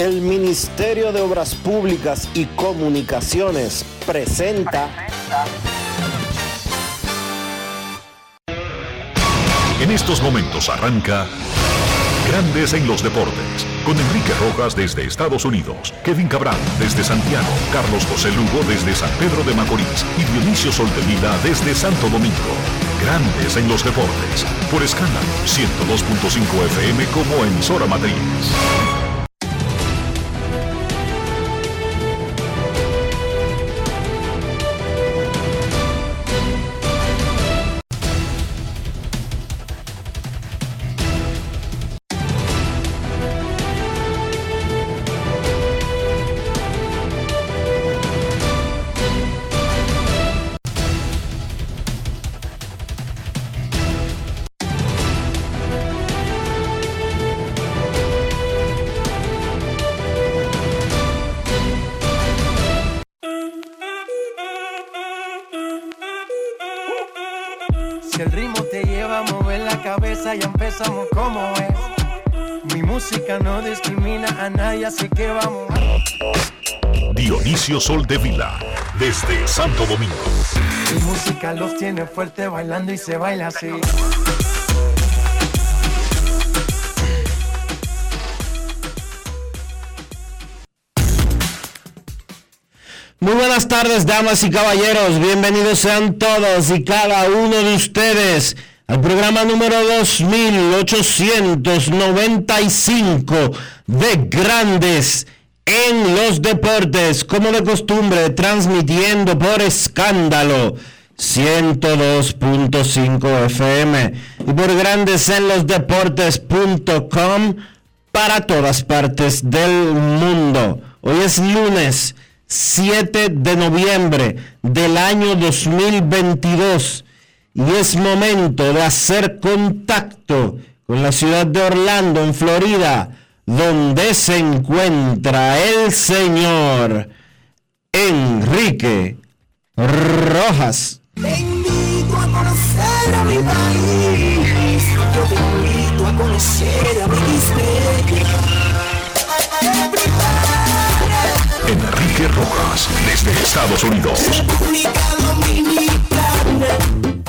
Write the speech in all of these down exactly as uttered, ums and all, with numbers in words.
El Ministerio de Obras Públicas y Comunicaciones presenta... En estos momentos arranca Grandes en los Deportes, con Enrique Rojas desde Estados Unidos, Kevin Cabral desde Santiago, Carlos José Lugo desde San Pedro de Macorís y Dionisio Soltevila desde Santo Domingo. Grandes en los Deportes, por Escándalo ciento dos punto cinco F M como emisora matriz. Si el ritmo te lleva a mover la cabeza, ya empezamos como es. Mi música no discrimina a nadie, así que vamos. Dionisio Soltevila, desde Santo Domingo. Mi música los tiene fuerte bailando y se baila así. Muy buenas tardes, damas y caballeros. Bienvenidos sean todos y cada uno de ustedes al programa número dos mil ochocientos noventa y cinco de Grandes en los Deportes, como de costumbre, transmitiendo por Escándalo ciento dos punto cinco F M y por grandes en los deportes punto com para todas partes del mundo. Hoy es lunes siete de noviembre del año dos mil veintidós y es momento de hacer contacto con la ciudad de Orlando, en Florida, donde se encuentra el señor Enrique Rojas. Te invito a conocer a mi país, yo te invito a conocer a mi historia. Enrique Rojas, desde Estados Unidos. República Dominicana.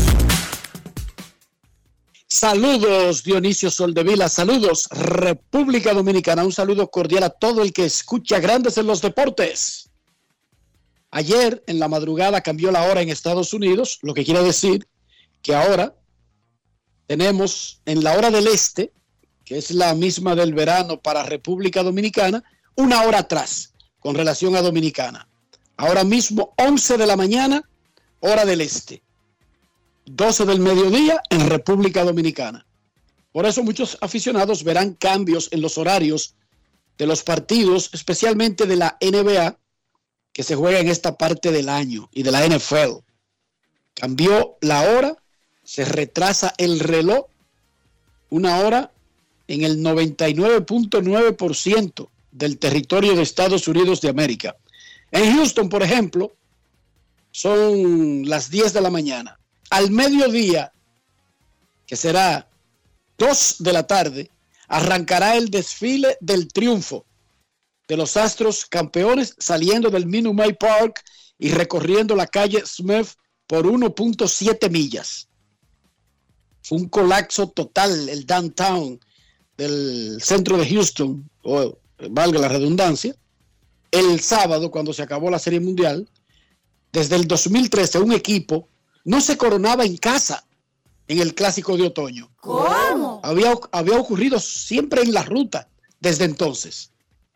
Saludos, Dionisio Soldevila, saludos, República Dominicana, un saludo cordial a todo el que escucha Grandes en los Deportes. Ayer en la madrugada cambió la hora en Estados Unidos, lo que quiere decir que ahora tenemos en la hora del este, que es la misma del verano para República Dominicana, una hora atrás con relación a Dominicana. Ahora mismo once de la mañana, hora del este. doce del mediodía en República Dominicana. Por eso muchos aficionados verán cambios en los horarios de los partidos, especialmente de la N B A, que se juega en esta parte del año, y de la N F L. Cambió la hora, se retrasa el reloj una hora en el noventa y nueve punto nueve por ciento del territorio de Estados Unidos de América. En Houston, por ejemplo, son las diez de la mañana. Al mediodía, que será dos de la tarde, arrancará el desfile del triunfo de los Astros campeones, saliendo del Minute Maid Park y recorriendo la calle Smith por uno punto siete millas. Fue un colapso total el downtown del centro de Houston, o valga la redundancia, el sábado cuando se acabó la Serie Mundial. Desde el dos mil trece un equipo no se coronaba en casa en el Clásico de Otoño. ¿Cómo? Había, había ocurrido siempre en la ruta desde entonces.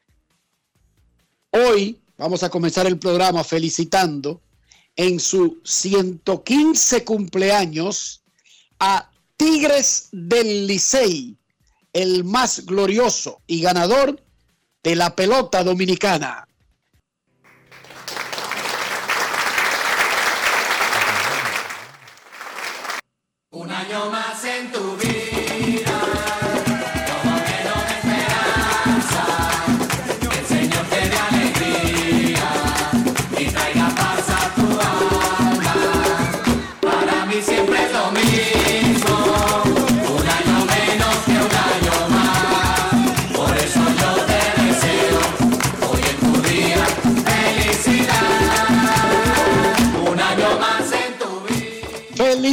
Hoy vamos a comenzar el programa felicitando en su ciento quince cumpleaños a Tigres del Licey, el más glorioso y ganador de la pelota dominicana. Un año más en tu vida, como menos esperanza, que el Señor te dé alegría y traiga paz a tu alma. Para mí siempre es lo mismo, un año menos que un año más, por eso yo te deseo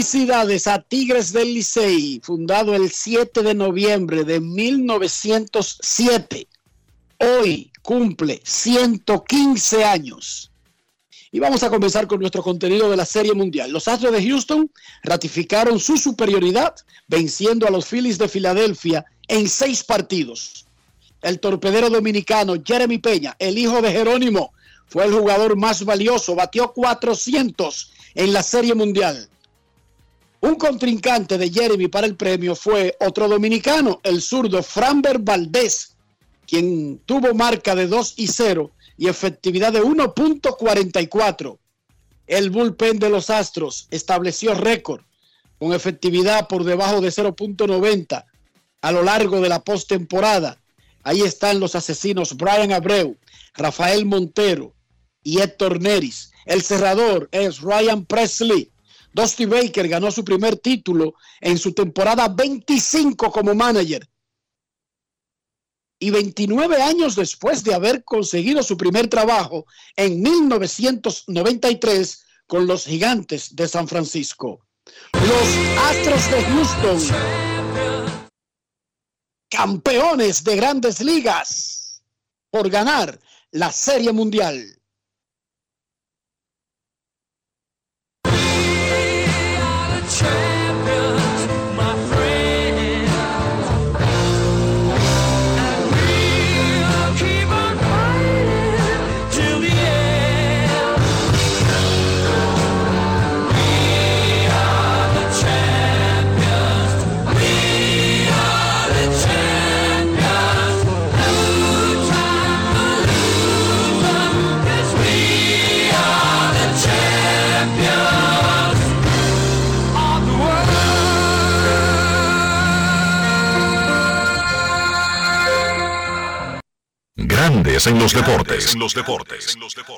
Felicidades a Tigres del Licey, fundado el siete de noviembre de mil novecientos siete. Hoy cumple ciento quince años. Y vamos a comenzar con nuestro contenido de la Serie Mundial. Los Astros de Houston ratificaron su superioridad, venciendo a los Phillies de Filadelfia en seis partidos. El torpedero dominicano Jeremy Peña, el hijo de Jerónimo, fue el jugador más valioso, batió cuatrocientos en la Serie Mundial. Un contrincante de Jeremy para el premio fue otro dominicano, el zurdo Framber Valdez, quien tuvo marca de dos y cero y efectividad de uno punto cuarenta y cuatro. El bullpen de los Astros estableció récord con efectividad por debajo de cero punto noventa a lo largo de la postemporada. Ahí están los asesinos Brian Abreu, Rafael Montero y Héctor Neris. El cerrador es Ryan Presley. Dusty Baker ganó su primer título en su temporada veinticinco como manager. Y veintinueve años después de haber conseguido su primer trabajo en mil novecientos noventa y tres con los Gigantes de San Francisco. Los Astros de Houston, campeones de Grandes Ligas por ganar la Serie Mundial. Grandes en los deportes. En los deportes.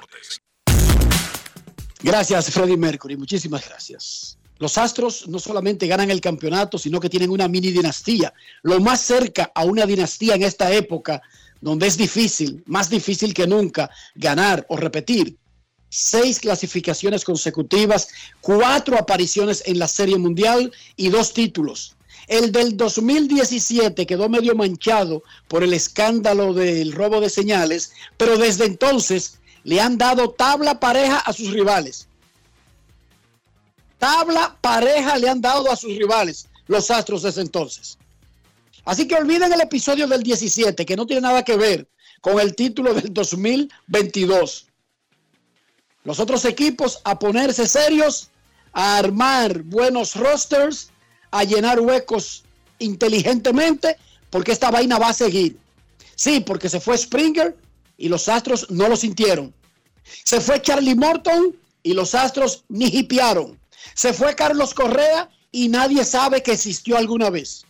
Gracias, Freddie Mercury. Muchísimas gracias. Los Astros no solamente ganan el campeonato, sino que tienen una mini dinastía. Lo más cerca a una dinastía en esta época, donde es difícil, más difícil que nunca, ganar o repetir. Seis clasificaciones consecutivas, cuatro apariciones en la Serie Mundial y dos títulos. El del dos mil diecisiete quedó medio manchado por el escándalo del robo de señales, pero desde entonces le han dado tabla pareja a sus rivales. Tabla pareja le han dado a sus rivales los Astros desde entonces. Así que olviden el episodio del diecisiete, que no tiene nada que ver con el título del dos mil veintidós. Los otros equipos a ponerse serios, a armar buenos rosters, a llenar huecos inteligentemente, porque esta vaina va a seguir. Sí, porque se fue Springer y los Astros no lo sintieron. Se fue Charlie Morton y los Astros ni hipearon. Se fue Carlos Correa y nadie sabe que existió alguna vez.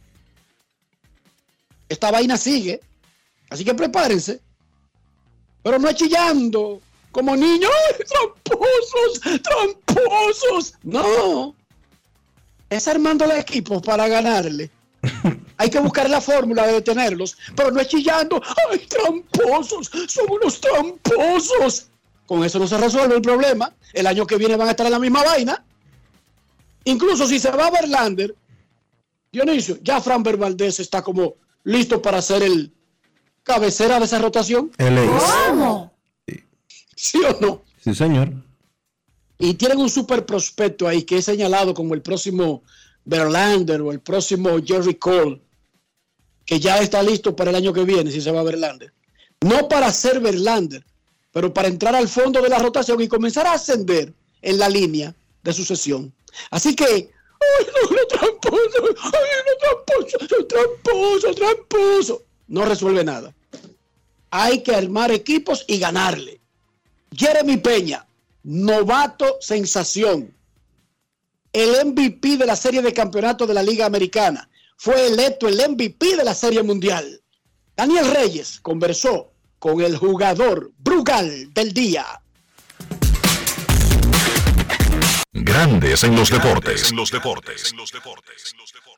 Esta vaina sigue, así que prepárense. Pero no es chillando como niños. ¡Ay, tramposos, tramposos! No. Es armando el equipo para ganarle. Hay que buscar la fórmula de detenerlos, pero no es chillando. ¡Ay, tramposos! ¡Son unos tramposos! Con eso no se resuelve el problema. El año que viene van a estar en la misma vaina. Incluso si se va a Verlander, Dionisio, ya Framber Valdez está como listo para ser el cabecera de esa rotación. El ex. ¿Cómo? Sí. ¿Sí o no? Sí, señor. Y tienen un super prospecto ahí que es señalado como el próximo Verlander o el próximo Jerry Cole, que ya está listo para el año que viene si se va a Verlander. No para ser Verlander, pero para entrar al fondo de la rotación y comenzar a ascender en la línea de sucesión. Así que, ¡ay, no, no, tramposo! ¡Ay, no, tramposo! ¡Tramposo, tramposo! No resuelve nada. Hay que armar equipos y ganarle. Jeremy Peña, novato sensación, el M V P de la serie de campeonato de la Liga Americana, fue electo el M V P de la Serie Mundial. Daniel Reyes conversó con el jugador Brugal del día. Grandes en los deportes. En los deportes. En los deportes.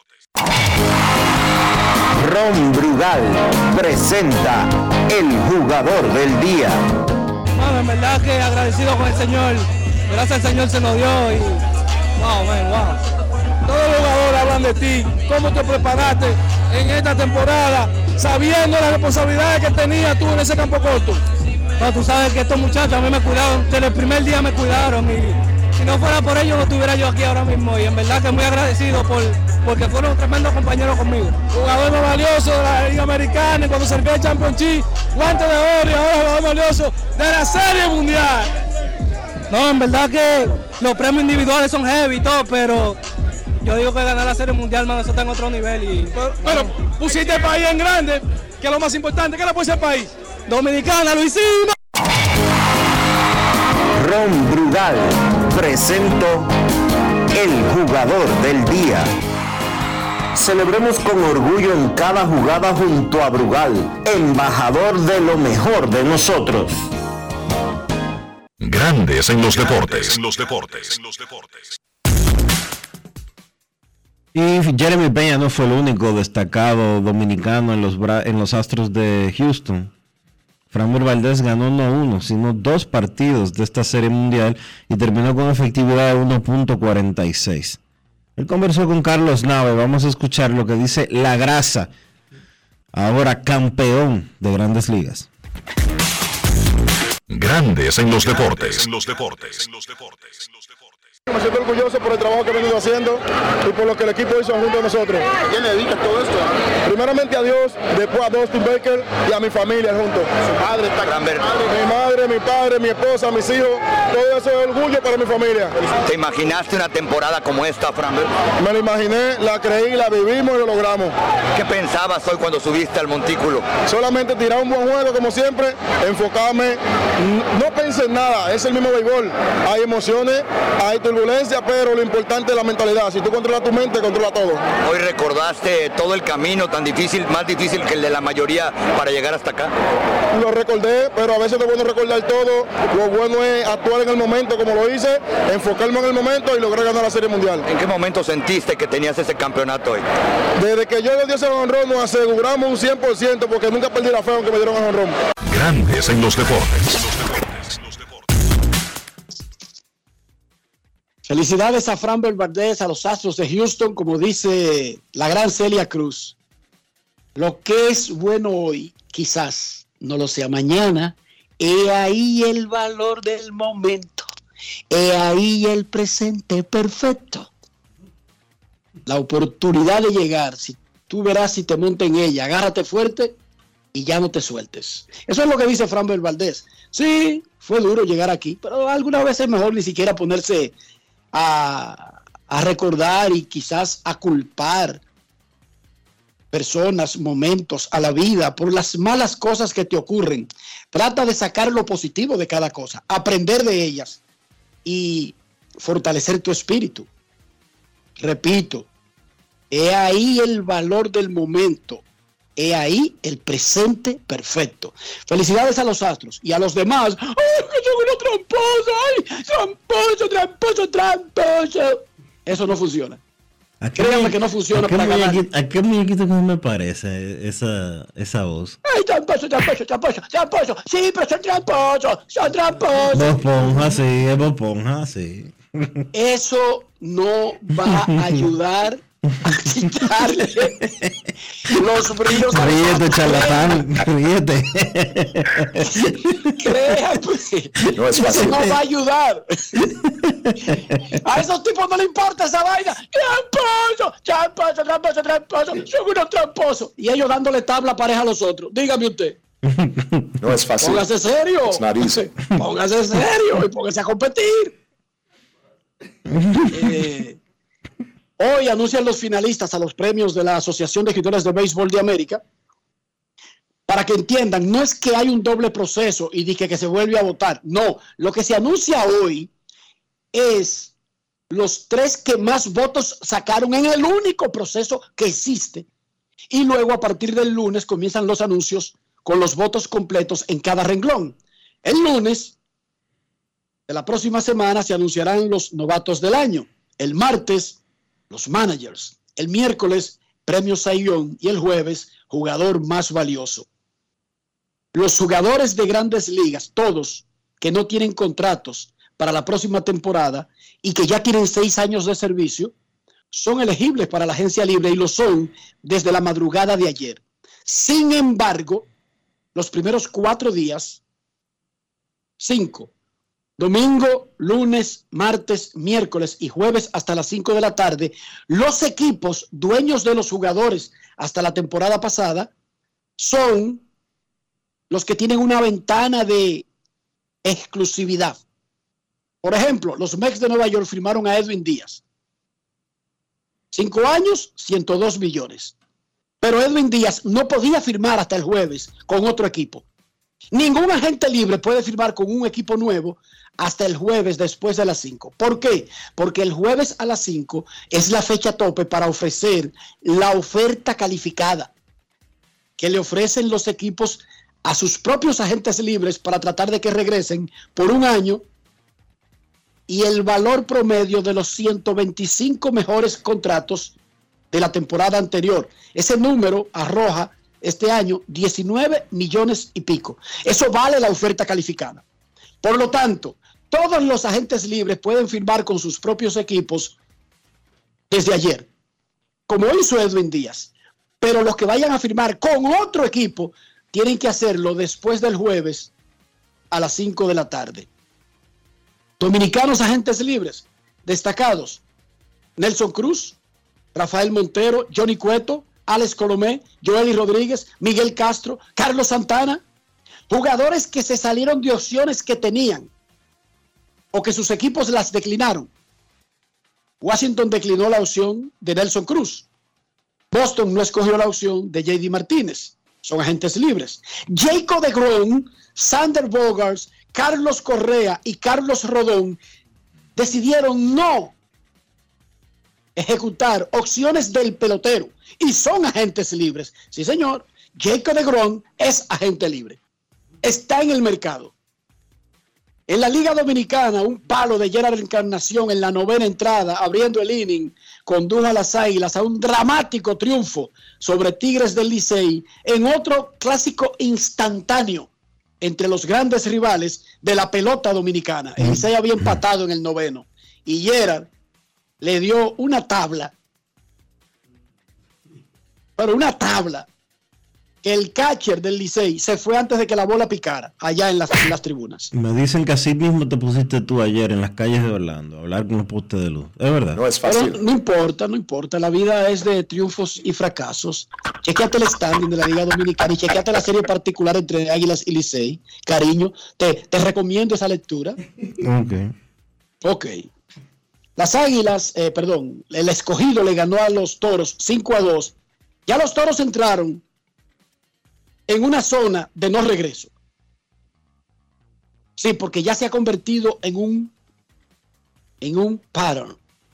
Ron Brugal presenta el jugador del día. Bueno, en verdad que agradecido con el Señor. Gracias al Señor se nos dio y Wow, man, wow. Todos los jugadores hablan de ti, cómo te preparaste en esta temporada, sabiendo las responsabilidades que tenías tú en ese campo corto. No, tú sabes que estos muchachos a mí me cuidaron, desde el primer día me cuidaron y si no fuera por ellos no estuviera yo aquí ahora mismo y en verdad que muy agradecido por, porque fueron tremendos compañeros conmigo. Jugador más valioso de la Liga Americana y cuando se el Championship, guante de oro y ahora jugador valioso de la Serie Mundial. No, en verdad que los premios individuales son heavy y todo, pero yo digo que ganar la Serie Mundial, man, eso está en otro nivel. Y, pero, pero pusiste el país en grande, que es lo más importante. ¿Qué le puso el país? Dominicana, lo hicimos. Ron Brugal presento el jugador del día. Celebremos con orgullo en cada jugada junto a Brugal, embajador de lo mejor de nosotros. Grandes en los deportes. En los deportes. En los deportes. Y Jeremy Peña no fue el único destacado dominicano en los, en los Astros de Houston. Framber Valdez ganó no uno, sino dos partidos de esta Serie Mundial y terminó con efectividad de uno punto cuarenta y seis. Él conversó con Carlos Nave. Vamos a escuchar lo que dice La Grasa, ahora campeón de Grandes Ligas. Grandes en los deportes. En los deportes. En los deportes. Me siento orgulloso por el trabajo que he venido haciendo y por lo que el equipo hizo junto a nosotros. ¿A quién le dedicas todo esto? Primeramente a Dios, después a Dustin Baker y a mi familia juntos. Su padre está gran verde. Mi madre, mi padre, mi esposa, mis hijos, todo eso es orgullo para mi familia. ¿Te imaginaste una temporada como esta, Framber? Me lo imaginé, la creí, la vivimos y lo logramos. ¿Qué pensabas hoy cuando subiste al montículo? Solamente tirar un buen juego como siempre, enfocarme, no pensé en nada, es el mismo béisbol. Hay emociones, hay turbulencia, pero lo importante es la mentalidad. Si tú controlas tu mente, controla todo. Hoy recordaste todo el camino tan difícil, más difícil que el de la mayoría para llegar hasta acá. Lo recordé, pero a veces no es bueno recordar todo. Lo bueno es actuar en el momento como lo hice, enfocarme en el momento y lograr ganar la Serie Mundial. ¿En qué momento sentiste que tenías ese campeonato hoy? Desde que yo le di ese jonrón nos aseguramos un cien por ciento porque nunca perdí la fe aunque me dieron el jonrón. Grandes en los deportes. Felicidades a Framber Valdez, a los Astros de Houston, como dice la gran Celia Cruz. Lo que es bueno hoy, quizás no lo sea mañana. He ahí el valor del momento. He ahí el presente perfecto. La oportunidad de llegar, si tú verás si te monta en ella, agárrate fuerte y ya no te sueltes. Eso es lo que dice Framber Valdez. Sí, fue duro llegar aquí, pero algunas veces es mejor ni siquiera ponerse A, a recordar y quizás a culpar personas, momentos, a la vida por las malas cosas que te ocurren. Trata de sacar lo positivo de cada cosa, aprender de ellas y fortalecer tu espíritu. Repito, he ahí el valor del momento, he ahí el presente perfecto. Felicidades a los Astros y a los demás. ¡Ay, que son unos tramposos! ¡Ay, tramposo, tramposo, tramposo! Eso no funciona. Créanme que no funciona para ganar. ¿A qué muñequito no me parece esa, esa voz? ¡Ay, tramposo, tramposo, tramposo, tramposo! Sí, pero son tramposos, son tramposos. Bob Esponja, sí, es Bob Esponja, sí. Eso no va a ayudar a quitarle los brillos. Ríete, charlatán, ríete. Créame, no es fácil. No va a ayudar. A esos tipos no le importa esa vaina. Tramposo, tramposo, tramposo, tramposo. Son unos tramposos. Y ellos dándole tabla pareja a los otros. Dígame usted. No es fácil. Póngase serio. Póngase serio y póngase a competir. Eh, Hoy anuncian los finalistas a los premios de la Asociación de Escritores de Béisbol de América. Para que entiendan, no es que hay un doble proceso y dije que se vuelve a votar. No, lo que se anuncia hoy es los tres que más votos sacaron en el único proceso que existe. Y luego a partir del lunes comienzan los anuncios con los votos completos en cada renglón. El lunes de la próxima semana se anunciarán los novatos del año. El martes, los managers. El miércoles, premio Cy Young. Y el jueves, jugador más valioso. Los jugadores de Grandes Ligas, todos que no tienen contratos para la próxima temporada y que ya tienen seis años de servicio, son elegibles para la agencia libre y lo son desde la madrugada de ayer. Sin embargo, los primeros cuatro días, cinco, domingo, lunes, martes, miércoles y jueves hasta las cinco de la tarde, los equipos dueños de los jugadores hasta la temporada pasada son los que tienen una ventana de exclusividad. Por ejemplo, los Mets de Nueva York firmaron a Edwin Díaz. Cinco años, ciento dos millones. Pero Edwin Díaz no podía firmar hasta el jueves con otro equipo. Ningún agente libre puede firmar con un equipo nuevo hasta el jueves después de las cinco. ¿Por qué? Porque el jueves a las cinco es la fecha tope para ofrecer la oferta calificada que le ofrecen los equipos a sus propios agentes libres para tratar de que regresen por un año y el valor promedio de los ciento veinticinco mejores contratos de la temporada anterior. Ese número arroja este año diecinueve millones y pico. Eso vale la oferta calificada. Por lo tanto, todos los agentes libres pueden firmar con sus propios equipos desde ayer, como hizo Edwin Díaz. Pero los que vayan a firmar con otro equipo tienen que hacerlo después del jueves a las cinco de la tarde. Dominicanos agentes libres destacados: Nelson Cruz, Rafael Montero, Johnny Cueto, Alex Colomé, Joely Rodríguez, Miguel Castro, Carlos Santana. Jugadores que se salieron de opciones que tenían o que sus equipos las declinaron. Washington declinó la opción de Nelson Cruz. Boston no escogió la opción de J D Martínez. Son agentes libres. Jacob deGrom, Sander Bogaerts, Carlos Correa y Carlos Rodón decidieron no ejecutar opciones del pelotero y son agentes libres. Sí, señor, Jacob deGrom es agente libre. Está en el mercado. En la Liga Dominicana, un palo de Gerard Encarnación en la novena entrada, abriendo el inning, condujo a las Águilas a un dramático triunfo sobre Tigres del Licey en otro clásico instantáneo entre los grandes rivales de la pelota dominicana. El Licey había empatado en el noveno y Gerard le dio una tabla, pero una tabla, que el catcher del Licey se fue antes de que la bola picara allá en las, en las tribunas. Me dicen que así mismo te pusiste tú ayer en las calles de Orlando a hablar con los postes de luz. Es verdad. No es fácil. Pero no importa, no importa. La vida es de triunfos y fracasos. Chequéate el standing de la Liga Dominicana y chequéate la serie particular entre Águilas y Licey. Cariño, te, te recomiendo esa lectura. Ok. Ok. Las Águilas, eh, perdón, el Escogido le ganó a los Toros cinco a dos. Ya los Toros entraron en una zona de no regreso. Sí, porque ya se ha convertido en un en un pattern.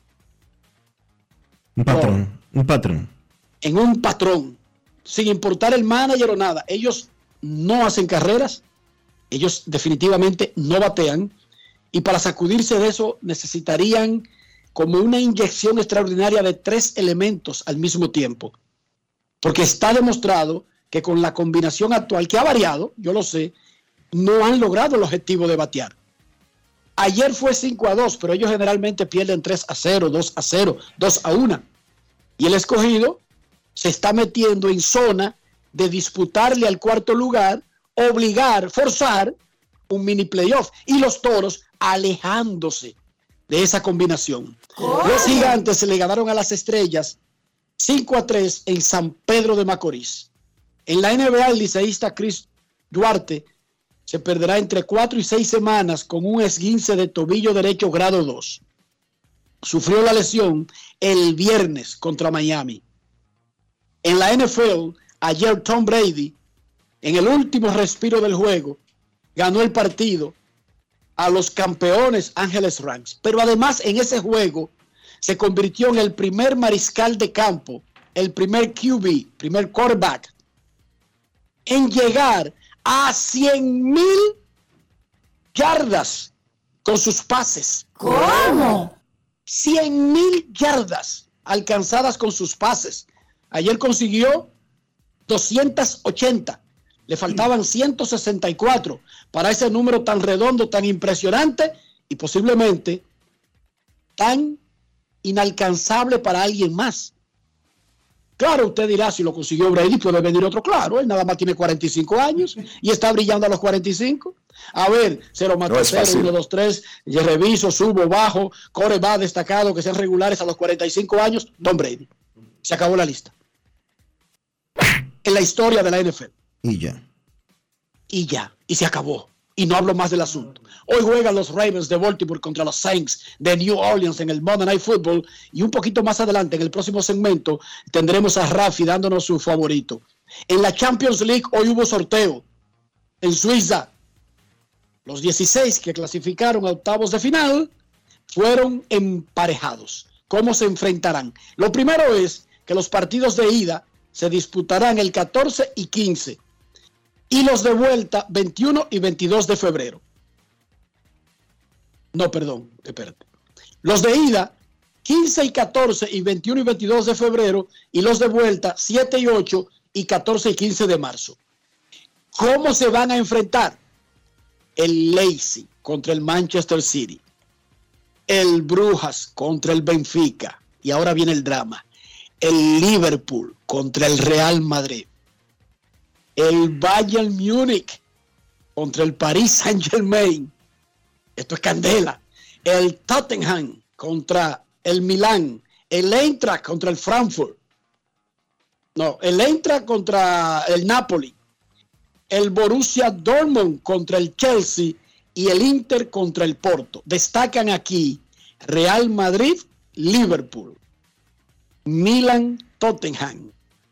Un patrón, no, un patrón. En un patrón, sin importar el manager o nada. Ellos no hacen carreras, ellos definitivamente no batean, y para sacudirse de eso necesitarían como una inyección extraordinaria de tres elementos al mismo tiempo. Porque está demostrado que con la combinación actual, que ha variado, yo lo sé, no han logrado el objetivo de batear. Ayer fue cinco a dos, pero ellos generalmente pierden tres a cero, dos a cero, dos a uno. Y el Escogido se está metiendo en zona de disputarle al cuarto lugar, obligar, forzar un mini playoff. Y los Toros alejándose de esa combinación. ¿Cómo? Los Gigantes se le ganaron a las Estrellas cinco a tres en San Pedro de Macorís. En la N B A, el liceísta Chris Duarte se perderá entre cuatro y seis semanas con un esguince de tobillo derecho grado dos. Sufrió la lesión el viernes contra Miami. En la N F L, ayer Tom Brady, en el último respiro del juego, ganó el partido a los campeones Ángeles Rams. Pero además en ese juego se convirtió en el primer mariscal de campo, el primer Q B, primer quarterback, en llegar a cien mil yardas con sus pases. ¿Cómo? cien mil yardas alcanzadas con sus pases. Ayer consiguió doscientas ochenta. Le faltaban ciento sesenta y cuatro para ese número tan redondo, tan impresionante y posiblemente tan inalcanzable para alguien más. Claro, usted dirá, si lo consiguió Brady, puede venir otro. Claro, él nada más tiene cuarenta y cinco años y está brillando a los cuarenta y cinco. A ver, cero más cero, uno, dos, tres, reviso, subo, bajo, corre va destacado, que sean regulares a los cuarenta y cinco años. Tom Brady. Se acabó la lista. En la historia de la N F L. Y ya. Y ya. Y se acabó. Y no hablo más del asunto. Hoy juegan los Ravens de Baltimore contra los Saints de New Orleans en el Monday Night Football. Y un poquito más adelante, en el próximo segmento, tendremos a Rafi dándonos su favorito. En la Champions League hoy hubo sorteo en Suiza. Los dieciséis que clasificaron a octavos de final fueron emparejados. ¿Cómo se enfrentarán? Lo primero es que los partidos de ida se disputarán el catorce y quince. Y los de vuelta, veintiuno y veintidós de febrero. No, perdón, espérate. Los de ida, quince y catorce y veintiuno y veintidós de febrero. Y los de vuelta, siete y ocho y catorce y quince de marzo. ¿Cómo se van a enfrentar? El Leipzig contra el Manchester City. El Brujas contra el Benfica. Y ahora viene el drama. El Liverpool contra el Real Madrid. El Bayern Múnich contra el Paris Saint-Germain. Esto es candela. El Tottenham contra el Milán. El Eintracht contra el Frankfurt. No, el Eintracht contra el Napoli. El Borussia Dortmund contra el Chelsea. Y el Inter contra el Porto. Destacan aquí Real Madrid, Liverpool. Milan, Tottenham.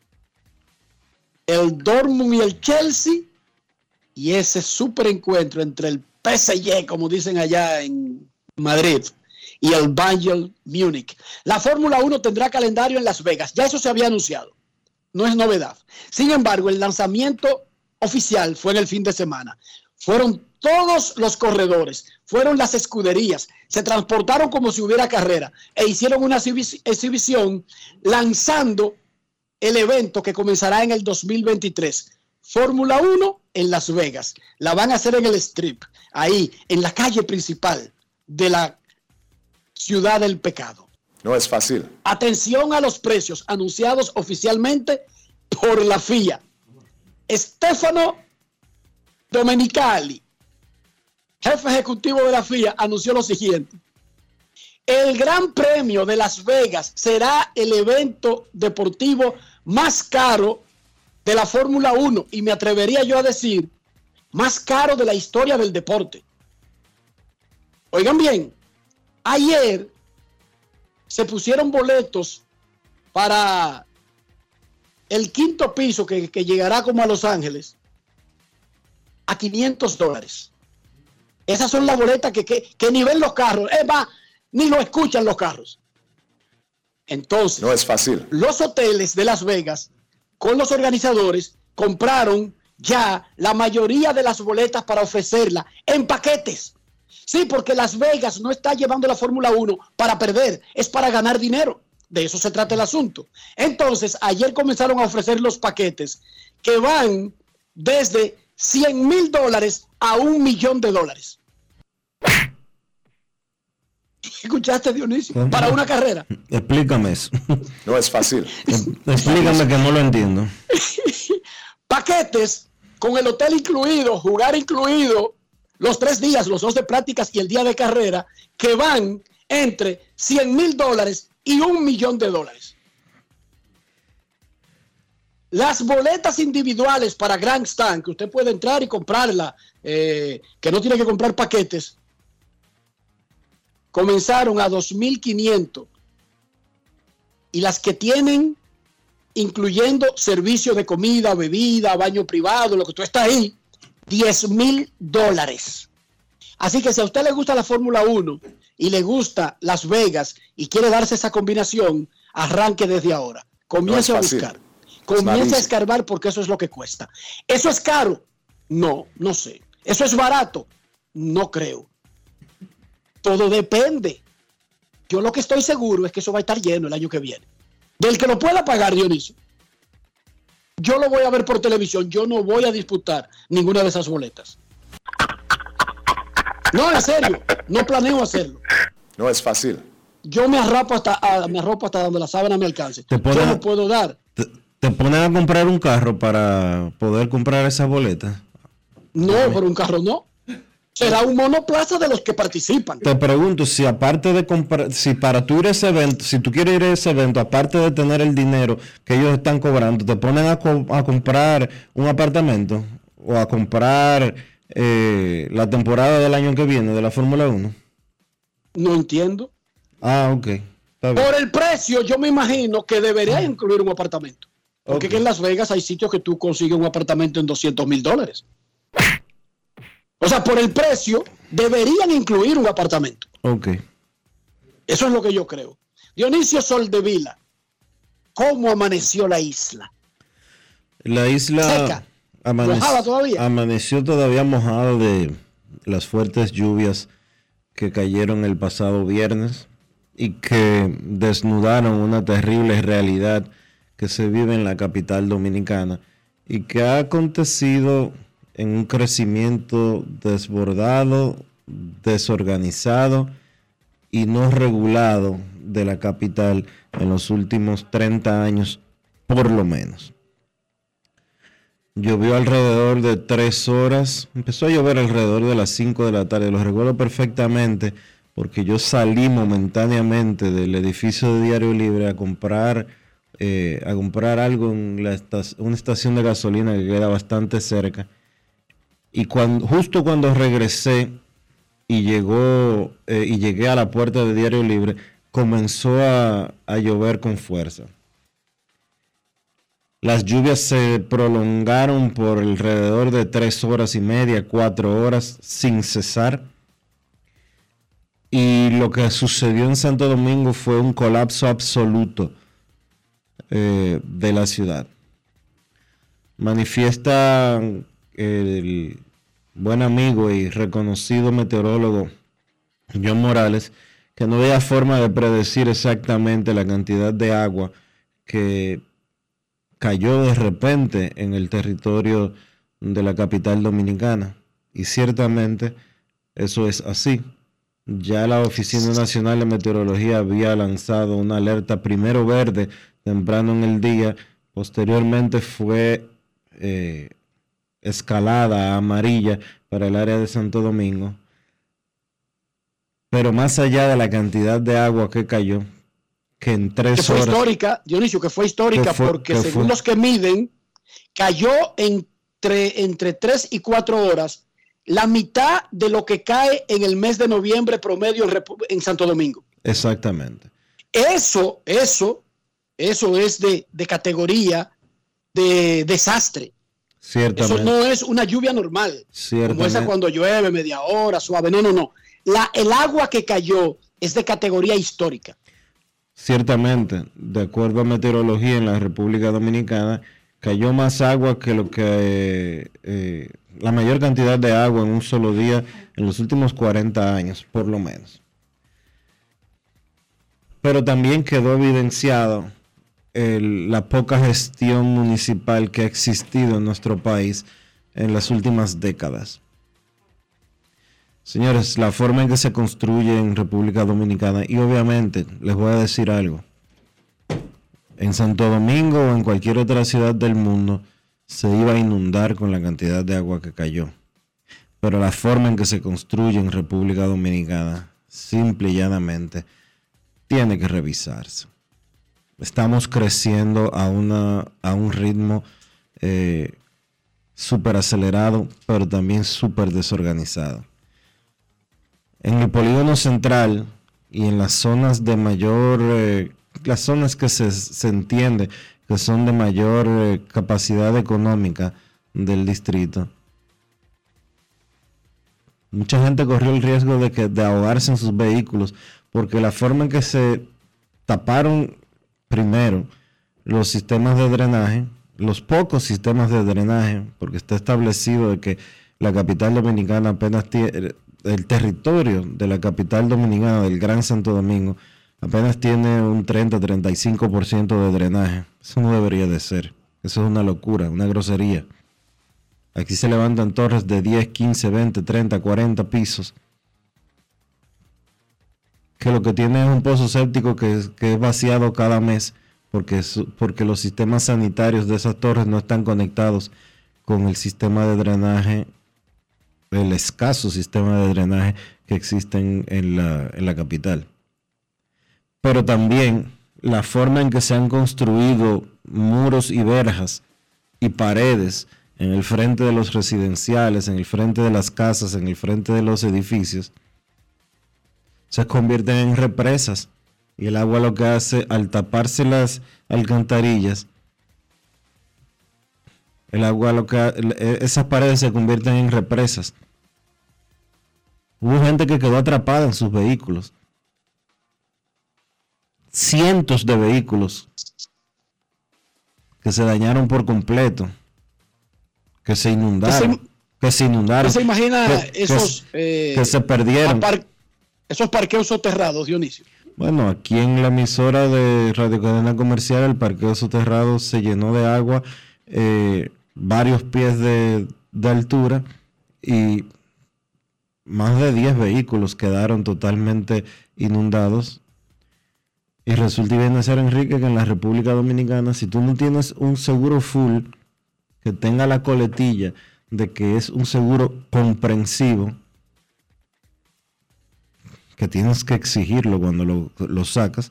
El Dortmund y el Chelsea, y ese super encuentro entre el P S G, como dicen allá en Madrid, y el Bayern Múnich. La Fórmula uno tendrá calendario en Las Vegas, ya eso se había anunciado, no es novedad. Sin embargo, el lanzamiento oficial fue en el fin de semana. Fueron todos los corredores, fueron las escuderías, se transportaron como si hubiera carrera e hicieron una exhibición lanzando el evento que comenzará en el dos mil veintitrés. Fórmula uno en Las Vegas. La van a hacer en el Strip, ahí, en la calle principal de la ciudad del pecado. No es fácil. Atención a los precios anunciados oficialmente por la F I A. Stefano Domenicali, jefe ejecutivo de la F I A, anunció lo siguiente. El Gran Premio de Las Vegas será el evento deportivo más caro de la Fórmula uno y me atrevería yo a decir más caro de la historia del deporte. Oigan bien, ayer se pusieron boletos para el quinto piso que, que llegará como a Los Ángeles a quinientos dólares. Esas son las boletas que, que, que ni ven los carros, es más, ni lo escuchan los carros. Entonces, no es fácil. Los hoteles de Las Vegas, con los organizadores, compraron ya la mayoría de las boletas para ofrecerla en paquetes. Sí, porque Las Vegas no está llevando la Fórmula uno para perder, es para ganar dinero. De eso se trata el asunto. Entonces, ayer comenzaron a ofrecer los paquetes que van desde cien mil dólares a un millón de dólares. ¿Escuchaste, Dionisio? ¿Cómo? Para una carrera. Explícame eso. No es fácil. Explícame que no lo entiendo. Paquetes con el hotel incluido, jugar incluido, los tres días, los dos de prácticas y el día de carrera, que van entre cien mil dólares y un millón de dólares. Las boletas individuales para Grandstand, que usted puede entrar y comprarla, eh, que no tiene que comprar paquetes, comenzaron a dos mil quinientos. Y las que tienen, incluyendo servicio de comida, bebida, baño privado, lo que tú está ahí, diez mil dólares. Así que si a usted le gusta la Fórmula uno y le gusta Las Vegas y quiere darse esa combinación, arranque desde ahora. Comience no a buscar. Comience a escarbar porque eso es lo que cuesta. ¿Eso es caro? No, no sé. ¿Eso es barato? No creo. Todo depende. Yo lo que estoy seguro es que eso va a estar lleno el año que viene. Del que lo pueda pagar, Dionisio. Yo lo voy a ver por televisión. Yo no voy a disputar ninguna de esas boletas. No, en serio, no planeo hacerlo. No es fácil. Yo me arropo hasta, a, me arropo hasta donde la sábana me alcance. Te ponen, Yo no puedo dar. Te, te ponen a comprar un carro para poder comprar esas boletas. No, por un carro no. Será un monoplaza de los que participan. Te pregunto si aparte de comprar, si para tú ir a ese evento, si tú quieres ir a ese evento, aparte de tener el dinero que ellos están cobrando, te ponen a, co- a comprar un apartamento o a comprar eh, la temporada del año que viene de la Fórmula uno. No entiendo. Ah, ok. Está bien. Por el precio, yo me imagino que debería incluir un apartamento. Porque Ok. que en Las Vegas hay sitios que tú consigues un apartamento en doscientos mil dólares. O sea, por el precio, deberían incluir un apartamento. Ok. Eso es lo que yo creo. Dionisio Soldevila, ¿cómo amaneció la isla? La isla Seca. amanec- ¿Mojada todavía? amaneció todavía mojada de las fuertes lluvias que cayeron el pasado viernes y que desnudaron una terrible realidad que se vive en la capital dominicana y que ha acontecido en un crecimiento desbordado, desorganizado y no regulado de la capital en los últimos treinta años, por lo menos. Llovió alrededor de tres horas, empezó a llover alrededor de las cinco de la tarde, lo recuerdo perfectamente porque yo salí momentáneamente del edificio de Diario Libre a comprar, eh, a comprar algo en la esta- una estación de gasolina que queda bastante cerca. Y cuando, justo cuando regresé y llegó eh, y llegué a la puerta de Diario Libre, comenzó a, a llover con fuerza. Las lluvias se prolongaron por alrededor de tres horas y media, cuatro horas sin cesar. Y lo que sucedió en Santo Domingo fue un colapso absoluto eh, de la ciudad. Manifiesta el buen amigo y reconocido meteorólogo John Morales que no había forma de predecir exactamente la cantidad de agua que cayó de repente en el territorio de la capital dominicana. Y ciertamente eso es así. Ya la Oficina Nacional de Meteorología había lanzado una alerta primero verde temprano en el día, posteriormente fue eh, escalada a amarilla para el área de Santo Domingo. Pero más allá de la cantidad de agua que cayó, que en tres Que fue horas... histórica, Dionisio, que fue histórica Que fue- porque que según fue- los que miden, cayó entre, entre tres y cuatro horas, la mitad de lo que cae en el mes de noviembre promedio en, Repu- en Santo Domingo. Exactamente. Eso, eso, eso es de, de categoría de desastre. Ciertamente. Eso no es una lluvia normal, como Ciertamente. esa cuando llueve media hora, suave. No, no, no. La, el agua que cayó es de categoría histórica. Ciertamente, de acuerdo a meteorología en la República Dominicana, cayó más agua que lo que eh, eh, la mayor cantidad de agua en un solo día en los últimos cuarenta años, por lo menos. Pero también quedó evidenciado el- la poca gestión municipal que ha existido en nuestro país en las últimas décadas. Señores, la forma en que se construye en República Dominicana, y obviamente les voy a decir algo, en Santo Domingo o en cualquier otra ciudad del mundo se iba a inundar con la cantidad de agua que cayó. Pero la forma en que se construye en República Dominicana, simple y llanamente, tiene que revisarse. Estamos creciendo a, una, a un ritmo eh, súper acelerado, pero también súper desorganizado. En el polígono central y en las zonas de mayor, eh, las zonas que se, se entiende que son de mayor eh, capacidad económica del distrito, mucha gente corrió el riesgo de, que, de ahogarse en sus vehículos porque la forma en que se taparon primero los sistemas de drenaje, los pocos sistemas de drenaje, porque está establecido de que la capital dominicana apenas tiene, el territorio de la capital dominicana del Gran Santo Domingo apenas tiene un treinta a treinta y cinco por ciento de drenaje. Eso no debería de ser. Eso es una locura, una grosería. Aquí se levantan torres de diez, quince, veinte, treinta, cuarenta pisos que lo que tiene es un pozo séptico que, que es vaciado cada mes porque, porque los sistemas sanitarios de esas torres no están conectados con el sistema de drenaje, el escaso sistema de drenaje que existe en, en, la, en la capital. Pero también la forma en que se han construido muros y verjas y paredes en el frente de los residenciales, en el frente de las casas, en el frente de los edificios, se convierten en represas, y el agua lo que hace al taparse las alcantarillas, el agua lo que esas paredes se convierten en represas. Hubo gente que quedó atrapada en sus vehículos, cientos de vehículos que se dañaron por completo, que se inundaron, se, que se inundaron, ¿se imagina que, esos que, eh, que se perdieron? Par, esos parqueos soterrados, Dionisio. Bueno, aquí en la emisora de Radio Cadena Comercial, el parqueo soterrado se llenó de agua, eh, varios pies de, de altura, y más de diez vehículos quedaron totalmente inundados. Y resulta y viene a ser, Enrique, que en la República Dominicana, si tú no tienes un seguro full que tenga la coletilla de que es un seguro comprensivo, que tienes que exigirlo cuando lo, lo sacas.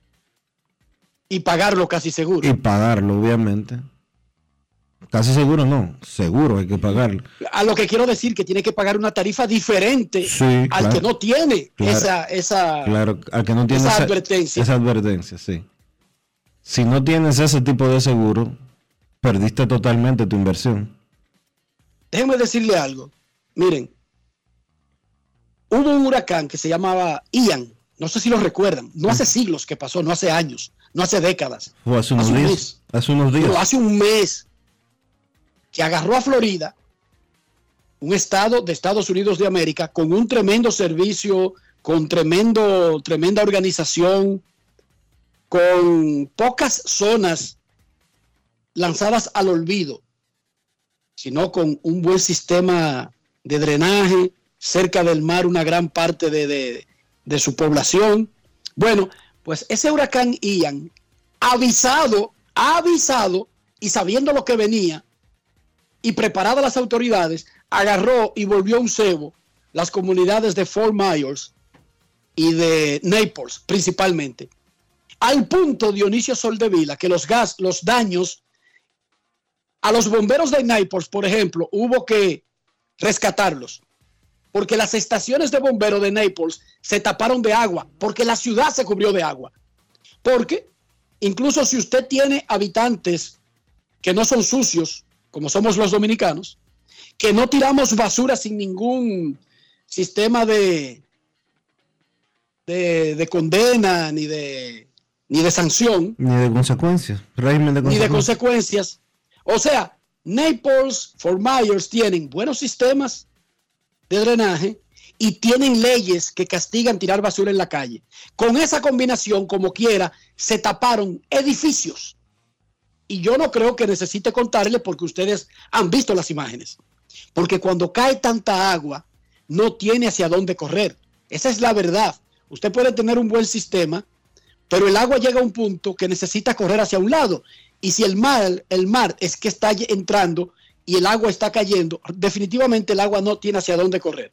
Y pagarlo casi seguro. Y pagarlo, obviamente. Casi seguro no, seguro hay que pagarlo. A lo que quiero decir que tiene que pagar una tarifa diferente sí, al claro, que no tiene claro, esa, esa, claro, al que no tiene esa esa advertencia. Esa advertencia, sí. Si no tienes ese tipo de seguro, perdiste totalmente tu inversión. Déjenme decirle algo. Miren, hubo un huracán que se llamaba Ian, no sé si lo recuerdan, no hace siglos que pasó, no hace años, no hace décadas. Fue hace unos hace días. Un mes, hace unos días. Pero hace un mes que agarró a Florida, un estado de Estados Unidos de América, con un tremendo servicio, con tremendo, tremenda organización, con pocas zonas lanzadas al olvido, sino con un buen sistema de drenaje, cerca del mar una gran parte de, de, de su población. Bueno, pues ese huracán Ian, avisado, avisado y sabiendo lo que venía y preparadas las autoridades, agarró y volvió un cebo las comunidades de Fort Myers y de Naples principalmente, al punto, Dionisio Soldevila, que los gas, los daños a los bomberos de Naples, por ejemplo, hubo que rescatarlos, porque las estaciones de bomberos de Naples se taparon de agua, porque la ciudad se cubrió de agua. Porque incluso si usted tiene habitantes que no son sucios, como somos los dominicanos, que no tiramos basura sin ningún sistema de, de, de condena, ni de, ni de sanción. Ni de consecuencias, régimen de consecuencias. Ni de consecuencias. O sea, Naples, Fort Myers tienen buenos sistemas de drenaje y tienen leyes que castigan tirar basura en la calle. Con esa combinación, como quiera, se taparon edificios. Y yo no creo que necesite contarles porque ustedes han visto las imágenes. Porque cuando cae tanta agua, no tiene hacia dónde correr. Esa es la verdad. Usted puede tener un buen sistema, pero el agua llega a un punto que necesita correr hacia un lado. Y si el mar, el mar es que está entrando y el agua está cayendo, definitivamente el agua no tiene hacia dónde correr.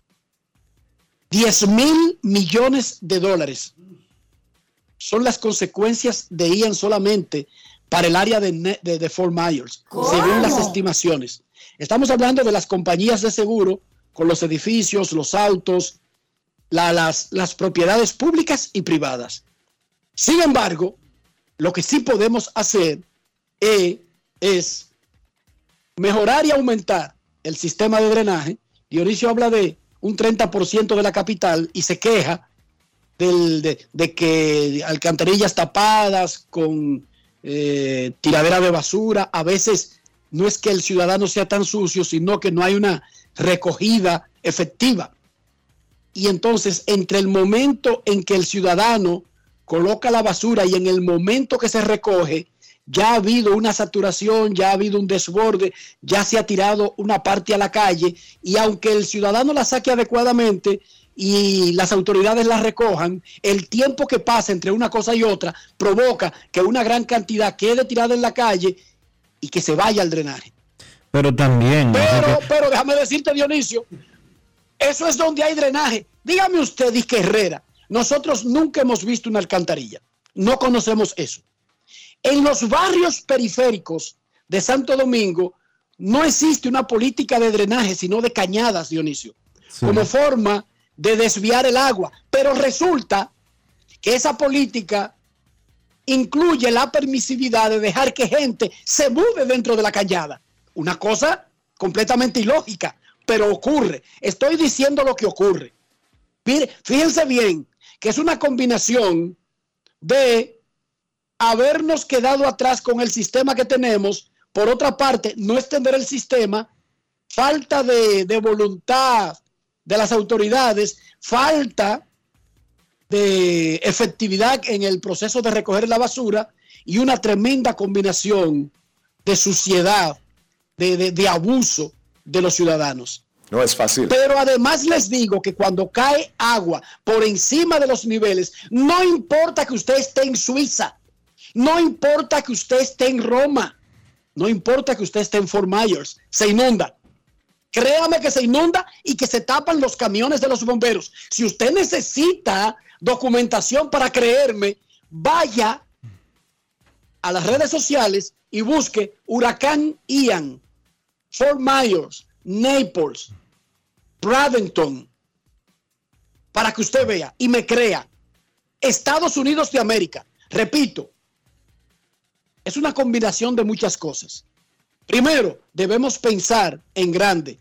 diez mil millones de dólares son las consecuencias de Ian solamente para el área de, de, de Fort Myers, ¿cómo? Según las estimaciones. Estamos hablando de las compañías de seguro con los edificios, los autos, la, las, las propiedades públicas y privadas. Sin embargo, lo que sí podemos hacer eh, es mejorar y aumentar el sistema de drenaje. Dionisio habla de un treinta por ciento de la capital y se queja del, de, de que alcantarillas tapadas con eh, tiradera de basura. A veces no es que el ciudadano sea tan sucio, sino que no hay una recogida efectiva. Y entonces, entre el momento en que el ciudadano coloca la basura y en el momento que se recoge, ya ha habido una saturación, ya ha habido un desborde, ya se ha tirado una parte a la calle y aunque el ciudadano la saque adecuadamente y las autoridades la recojan, el tiempo que pasa entre una cosa y otra provoca que una gran cantidad quede tirada en la calle y que se vaya al drenaje. Pero también... Pero, que... pero déjame decirte, Dionisio, eso es donde hay drenaje. Dígame usted, Disque Herrera, nosotros nunca hemos visto una alcantarilla. No conocemos eso. En los barrios periféricos de Santo Domingo no existe una política de drenaje, sino de cañadas, Dionisio, sí, como forma de desviar el agua. Pero resulta que esa política incluye la permisividad de dejar que gente se mude dentro de la cañada. Una cosa completamente ilógica, pero ocurre. Estoy diciendo lo que ocurre. Fíjense bien que es una combinación de habernos quedado atrás con el sistema que tenemos, por otra parte, no extender el sistema, falta de, de voluntad de las autoridades, falta de efectividad en el proceso de recoger la basura y una tremenda combinación de suciedad, de, de, de abuso de los ciudadanos. No es fácil. Pero además les digo que cuando cae agua por encima de los niveles, no importa que usted esté en Suiza, no importa que usted esté en Roma, no importa que usted esté en Fort Myers, se inunda. Créame que se inunda y que se tapan los camiones de los bomberos. Si usted necesita documentación para creerme, vaya a las redes sociales y busque Huracán Ian, Fort Myers, Naples, Bradenton, para que usted vea y me crea. Estados Unidos de América, repito, es una combinación de muchas cosas. Primero, debemos pensar en grande.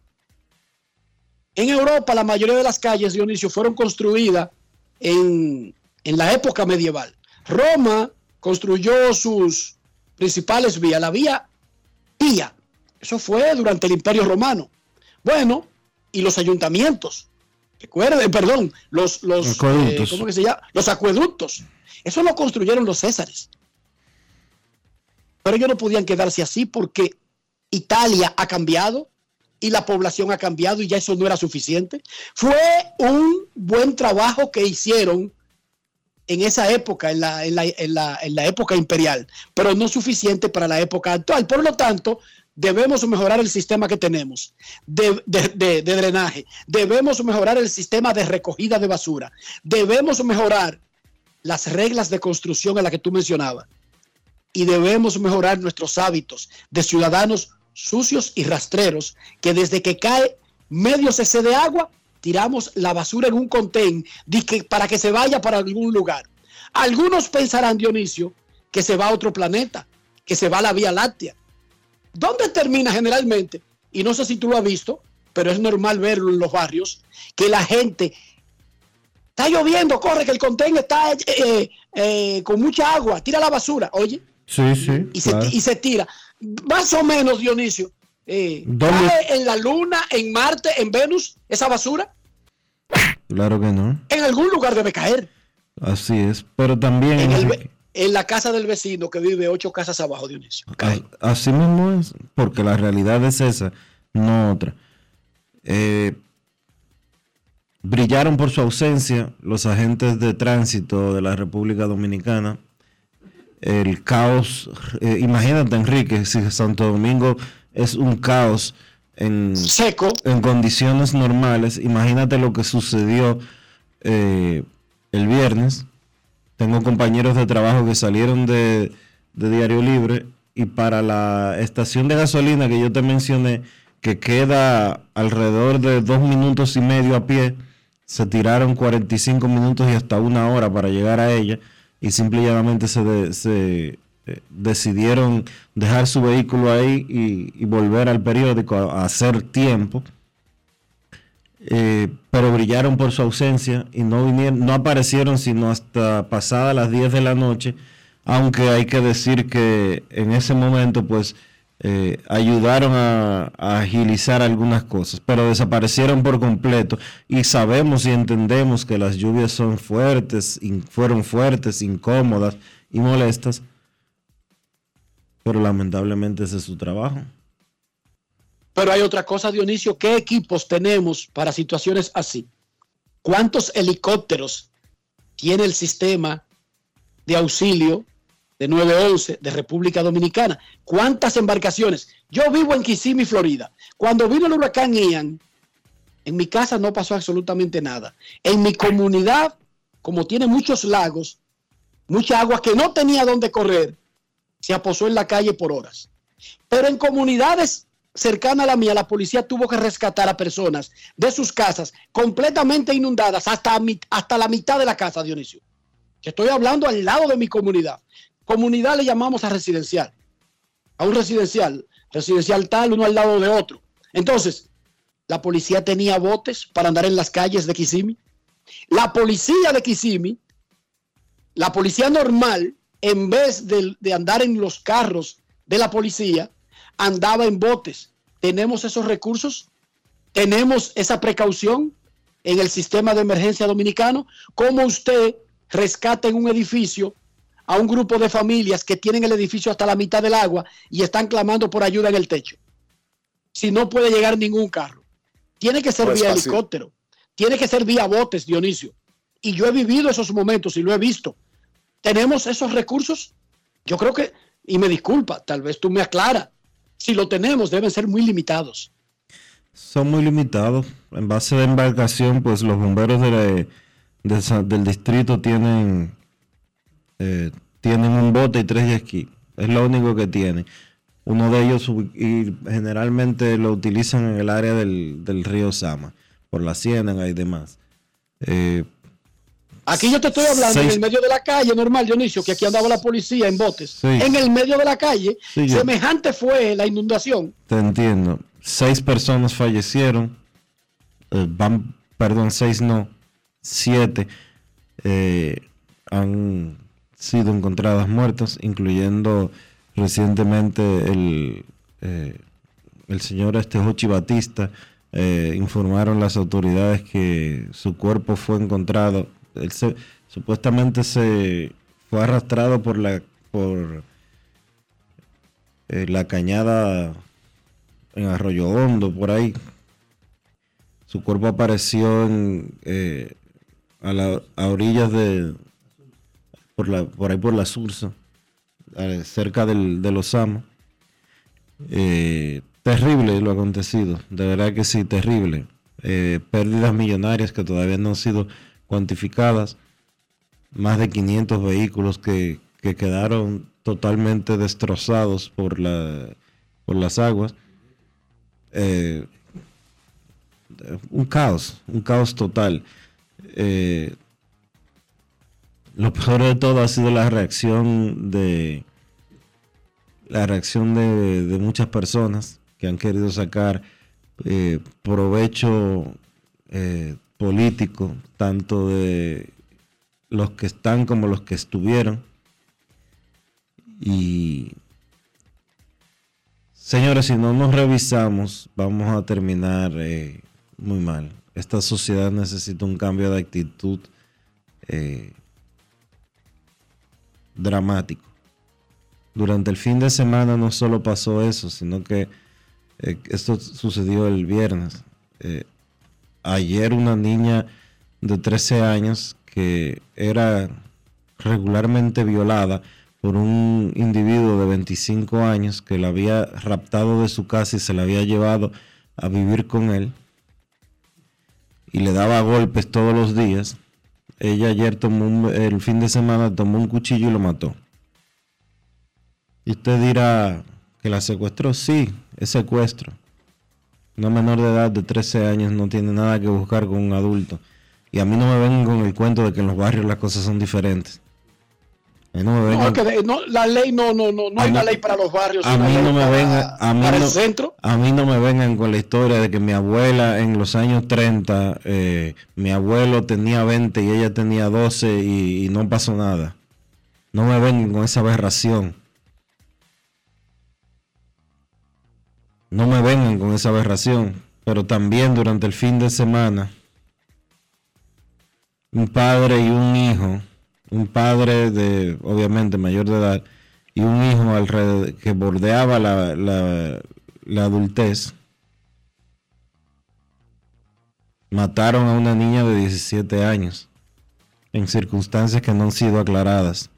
En Europa, la mayoría de las calles, Dionisio, fueron construidas en, en la época medieval. Roma construyó sus principales vías, la vía Pía. Eso fue durante el Imperio Romano. Bueno, y los ayuntamientos. Recuerden, perdón, los, los, eh, ¿cómo que se llama? Los acueductos. Eso lo construyeron los Césares. Pero ellos no podían quedarse así porque Italia ha cambiado y la población ha cambiado y ya eso no era suficiente. Fue un buen trabajo que hicieron en esa época, en la, en la, en la, en la época imperial, pero no suficiente para la época actual. Por lo tanto, debemos mejorar el sistema que tenemos de, de, de, de drenaje. Debemos mejorar el sistema de recogida de basura. Debemos mejorar las reglas de construcción a las que tú mencionabas. Y debemos mejorar nuestros hábitos de ciudadanos sucios y rastreros que desde que cae medio cc de agua, tiramos la basura en un contén para que se vaya para algún lugar. Algunos pensarán, Dionisio, que se va a otro planeta, que se va a la Vía Láctea. ¿Dónde termina generalmente? Y no sé si tú lo has visto, pero es normal verlo en los barrios, que la gente... Está lloviendo, corre, que el contén está eh, eh, con mucha agua, tira la basura, oye. Sí, sí. Y, claro. se, y se tira. Más o menos, Dionisio, eh, ¿cae en la Luna, en Marte, en Venus, esa basura? Claro que no. En algún lugar debe caer. Así es, pero también... En, el, en la casa del vecino que vive ocho casas abajo, Dionisio. Cae. Así mismo es, porque la realidad es esa, no otra. Eh... Brillaron por su ausencia los agentes de tránsito de la República Dominicana. El caos, eh, imagínate, Enrique, si Santo Domingo es un caos en, seco, en condiciones normales, imagínate lo que sucedió eh, el viernes. Tengo compañeros de trabajo que salieron de, de Diario Libre y para la estación de gasolina que yo te mencioné, que queda alrededor de dos minutos y medio a pie, se tiraron cuarenta y cinco minutos y hasta una hora para llegar a ella y simple y llanamente se, de, se eh, decidieron dejar su vehículo ahí y, y volver al periódico a, a hacer tiempo, eh, pero brillaron por su ausencia y no vinieron, no aparecieron sino hasta pasadas las diez de la noche, aunque hay que decir que en ese momento pues Eh, ayudaron a, a agilizar algunas cosas, pero desaparecieron por completo y sabemos y entendemos que las lluvias son fuertes, in, fueron fuertes, incómodas y molestas, Pero lamentablemente ese es su trabajo. Pero hay otra cosa, Dionisio, ¿qué equipos tenemos para situaciones así? ¿Cuántos helicópteros tiene el sistema de auxilio de nueve once de República Dominicana? ¿Cuántas embarcaciones? Yo vivo en Kissimmee, Florida. Cuando vino el huracán Ian, en mi casa no pasó absolutamente nada. En mi comunidad, como tiene muchos lagos, mucha agua que no tenía dónde correr, se aposó en la calle por horas. Pero en comunidades cercanas a la mía, la policía tuvo que rescatar a personas de sus casas completamente inundadas hasta, hasta la mitad de la casa, Dionisio. Estoy hablando al lado de mi comunidad. Comunidad le llamamos a residencial. A un residencial. Residencial tal, uno al lado de otro. Entonces, la policía tenía botes para andar en las calles de Kissimmee. La policía de Kissimmee, la policía normal, en vez de, de andar en los carros de la policía, andaba en botes. ¿Tenemos esos recursos? ¿Tenemos esa precaución en el sistema de emergencia dominicano? ¿Cómo usted rescata en un edificio a un grupo de familias que tienen el edificio hasta la mitad del agua y están clamando por ayuda en el techo? Si no puede llegar ningún carro. Tiene que ser No es vía fácil. helicóptero. Tiene que ser vía botes, Dionisio. Y yo he vivido esos momentos y lo he visto. ¿Tenemos esos recursos? Yo creo que, y me disculpa, tal vez tú me aclaras. Si lo tenemos, deben ser muy limitados. Son muy limitados. En base de embarcación, pues los bomberos de la- de Sa- del distrito tienen, eh, tienen un bote y tres jet ski. Es lo único que tienen. Uno de ellos ubi- y generalmente lo utilizan en el área del, del río Sama, por la ciénaga y demás. Eh, Aquí yo te estoy hablando Seis- en el medio de la calle, normal, Dionisio, que aquí andaba la policía en botes. Sí. En el medio de la calle, Sí, yo- semejante fue la inundación. Te entiendo. Seis personas fallecieron. Eh, van, perdón, seis no. Siete eh, han sido encontradas muertas, incluyendo recientemente el, eh, el señor este Jochi Batista. Eh, informaron las autoridades que su cuerpo fue encontrado. Él se, supuestamente se fue arrastrado por la por eh, la cañada en Arroyo Hondo, por ahí. Su cuerpo apareció en, eh, a, la, a orillas de por la por ahí por la Sursa, eh, cerca del, de Los Amos. Eh, terrible lo acontecido, de verdad que sí, terrible. Eh, pérdidas millonarias que todavía no han sido cuantificadas, más de quinientos vehículos que, que quedaron totalmente destrozados por la por las aguas. Eh, un caos, un caos total. Eh, lo peor de todo ha sido la reacción de la reacción de, de muchas personas que han querido sacar eh, provecho eh, político, tanto de los que están como los que estuvieron. Y señores, si no nos revisamos, vamos a terminar eh, muy mal. Esta sociedad necesita un cambio de actitud eh, dramático. Durante el fin de semana no solo pasó eso, sino que eh, esto sucedió el viernes. Eh, ayer una niña de trece años que era regularmente violada por un individuo de veinticinco años que la había raptado de su casa y se la había llevado a vivir con él y le daba golpes todos los días. Ella ayer tomó un, el fin de semana tomó un cuchillo y lo mató. Y usted dirá que la secuestró. Sí, es secuestro. Una menor de edad de trece años no tiene nada que buscar con un adulto. Y a mí no me vengan con el cuento de que en los barrios las cosas son diferentes. A mí no me vengan, No, que de- no, la ley no, no, no, no A hay mí- una ley para los barrios. a una mí ley no me para- venga, a mí para no, el centro. a mí no me vengan con la historia de que mi abuela en los años treinta, eh, mi abuelo tenía veinte y ella tenía doce y, y no pasó nada. No me vengan con esa aberración. No me vengan con esa aberración. Pero también durante el fin de semana, un padre y un hijo, un padre de obviamente mayor de edad y un hijo alrededor, que bordeaba la, la, la adultez, mataron a una niña de diecisiete años en circunstancias que no han sido aclaradas.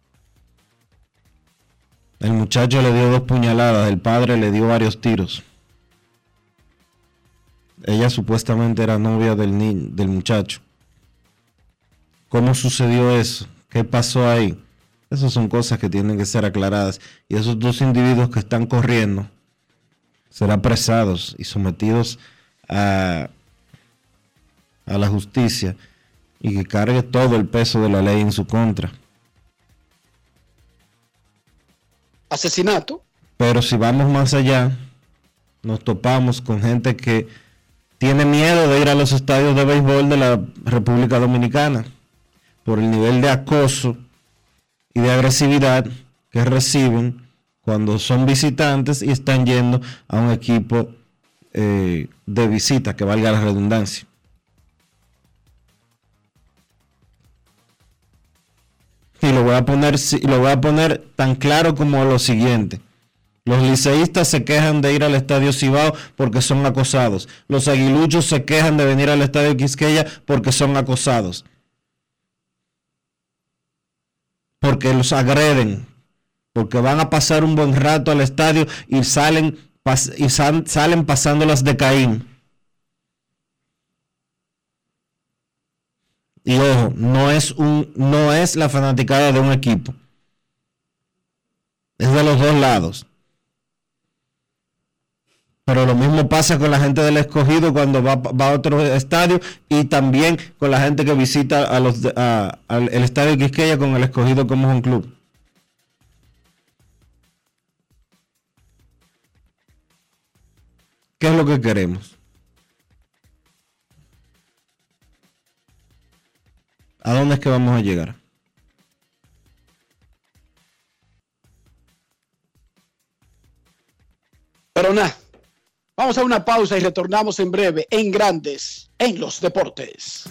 El muchacho le dio dos puñaladas, el padre le dio varios tiros. Ella supuestamente era novia del, ni- del muchacho. ¿Cómo sucedió eso? ¿Qué pasó ahí? Esas son cosas que tienen que ser aclaradas. Y esos dos individuos que están corriendo serán apresados y sometidos a, a la justicia y que cargue todo el peso de la ley en su contra. Asesinato. Pero si vamos más allá, nos topamos con gente que tiene miedo de ir a los estadios de béisbol de la República Dominicana por el nivel de acoso y de agresividad que reciben cuando son visitantes y están yendo a un equipo eh, de visita, que valga la redundancia. Y lo voy a poner, lo voy a poner tan claro como lo siguiente. Los liceístas se quejan de ir al Estadio Cibao porque son acosados. Los aguiluchos se quejan de venir al Estadio Quisqueya porque son acosados. Porque los agreden. Porque van a pasar un buen rato al estadio y salen, pas, y sal, salen pasándolas de Caín. Y ojo, no es, un, no es la fanaticada de un equipo. Es de los dos lados. Pero lo mismo pasa con la gente del Escogido cuando va, va a otro estadio, y también con la gente que visita a los a, a, el estadio Quisqueya con el Escogido como un club. ¿Qué es lo que queremos? ¿A dónde es que vamos a llegar? Pero nada. Vamos a una pausa y retornamos en breve en Grandes en los Deportes.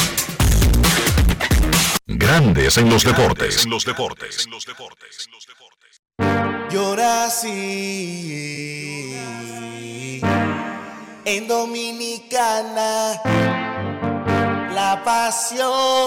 Grandes en los deportes. En los deportes. En los deportes. Yo nací en Dominicana, la pasión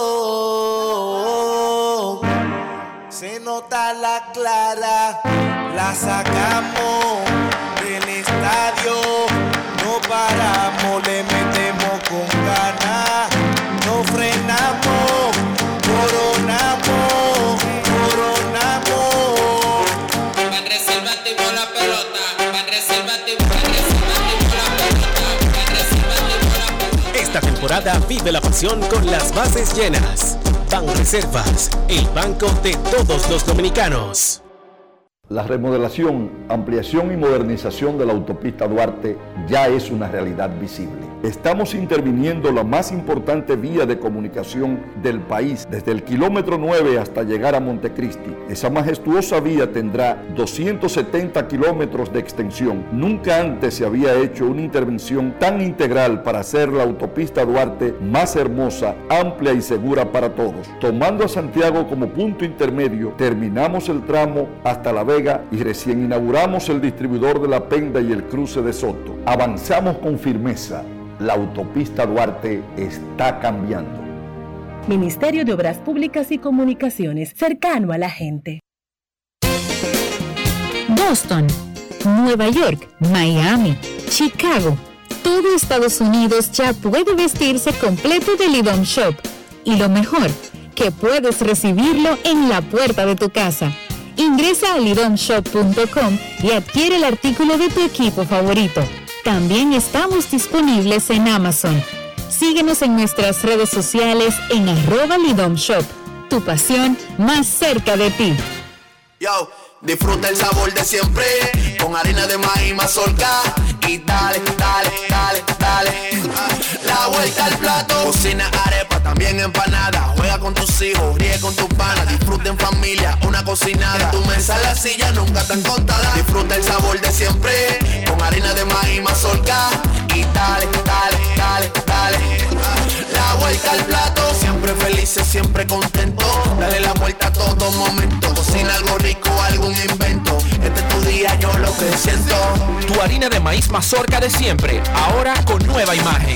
se nota la clara, la sacamos del estadio, no paramos, le metemos con ganas, no frenamos, coronamos, coronamos. Banreservas activó la pelota, Banreservas activó, Banreservas activó la pelota, Banreservas activó la pelota. Esta temporada vive la pasión con las bases llenas. Banreservas, el banco de todos los dominicanos. La remodelación, ampliación y modernización de la autopista Duarte ya es una realidad visible. Estamos interviniendo la más importante vía de comunicación del país, desde el kilómetro nueve hasta llegar a Montecristi. Esa majestuosa vía tendrá doscientos setenta kilómetros de extensión. Nunca antes se había hecho una intervención tan integral para hacer la autopista Duarte más hermosa, amplia y segura para todos. Tomando a Santiago como punto intermedio, terminamos el tramo hasta La Vega y recién inauguramos el distribuidor de La Penda y el cruce de Soto. Avanzamos con firmeza. La autopista Duarte está cambiando. Ministerio de Obras Públicas y Comunicaciones, cercano a la gente. Boston, Nueva York, Miami, Chicago. Todo Estados Unidos ya puede vestirse completo de Lidom Shop. Y lo mejor, que puedes recibirlo en la puerta de tu casa. Ingresa a lidom shop punto com y adquiere el artículo de tu equipo favorito. También estamos disponibles en Amazon. Síguenos en nuestras redes sociales en arroba Lidom Shop. Tu pasión más cerca de ti. Yo, disfruta el sabor de siempre con harina de maíz mazorca y dale, dale, dale, dale. La vuelta al plato, cocina arepa, también empanada. Juega con tus hijos, ríe con tus panas. Disfruta en familia, una cocinada. En tu mesa la silla nunca tan contada. Disfruta el sabor de siempre con harina de maíz mazorca y dale, dale, dale, dale. La vuelta al plato, siempre felices, siempre contentos. Dale la vuelta a todo momento. Cocina algo rico fabrico algún invento. Este es tu día, yo lo que siento. Tu harina de maíz mazorca de siempre, ahora con nueva imagen.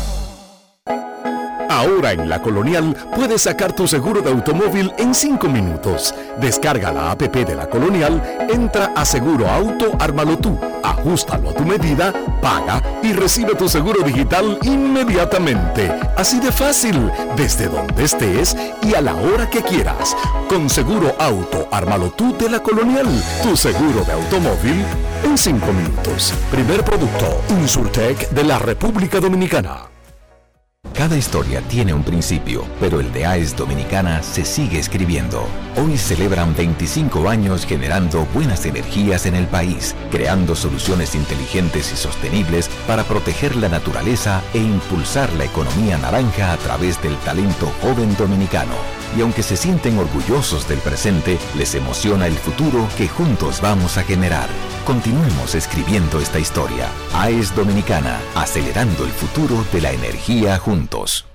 Ahora en La Colonial puedes sacar tu seguro de automóvil en cinco minutos. Descarga la app de La Colonial, entra a Seguro Auto, ármalo tú, ajústalo a tu medida, paga y recibe tu seguro digital inmediatamente. Así de fácil, desde donde estés y a la hora que quieras. Con Seguro Auto, ármalo tú de La Colonial, tu seguro de automóvil en cinco minutos. Primer producto, Insurtech de la República Dominicana. Cada historia tiene un principio, pero el de A E S Dominicana se sigue escribiendo. Hoy celebran veinticinco años generando buenas energías en el país, creando soluciones inteligentes y sostenibles para proteger la naturaleza e impulsar la economía naranja a través del talento joven dominicano. Y aunque se sienten orgullosos del presente, les emociona el futuro que juntos vamos a generar. Continuemos escribiendo esta historia. A E S Dominicana, acelerando el futuro de la energía juntos.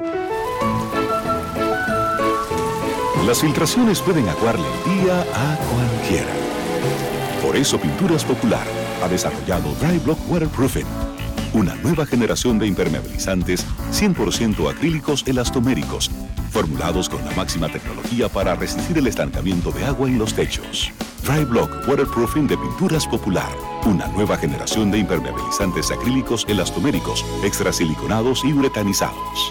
Las filtraciones pueden aguarle el día a cualquiera. Por eso Pinturas Popular ha desarrollado Dry Block Waterproofing, una nueva generación de impermeabilizantes cien por ciento acrílicos elastoméricos, formulados con la máxima tecnología para resistir el estancamiento de agua en los techos. Dry Block Waterproofing de Pinturas Popular, una nueva generación de impermeabilizantes acrílicos elastoméricos, extrasiliconados y uretanizados.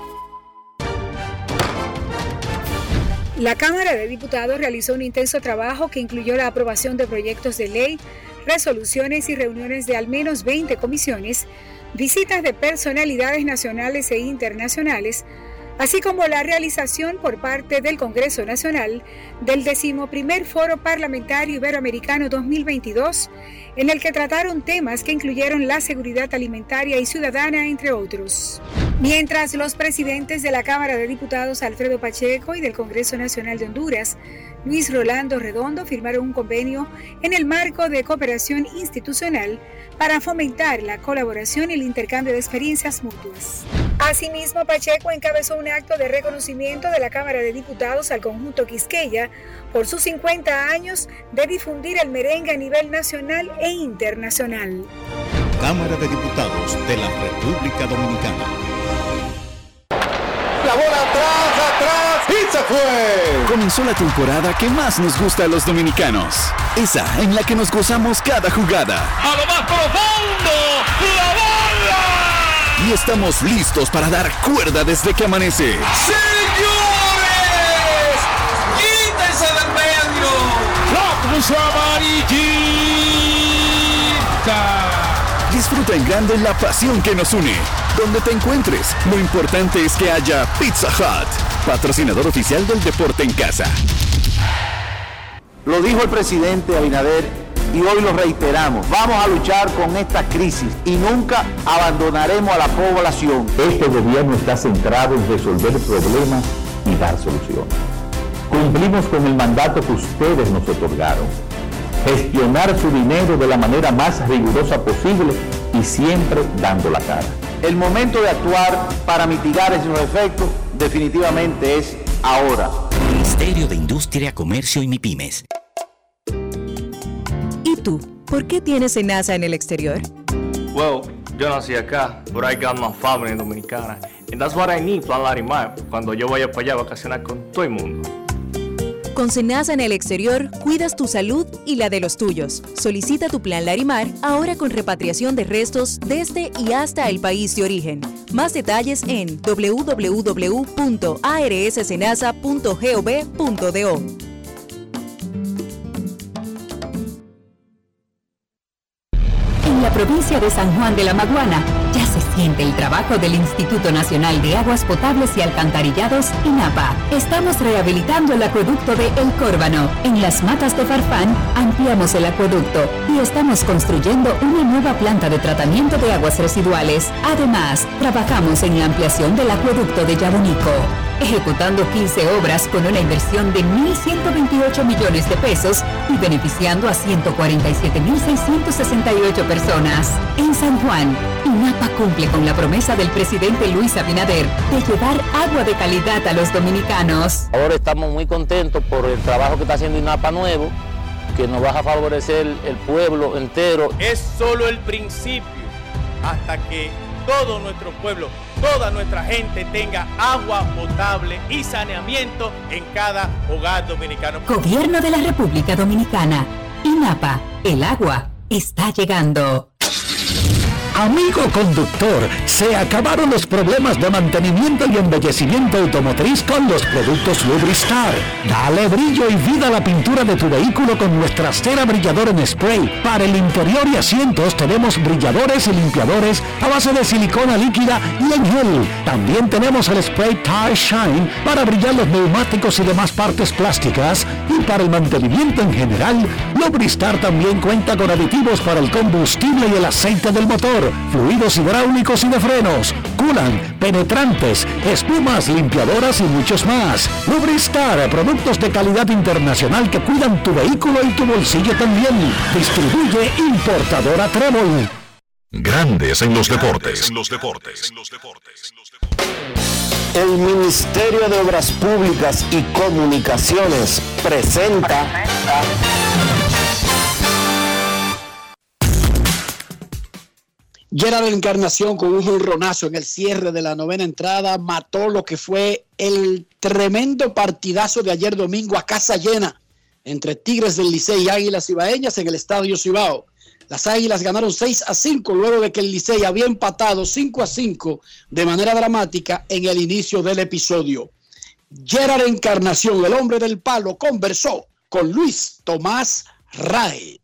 La Cámara de Diputados realizó un intenso trabajo que incluyó la aprobación de proyectos de ley, resoluciones y reuniones de al menos veinte comisiones, visitas de personalidades nacionales e internacionales, así como la realización por parte del Congreso Nacional del decimoprimer Foro Parlamentario Iberoamericano dos mil veintidós, en el que trataron temas que incluyeron la seguridad alimentaria y ciudadana, entre otros. Mientras los presidentes de la Cámara de Diputados, Alfredo Pacheco, y del Congreso Nacional de Honduras, Luis Rolando Redondo, firmaron un convenio en el marco de cooperación institucional para fomentar la colaboración y el intercambio de experiencias mutuas. Asimismo, Pacheco encabezó un acto de reconocimiento de la Cámara de Diputados al conjunto Quisqueya por sus cincuenta años de difundir el merengue a nivel nacional e internacional. Cámara de Diputados de la República Dominicana. La bola atrás, atrás y se fue. Comenzó la temporada que más nos gusta a los dominicanos. Esa en la que nos gozamos cada jugada. A lo más profundo, la bola. Y estamos listos para dar cuerda desde que amanece. ¡Señores! ¡Quítense del medio! ¡La cruz amarillita! Disfruta en grande la pasión que nos une. Donde te encuentres, lo importante es que haya Pizza Hut, patrocinador oficial del deporte en casa. Lo dijo el presidente Abinader y hoy lo reiteramos. Vamos a luchar con esta crisis y nunca abandonaremos a la población. Este gobierno está centrado en resolver problemas y dar soluciones. Cumplimos con el mandato que ustedes nos otorgaron. Gestionar su dinero de la manera más rigurosa posible y siempre dando la cara. El momento de actuar para mitigar esos efectos definitivamente es ahora. Ministerio de Industria, Comercio y MIPYMES. ¿Y tú? ¿Por qué tienes SENASA en el exterior? Well, yo nací acá, but I got my family dominicana. And that's what I need, Plan Larimar, cuando yo vaya para allá a vacacionar con todo el mundo. Con SENASA en el exterior, cuidas tu salud y la de los tuyos. Solicita tu plan Larimar ahora con repatriación de restos desde y hasta el país de origen. Más detalles en doble u doble u doble u punto a r s senasa punto gov punto do. En la provincia de San Juan de la Maguana ya se siente el trabajo del Instituto Nacional de Aguas Potables y Alcantarillados, INAPA. Estamos rehabilitando el acueducto de El Córbano. En las Matas de Farfán ampliamos el acueducto y estamos construyendo una nueva planta de tratamiento de aguas residuales. Además, trabajamos en la ampliación del acueducto de Yabonico. ejecutando quince obras con una inversión de mil ciento veintiocho millones de pesos y beneficiando a ciento cuarenta y siete mil seiscientas sesenta y ocho personas. En San Juan, INAPA cumple con la promesa del presidente Luis Abinader de llevar agua de calidad a los dominicanos. Ahora estamos muy contentos por el trabajo que está haciendo INAPA nuevo, que nos va a favorecer el pueblo entero. Es solo el principio, hasta que todo nuestro pueblo, toda nuestra gente tenga agua potable y saneamiento en cada hogar dominicano. Gobierno de la República Dominicana. INAPA, el agua está llegando. Amigo conductor, se acabaron los problemas de mantenimiento y embellecimiento automotriz con los productos Lubristar. Dale brillo y vida a la pintura de tu vehículo con nuestra cera brilladora en spray. Para el interior y asientos tenemos brilladores y limpiadores a base de silicona líquida y en gel. También tenemos el spray Tire Shine para brillar los neumáticos y demás partes plásticas. Y para el mantenimiento en general, Lubristar también cuenta con aditivos para el combustible y el aceite del motor, fluidos hidráulicos y de frenos, culan, penetrantes, espumas, limpiadoras y muchos más. Lubristar, productos de calidad internacional que cuidan tu vehículo y tu bolsillo también. Distribuye importadora Trébol. Grandes en los deportes. El Ministerio de Obras Públicas y Comunicaciones presenta... Gerard Encarnación con un jonronazo en el cierre de la novena entrada mató lo que fue el tremendo partidazo de ayer domingo a casa llena entre Tigres del Licey y Águilas Cibaeñas en el Estadio Cibao. Las Águilas ganaron seis a cinco luego de que el Licey había empatado cinco a cinco de manera dramática en el inicio del episodio. Gerard Encarnación, el hombre del palo, conversó con Luis Tomás Rae.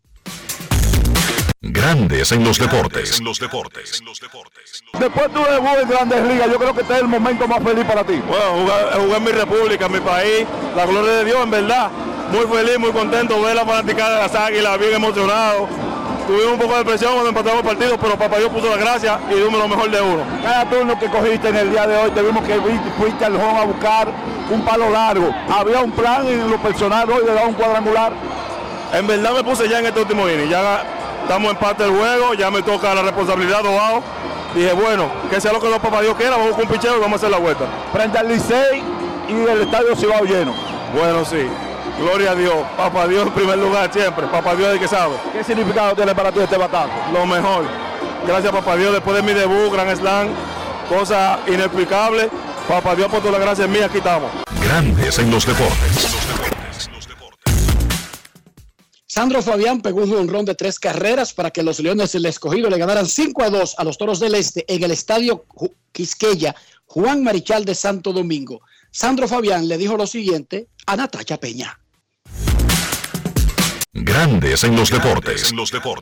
Grandes en los deportes. Después tu debut en Grandes Ligas, yo creo que este es el momento más feliz para ti. Bueno, jugar, jugar en mi república, en mi país, la gloria de Dios, en verdad. Muy feliz, muy contento ver la fanaticada de las Águilas, bien emocionado. Tuvimos un poco de presión cuando empatamos el partido, pero papá Dios puso la gracia y dimos lo mejor de uno. Cada turno que cogiste en el día de hoy, te vimos que fuiste al home a buscar un palo largo. ¿Había un plan en lo personal hoy de dar un cuadrangular? En verdad me puse ya en este último inning, ya estamos en parte del juego, ya me toca la responsabilidad de Obao. Dije, bueno, que sea lo que los papá Dios quiera, vamos con un picheo y vamos a hacer la vuelta. Frente al Licey y el estadio Cibao lleno. Bueno, sí. Gloria a Dios, papá Dios en primer lugar siempre, papá Dios es el que sabe. ¿Qué significado tiene para ti este batazo? Lo mejor, gracias papá Dios, después de mi debut, Grand Slam, cosa inexplicable, papá Dios por toda la gracia mía, aquí estamos. Grandes en los deportes. Sandro Fabián pegó un jonrón de tres carreras para que los Leones del Escogido le ganaran cinco a dos a los Toros del Este en el Estadio Quisqueya Juan Marichal de Santo Domingo. Sandro Fabián le dijo lo siguiente a Natacha Peña. Grandes en los deportes.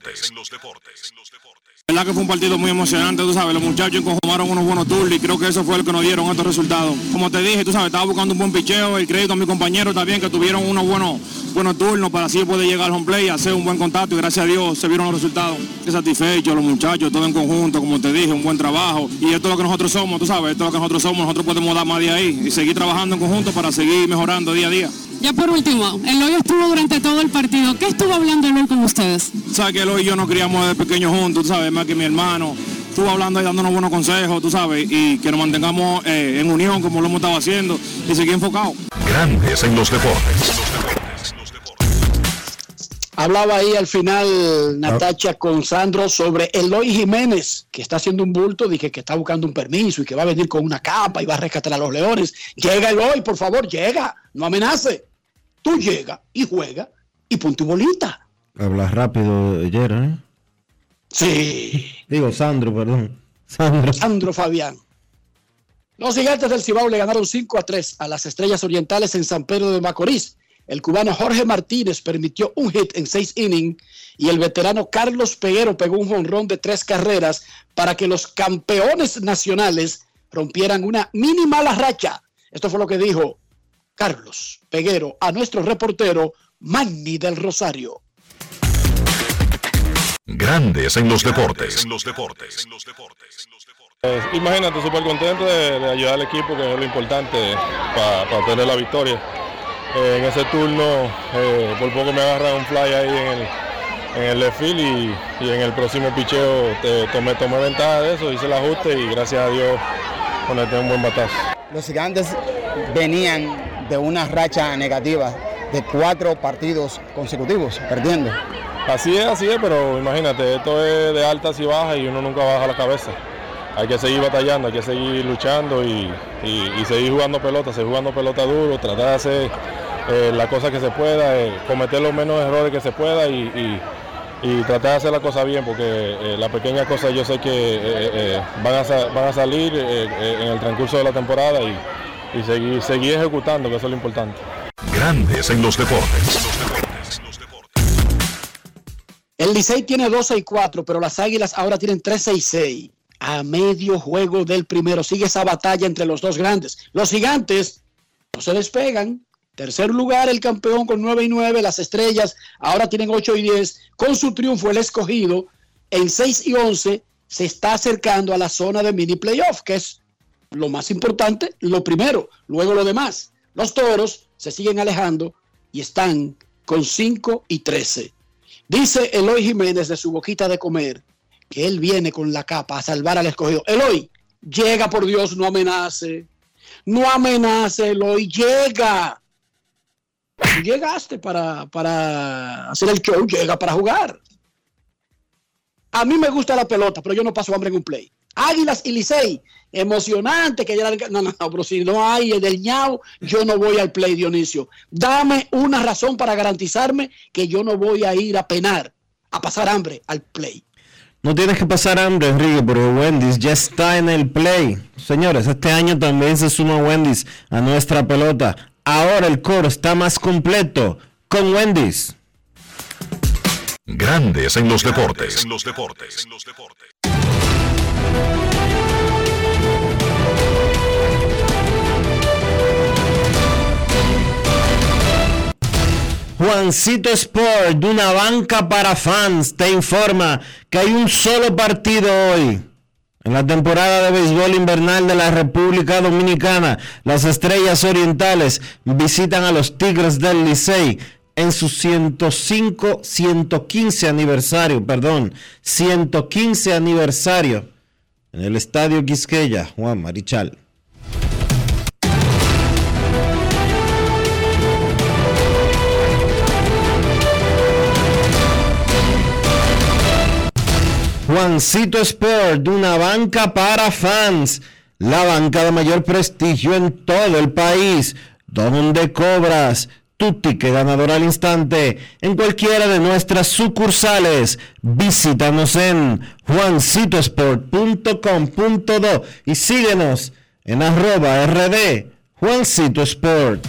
La verdad que fue un partido muy emocionante, tú sabes, los muchachos conjugaron unos buenos turnos y creo que eso fue lo que nos dieron estos resultados. Como te dije, tú sabes, estaba buscando un buen picheo, el crédito a mis compañeros también que tuvieron unos buenos, buenos turnos para así poder llegar al home play y hacer un buen contacto y gracias a Dios se vieron los resultados. Estoy satisfecho, los muchachos, todo en conjunto, como te dije, un buen trabajo y esto es lo que nosotros somos, tú sabes, esto es lo que nosotros somos, nosotros podemos dar más de ahí y seguir trabajando en conjunto para seguir mejorando día a día. Ya por último, Eloy estuvo durante todo el partido. ¿Qué estuvo hablando Eloy con ustedes? Sabes que Eloy y yo nos criamos desde pequeños juntos, tú sabes, más que mi hermano. Estuvo hablando y dándonos buenos consejos, tú sabes, y que nos mantengamos eh, en unión como lo hemos estado haciendo y seguir enfocados. Grandes en los deportes. Hablaba ahí al final Natacha con Sandro sobre Eloy Jiménez, que está haciendo un bulto, dije que está buscando un permiso y que va a venir con una capa y va a rescatar a los Leones. Llega Eloy, por favor, llega, no amenace. Tú llega y juega y punto y bolita. Hablas rápido, Gerard, ¿eh? Sí. Digo, Sandro, perdón. Sandro. Sandro Fabián. Los Gigantes del Cibao le ganaron cinco a tres a las Estrellas Orientales en San Pedro de Macorís. El cubano Jorge Martínez permitió un hit en seis innings y el veterano Carlos Peguero pegó un jonrón de tres carreras para que los campeones nacionales rompieran una mini mala racha. Esto fue lo que dijo Carlos Peguero a nuestro reportero Manny del Rosario. Grandes en los deportes. En los deportes. Eh, imagínate, súper contento de, de ayudar al equipo, que es lo importante para pa tener la victoria. Eh, en ese turno, eh, por poco me agarra un fly ahí en el, en el left field y, y en el próximo picheo te, tomé, tomé ventaja de eso, hice el ajuste y gracias a Dios conecté un buen batazo. Los Gigantes venían de una racha negativa de cuatro partidos consecutivos, perdiendo. Así es, así es, pero imagínate, esto es de altas y bajas y uno nunca baja la cabeza. Hay que seguir batallando, hay que seguir luchando y, y, y seguir jugando pelota, seguir jugando pelota duro, tratar de hacer eh, la cosa que se pueda, eh, cometer los menos errores que se pueda y, y, y tratar de hacer la cosa bien, porque eh, las pequeñas cosas yo sé que eh, eh, van, a, van a salir eh, eh, en el transcurso de la temporada y, y seguir, seguir ejecutando, que eso es lo importante. Grandes en los deportes. El Licey tiene doce y cuatro, pero las Águilas ahora tienen trece y seis. A medio juego del primero. Sigue esa batalla entre los dos grandes. Los Gigantes no se despegan. Tercer lugar, el campeón con nueve y nueve. Las Estrellas ahora tienen ocho y diez. Con su triunfo, el Escogido en seis y once se está acercando a la zona de mini playoff, que es lo más importante, lo primero, luego lo demás. Los Toros se siguen alejando y están con cinco y trece. Dice Eloy Jiménez de su boquita de comer que él viene con la capa a salvar al Escogido. Eloy, llega, por Dios, no amenace. No amenace, Eloy, llega. Tú llegaste para, para hacer el show, llega para jugar. A mí me gusta la pelota, pero yo no paso hambre en un play. Águilas y Licey, emocionante que ya... No, no, no, pero si no hay el del ñao, yo no voy al play, Dionisio. Dame una razón para garantizarme que yo no voy a ir a penar, a pasar hambre al play. No tienes que pasar hambre, Enrique, porque Wendy's ya está en el play. Señores, este año también se suma Wendy's a nuestra pelota. Ahora el coro está más completo con Wendy's. Grandes en los deportes. En los deportes. Juancito Sport, de una banca para fans, te informa que hay un solo partido hoy. En la temporada de béisbol invernal de la República Dominicana, las Estrellas Orientales visitan a los Tigres del Licey en su ciento cinco, ciento quince aniversario, perdón, ciento quince aniversario en el Estadio Quisqueya, Juan Marichal. Juancito Sport, una banca para fans, la banca de mayor prestigio en todo el país, donde cobras tu ticket ganador al instante en cualquiera de nuestras sucursales. Visítanos en juancito sport punto com punto do y síguenos en arroba rd Juancito Sport.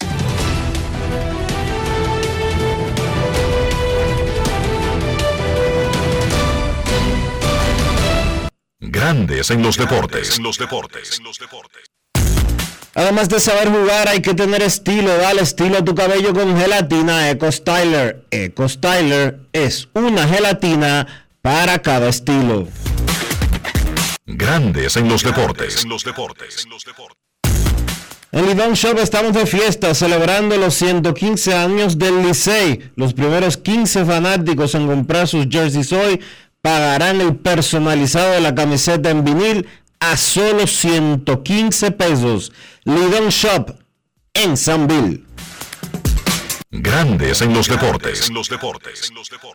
Grandes en los deportes. En los deportes. Además de saber jugar, hay que tener estilo. Dale estilo a tu cabello con gelatina Eco Styler. Eco Styler es una gelatina para cada estilo. Grandes en los deportes. En los deportes. En Lidón Shop estamos de fiesta celebrando los ciento quince años del Licey. Los primeros quince fanáticos en comprar sus jerseys hoy pagarán el personalizado de la camiseta en vinil a solo ciento quince pesos. Lidón Shop en Sanville. Grandes en los deportes. En los deportes.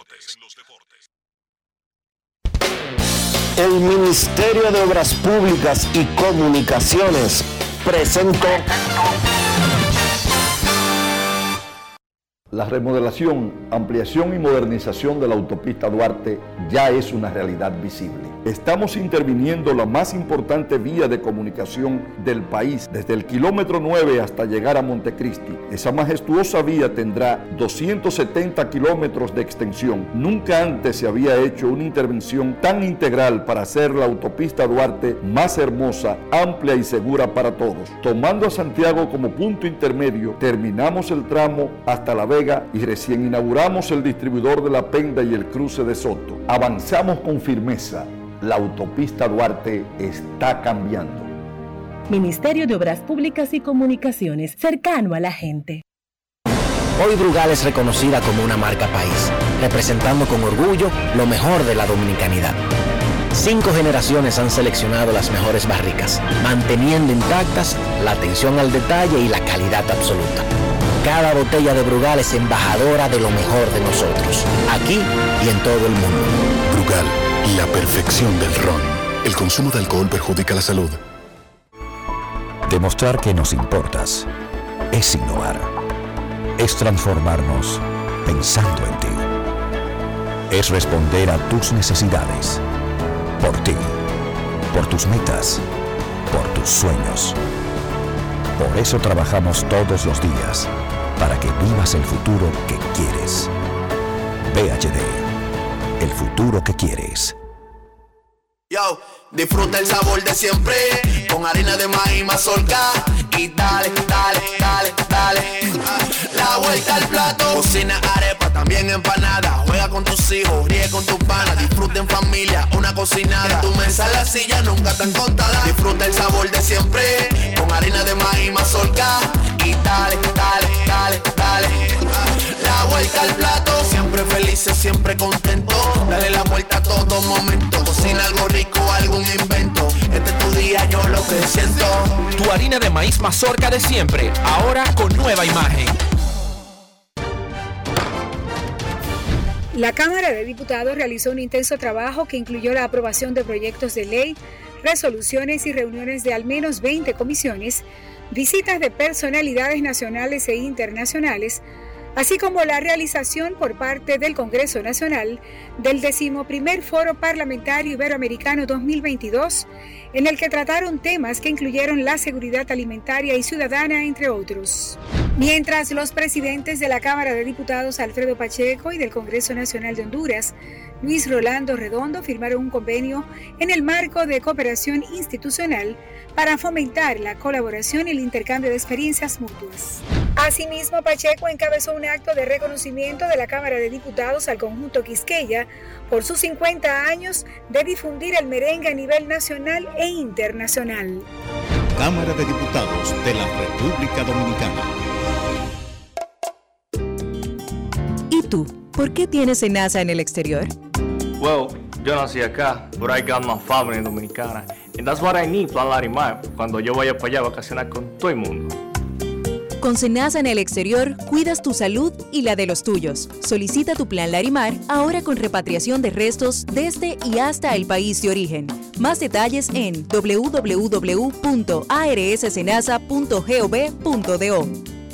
El Ministerio de Obras Públicas y Comunicaciones presentó La remodelación, ampliación y modernización de la autopista Duarte ya es una realidad visible. Estamos interviniendo la más importante vía de comunicación del país, desde el kilómetro nueve hasta llegar a Montecristi. Esa majestuosa vía tendrá doscientos setenta kilómetros de extensión. Nunca antes se había hecho una intervención tan integral para hacer la autopista Duarte más hermosa, amplia y segura para todos. Tomando a Santiago como punto intermedio, terminamos el tramo hasta La Vega y recién inauguramos el distribuidor de La Penda y el cruce de Soto. Avanzamos con firmeza. La autopista Duarte está cambiando. Ministerio de Obras Públicas y Comunicaciones, cercano a la gente. Hoy Brugal es reconocida como una marca país, representando con orgullo lo mejor de la dominicanidad. Cinco generaciones han seleccionado las mejores barricas, manteniendo intactas la atención al detalle y la calidad absoluta. Cada botella de Brugal es embajadora de lo mejor de nosotros, aquí y en todo el mundo. Brugal, la perfección del ron. El consumo de alcohol perjudica la salud. Demostrar que nos importas es innovar. Es transformarnos pensando en ti. Es responder a tus necesidades. Por ti. Por tus metas. Por tus sueños. Por eso trabajamos todos los días, para que vivas el futuro que quieres. B H D. El futuro que quieres. Yo, disfruta el sabor de siempre, con harina de maíz mazorca. Y dale, dale, dale, dale, la vuelta al plato. Cocina arepa, también empanada. Juega con tus hijos, ríe con tus panas. Disfruta en familia, una cocinada. En tu mesa la silla nunca tan contada. Disfruta el sabor de siempre, con harina de maíz mazorca. Y dale, dale, dale, dale, la vuelta al plato. Siempre felices, siempre contento. Dale la vuelta a todo momento. Cocina algo rico, algún invento. Este es tu día, yo lo que siento. Tu harina de maíz mazorca de siempre, ahora con nueva imagen. La Cámara de Diputados realizó un intenso trabajo que incluyó la aprobación de proyectos de ley, resoluciones y reuniones de al menos veinte comisiones, visitas de personalidades nacionales e internacionales, así como la realización por parte del Congreso Nacional del decimoprimer Foro Parlamentario Iberoamericano dos mil veintidós, en el que trataron temas que incluyeron la seguridad alimentaria y ciudadana, entre otros. Mientras los presidentes de la Cámara de Diputados, Alfredo Pacheco, y del Congreso Nacional de Honduras, Luis Rolando Redondo, firmaron un convenio en el marco de cooperación institucional para fomentar la colaboración y el intercambio de experiencias mutuas. Asimismo, Pacheco encabezó un acto de reconocimiento de la Cámara de Diputados al conjunto Quisqueya por sus cincuenta años de difundir el merengue a nivel nacional e internacional. Cámara de Diputados de la República Dominicana. ¿Y tú? ¿Por qué tienes SENASA en el exterior? Well, yo nací acá, but I got my family dominicana. And that's what I need, Plan Larimar, cuando yo vaya para allá a vacacionar con todo el mundo. Con SENASA en el exterior, cuidas tu salud y la de los tuyos. Solicita tu plan Larimar ahora con repatriación de restos desde y hasta el país de origen. Más detalles en doble u doble u doble u punto a r s senasa punto gov punto do.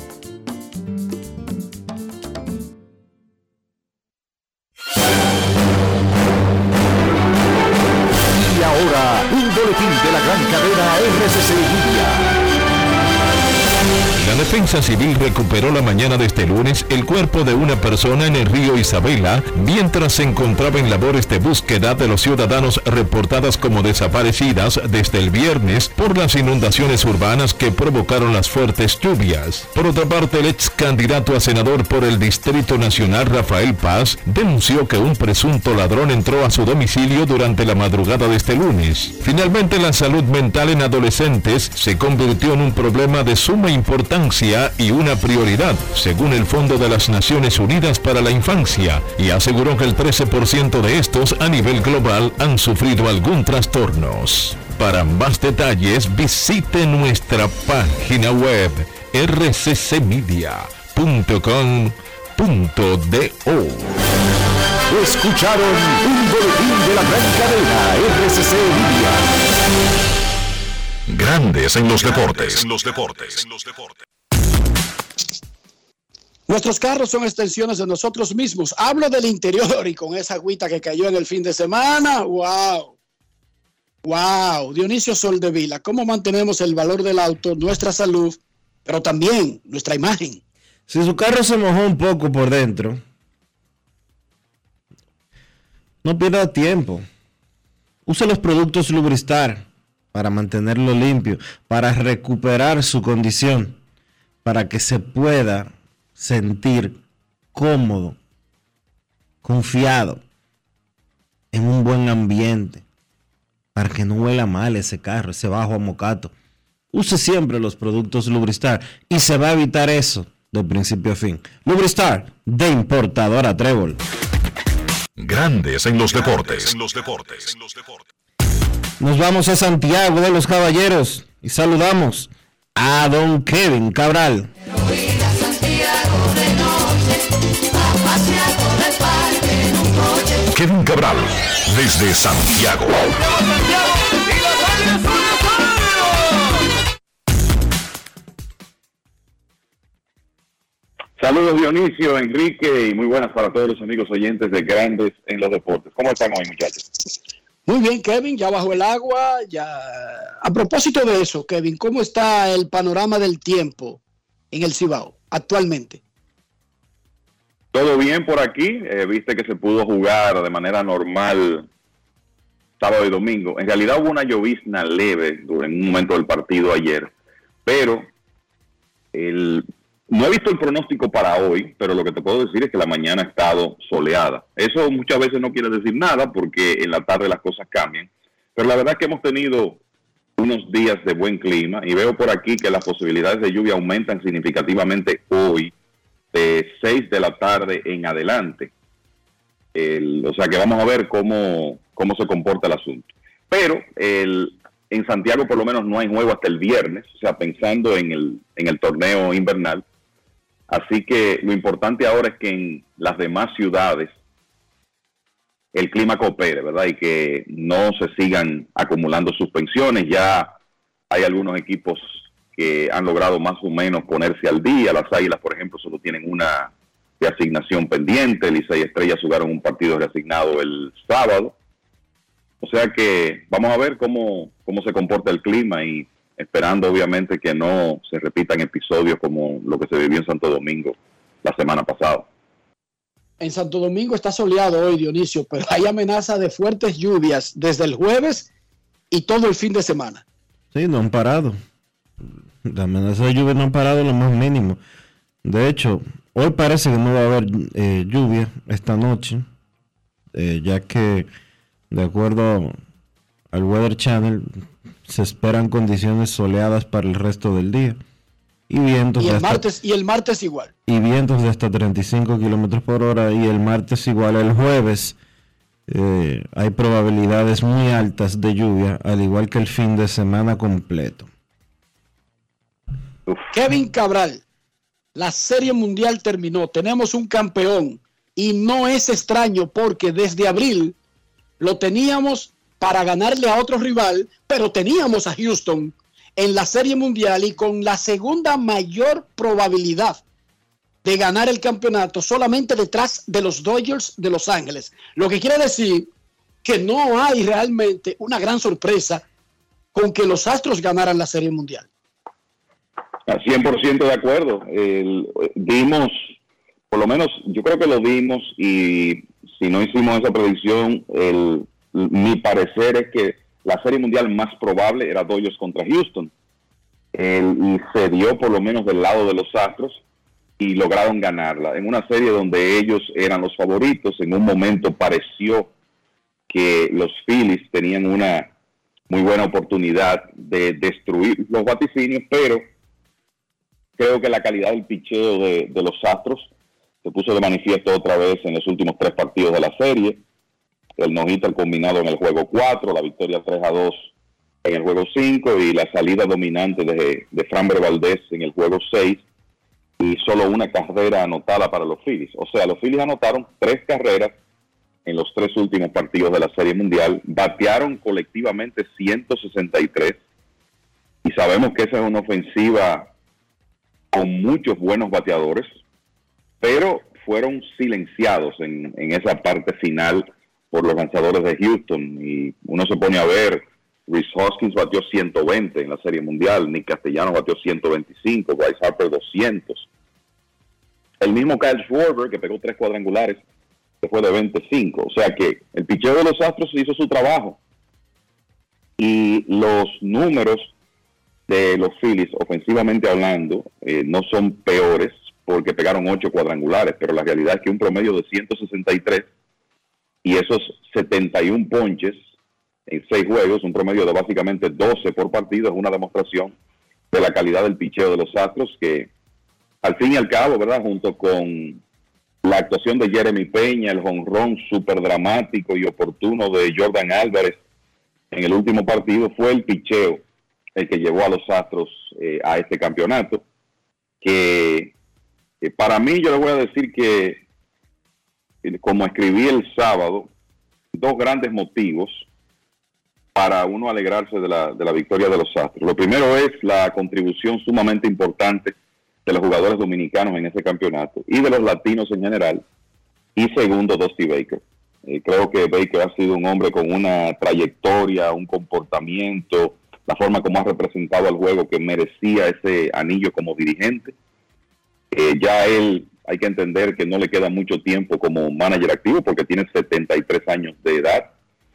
Y ahora, un boletín de la gran cadena R C C Media. La Defensa Civil recuperó la mañana de este lunes el cuerpo de una persona en el río Isabela mientras se encontraba en labores de búsqueda de los ciudadanos reportadas como desaparecidas desde el viernes por las inundaciones urbanas que provocaron las fuertes lluvias. Por otra parte, el ex candidato a senador por el Distrito Nacional, Rafael Paz, denunció que un presunto ladrón entró a su domicilio durante la madrugada de este lunes. Finalmente, la salud mental en adolescentes se convirtió en un problema de suma importancia y una prioridad, según el Fondo de las Naciones Unidas para la Infancia, y aseguró que el trece por ciento de estos a nivel global han sufrido algún trastorno. Para más detalles, visite nuestra página web r c c media punto com punto do. Escucharon un boletín de la gran cadena R C C Media. Grandes en los deportes. En los deportes. Nuestros carros son extensiones de nosotros mismos. Hablo del interior y con esa agüita que cayó en el fin de semana. ¡Wow! Wow, Dionisio Soldevila, ¿cómo mantenemos el valor del auto, nuestra salud, pero también nuestra imagen? Si su carro se mojó un poco por dentro, no pierda tiempo. Use los productos Lubristar para mantenerlo limpio, para recuperar su condición, para que se pueda sentir cómodo, confiado, en un buen ambiente, para que no huela mal ese carro, ese bajo a mocato. Use siempre los productos Lubristar y se va a evitar eso de principio a fin. Lubristar, de importadora Trébol. Grandes en los deportes. En los deportes. Nos vamos a Santiago de los Caballeros y saludamos a don Kevin Cabral. Kevin Cabral, desde Santiago. Saludos Dionisio, Enrique, y muy buenas para todos los amigos oyentes de Grandes en los Deportes. ¿Cómo están hoy, muchachos? Muy bien, Kevin, ya bajo el agua. Ya. A propósito de eso, Kevin, ¿cómo está el panorama del tiempo en el Cibao actualmente? Todo bien por aquí. Eh, viste que se pudo jugar de manera normal sábado y domingo. En realidad hubo una llovizna leve en un momento del partido ayer, pero el... no he visto el pronóstico para hoy, pero lo que te puedo decir es que la mañana ha estado soleada. Eso muchas veces no quiere decir nada porque en la tarde las cosas cambian. Pero la verdad es que hemos tenido unos días de buen clima y veo por aquí que las posibilidades de lluvia aumentan significativamente hoy de seis de la tarde en adelante. El, o sea que vamos a ver cómo, cómo se comporta el asunto. Pero el... en Santiago por lo menos no hay juego hasta el viernes, o sea, pensando en el, en el torneo invernal. Así que lo importante ahora es que en las demás ciudades el clima coopere, ¿verdad? Y que no se sigan acumulando suspensiones. Ya hay algunos equipos que han logrado más o menos ponerse al día. Las Águilas, por ejemplo, solo tienen una reasignación pendiente. Licey y Estrellas jugaron un partido reasignado el sábado. O sea que vamos a ver cómo, cómo se comporta el clima y esperando obviamente que no se repitan episodios como lo que se vivió en Santo Domingo la semana pasada. En Santo Domingo está soleado hoy, Dionisio, pero hay amenaza de fuertes lluvias desde el jueves y todo el fin de semana. Sí, no han parado. La amenaza de lluvia no han parado lo más mínimo. De hecho, hoy parece que no va a haber eh, lluvia esta noche, eh, ya que de acuerdo al Weather Channel, se esperan condiciones soleadas para el resto del día. Y vientos y el, de hasta, martes, y el martes igual. Y vientos de hasta treinta y cinco kilómetros por hora. Y el martes igual. El jueves eh, hay probabilidades muy altas de lluvia, al igual que el fin de semana completo. Uf. Kevin Cabral, la Serie Mundial terminó. Tenemos un campeón. Y no es extraño porque desde abril lo teníamos para ganarle a otro rival, pero teníamos a Houston en la Serie Mundial y con la segunda mayor probabilidad de ganar el campeonato, solamente detrás de los Dodgers de Los Ángeles. Lo que quiere decir que no hay realmente una gran sorpresa con que los Astros ganaran la Serie Mundial. A cien por ciento de acuerdo. El, dimos, por lo menos yo creo que lo dimos, y si no hicimos esa predicción, el, mi parecer es que la Serie Mundial más probable era Dodgers contra Houston. El, y se dio por lo menos del lado de los Astros y lograron ganarla. En una serie donde ellos eran los favoritos, en un momento pareció que los Phillies tenían una muy buena oportunidad de destruir los vaticinios, pero creo que la calidad del picheo de, de los Astros se puso de manifiesto otra vez en los últimos tres partidos de la serie. El no-hitter combinado en el juego cuatro, la victoria tres a dos en el juego cinco y la salida dominante de, de Framber Valdez en el juego seis y solo una carrera anotada para los Phillies. O sea, los Phillies anotaron tres carreras en los tres últimos partidos de la Serie Mundial, batearon colectivamente ciento sesenta y tres y sabemos que esa es una ofensiva con muchos buenos bateadores, pero fueron silenciados en, en esa parte final por los lanzadores de Houston, y uno se pone a ver Rhys Hoskins batió ciento veinte en la Serie Mundial, Nick Castellanos batió ciento veinticinco, Bryce Harper doscientos. El mismo Kyle Schwarber, que pegó tres cuadrangulares, se fue de veinticinco. O sea que el picheo de los Astros hizo su trabajo. Y los números de los Phillies, ofensivamente hablando, eh, no son peores porque pegaron ocho cuadrangulares, pero la realidad es que un promedio de ciento sesenta y tres y esos setenta y uno ponches en seis juegos, un promedio de básicamente doce por partido, es una demostración de la calidad del picheo de los Astros, que al fin y al cabo, ¿verdad?, junto con la actuación de Jeremy Peña, el jonrón súper dramático y oportuno de Jordan Álvarez en el último partido, fue el picheo el que llevó a los Astros eh, a este campeonato, que, que para mí, yo le voy a decir que, como escribí el sábado, dos grandes motivos para uno alegrarse de la, de la victoria de los Astros. Lo primero es la contribución sumamente importante de los jugadores dominicanos en ese campeonato y de los latinos en general. Y segundo, Dusty Baker. Eh, creo que Baker ha sido un hombre con una trayectoria, un comportamiento, la forma como ha representado al juego que merecía ese anillo como dirigente. Eh, ya él, hay que entender que no le queda mucho tiempo como manager activo porque tiene setenta y tres años de edad.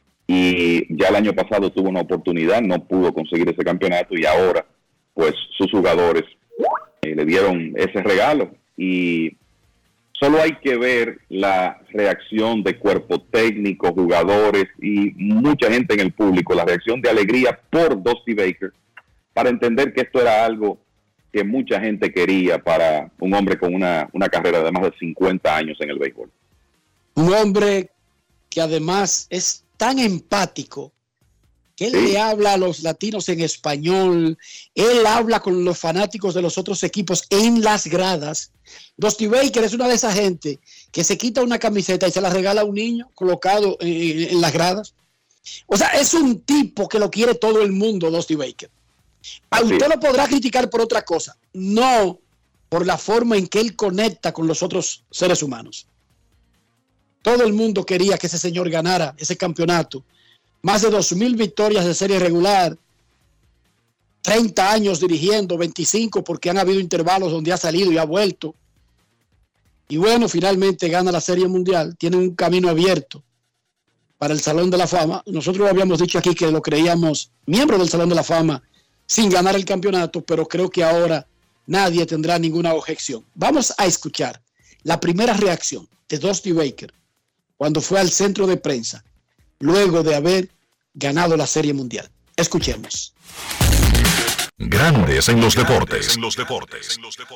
Y ya el año pasado tuvo una oportunidad, no pudo conseguir ese campeonato y ahora, pues, sus jugadores eh, le dieron ese regalo. Y solo hay que ver la reacción de cuerpo técnico, jugadores y mucha gente en el público, la reacción de alegría por Dusty Baker, para entender que esto era algo que mucha gente quería para un hombre con una, una carrera de más de cincuenta años en el béisbol. Un hombre que además es tan empático, que él sí. le habla a los latinos en español, él habla con los fanáticos de los otros equipos en las gradas. Dusty Baker es una de esas gente que se quita una camiseta y se la regala a un niño colocado en, en las gradas. O sea, es un tipo que lo quiere todo el mundo, Dusty Baker. A usted sí. lo podrá criticar por otra cosa, no por la forma en que él conecta con los otros seres humanos. Todo el mundo quería que ese señor ganara ese campeonato. Más de dos mil victorias de serie regular, treinta años dirigiendo, veinticinco porque han habido intervalos donde ha salido y ha vuelto. Y bueno, finalmente gana la Serie Mundial, tiene un camino abierto para el Salón de la Fama. Nosotros habíamos dicho aquí que lo creíamos miembro del Salón de la Fama sin ganar el campeonato, pero creo que ahora nadie tendrá ninguna objeción. Vamos a escuchar la primera reacción de Dusty Baker cuando fue al centro de prensa, luego de haber ganado la Serie Mundial. Escuchemos. Grandes en los deportes. En los deportes.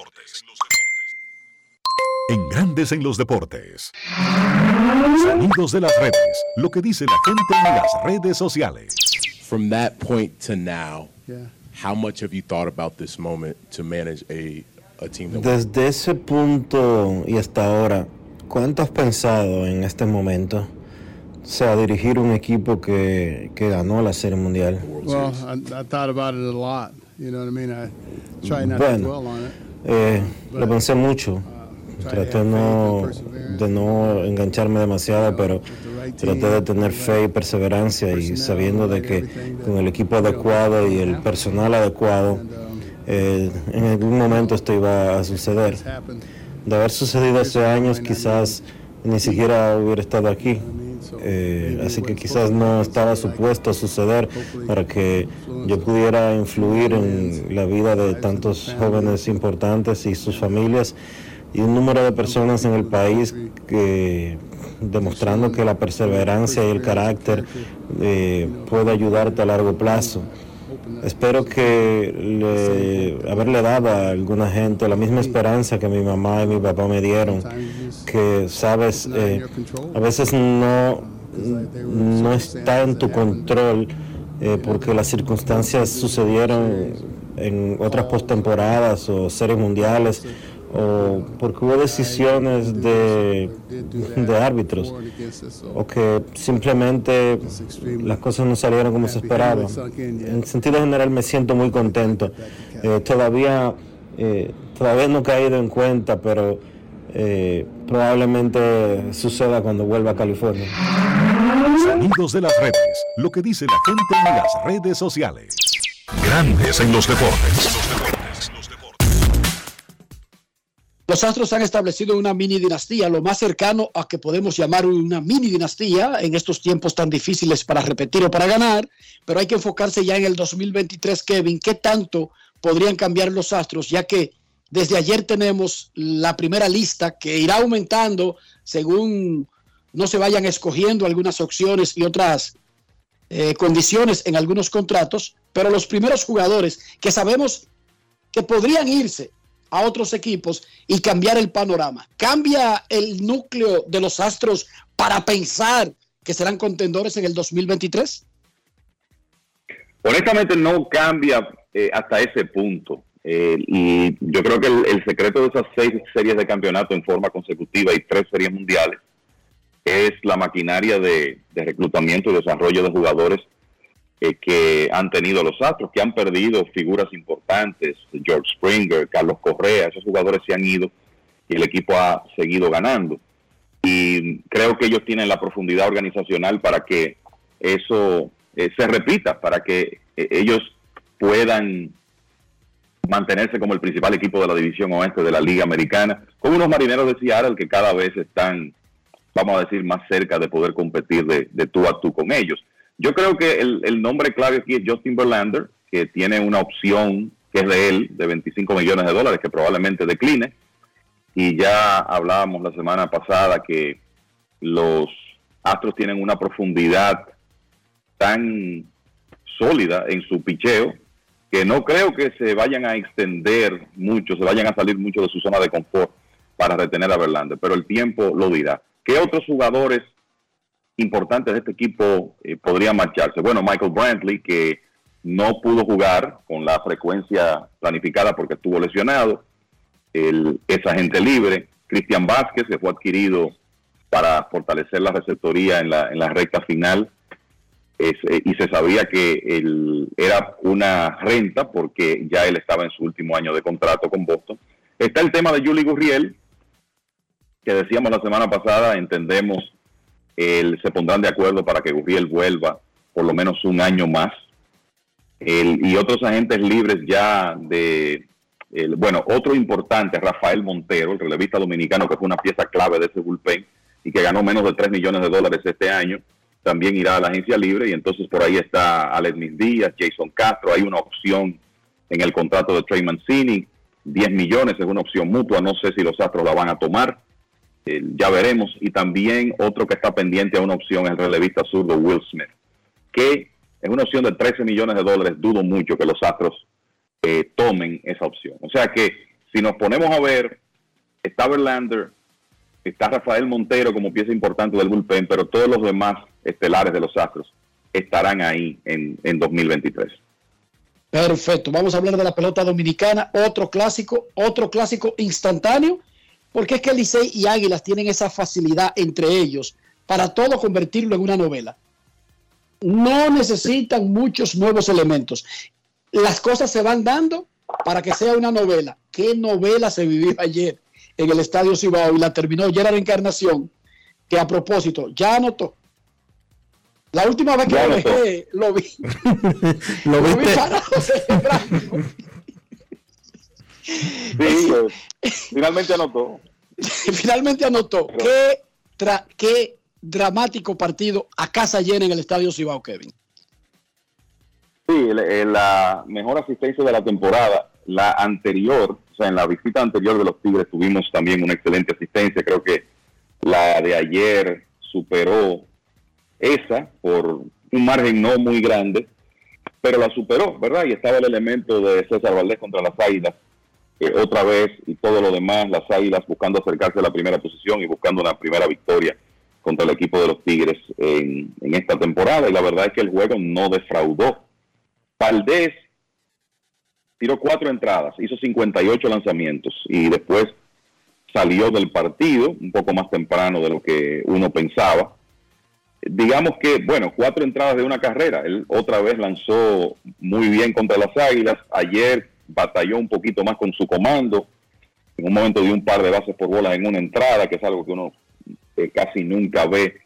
En Grandes en los deportes. Sonidos de las redes. Lo que dice la gente en las redes sociales. From that point to now, yeah. How much have you thought about this moment to manage a, a team that Desde ese punto y hasta ahora, ¿cuánto has pensado en este momento? O sea, dirigir un equipo que, que ganó la Serie Mundial. Well, I, I thought about it a lot. You know what I mean? I try not bueno, to dwell on it. Eh, but, lo pensé mucho. Uh, traté no, de no engancharme demasiado, pero traté de tener fe y perseverancia y sabiendo de que con el equipo adecuado y el personal adecuado, eh, en algún momento esto iba a suceder. De haber sucedido hace años, quizás ni siquiera hubiera estado aquí. Eh, así que quizás no estaba supuesto a suceder para que yo pudiera influir en la vida de tantos jóvenes importantes y sus familias y un número de personas en el país que demostrando que la perseverancia y el carácter eh, puede ayudarte a largo plazo. Espero que le, haberle dado a alguna gente la misma esperanza que mi mamá y mi papá me dieron, que sabes, eh, a veces no, no está en tu control eh, porque las circunstancias sucedieron en otras postemporadas o series mundiales o porque hubo decisiones de, de árbitros o que simplemente las cosas no salieron como se esperaba. En sentido general me siento muy contento. Eh, todavía, eh, todavía no he caído en cuenta, pero eh, probablemente suceda cuando vuelva a California. Sonidos de las redes. lo que dice la gente en las redes sociales. Grandes en los deportes. Los Astros han establecido una mini dinastía, lo más cercano a que podemos llamar una mini dinastía en estos tiempos tan difíciles para repetir o para ganar, pero hay que enfocarse ya en el dos mil veintitrés, Kevin. ¿Qué tanto podrían cambiar los Astros? Ya que desde ayer tenemos la primera lista que irá aumentando según no se vayan escogiendo algunas opciones y otras eh, condiciones en algunos contratos, pero los primeros jugadores que sabemos que podrían irse a otros equipos y cambiar el panorama. ¿Cambia el núcleo de los Astros para pensar que serán contendores en el dos mil veintitrés? Honestamente no cambia eh, hasta ese punto. Eh, y yo creo que el, el secreto de esas seis series de campeonato en forma consecutiva y tres series mundiales es la maquinaria de, de reclutamiento y desarrollo de jugadores eh, que han tenido los Astros, que han perdido figuras importantes, George Springer, Carlos Correa. Esos jugadores se han ido y el equipo ha seguido ganando. Y creo que ellos tienen la profundidad organizacional para que eso eh, se repita, para que eh, ellos puedan mantenerse como el principal equipo de la división oeste de la Liga Americana, con unos Marineros de Seattle que cada vez están, vamos a decir, más cerca de poder competir de, de tú a tú con ellos. Yo creo que el, el nombre clave aquí es Justin Verlander, que tiene una opción que es de él, de veinticinco millones de dólares, que probablemente decline. Y ya hablábamos la semana pasada que los Astros tienen una profundidad tan sólida en su picheo que no creo que se vayan a extender mucho, se vayan a salir mucho de su zona de confort para retener a Verlander, pero el tiempo lo dirá. ¿Qué otros jugadores importantes de este equipo eh, podrían marcharse? Bueno, Michael Brantley, que no pudo jugar con la frecuencia planificada porque estuvo lesionado, el, es agente libre. Cristian Vázquez, que fue adquirido para fortalecer la receptoría en la, en la recta final, es, eh, y se sabía que él era una renta porque ya él estaba en su último año de contrato con Boston. Está el tema de Yuli Gurriel, que decíamos la semana pasada, entendemos el, se pondrán de acuerdo para que Gurriel vuelva por lo menos un año más. El, y otros agentes libres ya de, el, bueno, otro importante, Rafael Montero, el relevista dominicano, que fue una pieza clave de ese bullpen y que ganó menos de tres millones de dólares este año, también irá a la agencia libre. Y entonces por ahí está Aledmys Díaz, Jason Castro. Hay una opción en el contrato de Trey Mancini, diez millones, es una opción mutua, no sé si los Astros la van a tomar. Eh, ya veremos. Y también otro que está pendiente a una opción es el relevista zurdo Will Smith, que es una opción de trece millones de dólares. Dudo mucho que los Astros eh, tomen esa opción. O sea que si nos ponemos a ver, está Verlander, está Rafael Montero como pieza importante del bullpen, pero todos los demás estelares de los Astros estarán ahí en, en dos mil veintitrés. Perfecto. Vamos a hablar de la pelota dominicana. Otro clásico, otro clásico instantáneo. Porque es que Licey y Águilas tienen esa facilidad entre ellos para todo convertirlo en una novela. No necesitan muchos nuevos elementos. Las cosas se van dando para que sea una novela. ¿Qué novela se vivió ayer en el Estadio Cibao? Y la terminó Gerard Encarnación, que a propósito, ya anotó. La última vez que lo dejé, lo vi. ¿Lo, lo viste? vi parado celebrando. Sí, pues, finalmente anotó. Finalmente anotó. ¿Qué, tra- qué dramático partido a casa llena en el Estadio Cibao, Kevin? Sí, la mejor asistencia de la temporada. La anterior, o sea, en la visita anterior de los Tigres tuvimos también una excelente asistencia. Creo que la de ayer superó esa por un margen no muy grande, pero la superó, ¿verdad? Y estaba el elemento de César Valdés contra las Águilas. Eh, otra vez, y todo lo demás, las Águilas buscando acercarse a la primera posición y buscando una primera victoria contra el equipo de los Tigres en, en esta temporada. Y la verdad es que el juego no defraudó. Valdés tiró cuatro entradas, hizo cincuenta y ocho lanzamientos y después salió del partido un poco más temprano de lo que uno pensaba. Digamos que, bueno, cuatro entradas de una carrera. Él otra vez lanzó muy bien contra las Águilas. Ayer batalló un poquito más con su comando. En un momento dio un par de bases por bolas en una entrada, que es algo que uno eh, casi nunca ve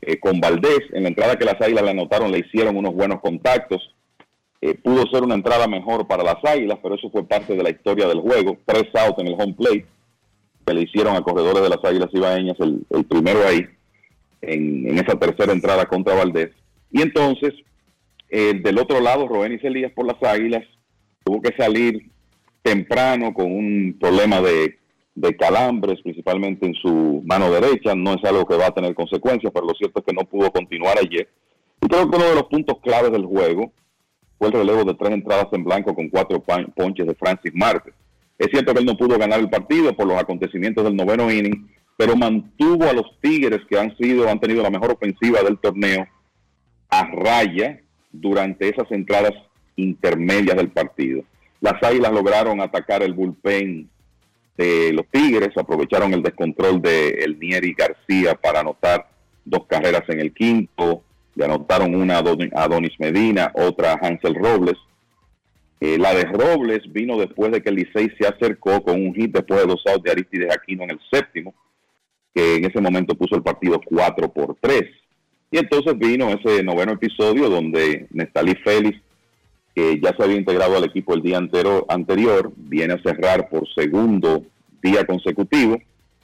eh, con Valdés. En la entrada que las Águilas le anotaron le hicieron unos buenos contactos. Eh, pudo ser una entrada mejor para las Águilas, pero eso fue parte de la historia del juego. Tres outs en el home plate que le hicieron a corredores de las Águilas Ibaeñas, el, el primero ahí, en, en esa tercera entrada contra Valdés. Y entonces, eh, del otro lado, Roenis Elías por las Águilas tuvo que salir temprano con un problema de, de calambres, principalmente en su mano derecha. No es algo que va a tener consecuencias, pero lo cierto es que no pudo continuar ayer. Y creo que uno de los puntos claves del juego fue el relevo de tres entradas en blanco con cuatro ponches de Francis Márquez. Es cierto que él no pudo ganar el partido por los acontecimientos del noveno inning, pero mantuvo a los Tigres, que han sido, han tenido la mejor ofensiva del torneo, a raya durante esas entradas intermedias del partido. Las Águilas lograron atacar el bullpen de los Tigres, aprovecharon el descontrol de Elnieri García para anotar dos carreras en el quinto, le anotaron una a Adonis Medina, otra a Hansel Robles. Eh, la de Robles vino después de que el Licey se acercó con un hit después de dos outs de Aristides Aquino en el séptimo, que en ese momento puso el partido cuatro por tres. Y entonces vino ese noveno episodio donde Nestalí Félix, que ya se había integrado al equipo el día antero, anterior, viene a cerrar por segundo día consecutivo.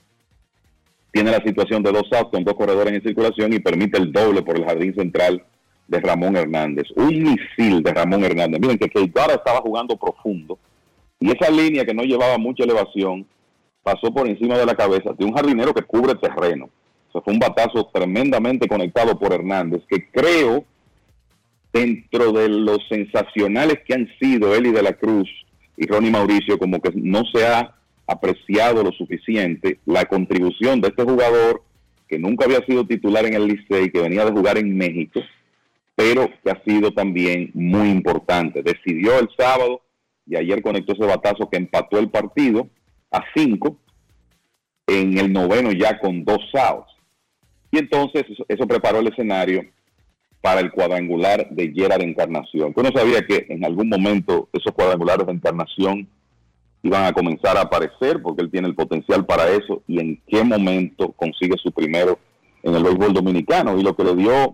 Tiene la situación de dos outs con dos corredores en circulación y permite el doble por el jardín central de Ramón Hernández. Un misil de Ramón Hernández. Miren que Keitara estaba jugando profundo y esa línea que no llevaba mucha elevación pasó por encima de la cabeza de un jardinero que cubre terreno. O sea, fue un batazo tremendamente conectado por Hernández, que creo, dentro de los sensacionales que han sido Eli de la Cruz y Ronnie Mauricio, como que no se ha apreciado lo suficiente la contribución de este jugador que nunca había sido titular en el Licey, que venía de jugar en México, pero que ha sido también muy importante. Decidió el sábado y ayer conectó ese batazo que empató el partido a cinco en el noveno ya con dos outs. Y entonces eso, eso preparó el escenario para el cuadrangular de Gerard Encarnación. Uno sabía que en algún momento esos cuadrangulares de Encarnación iban a comenzar a aparecer porque él tiene el potencial para eso, y en qué momento consigue su primero en el béisbol dominicano. Y lo que le dio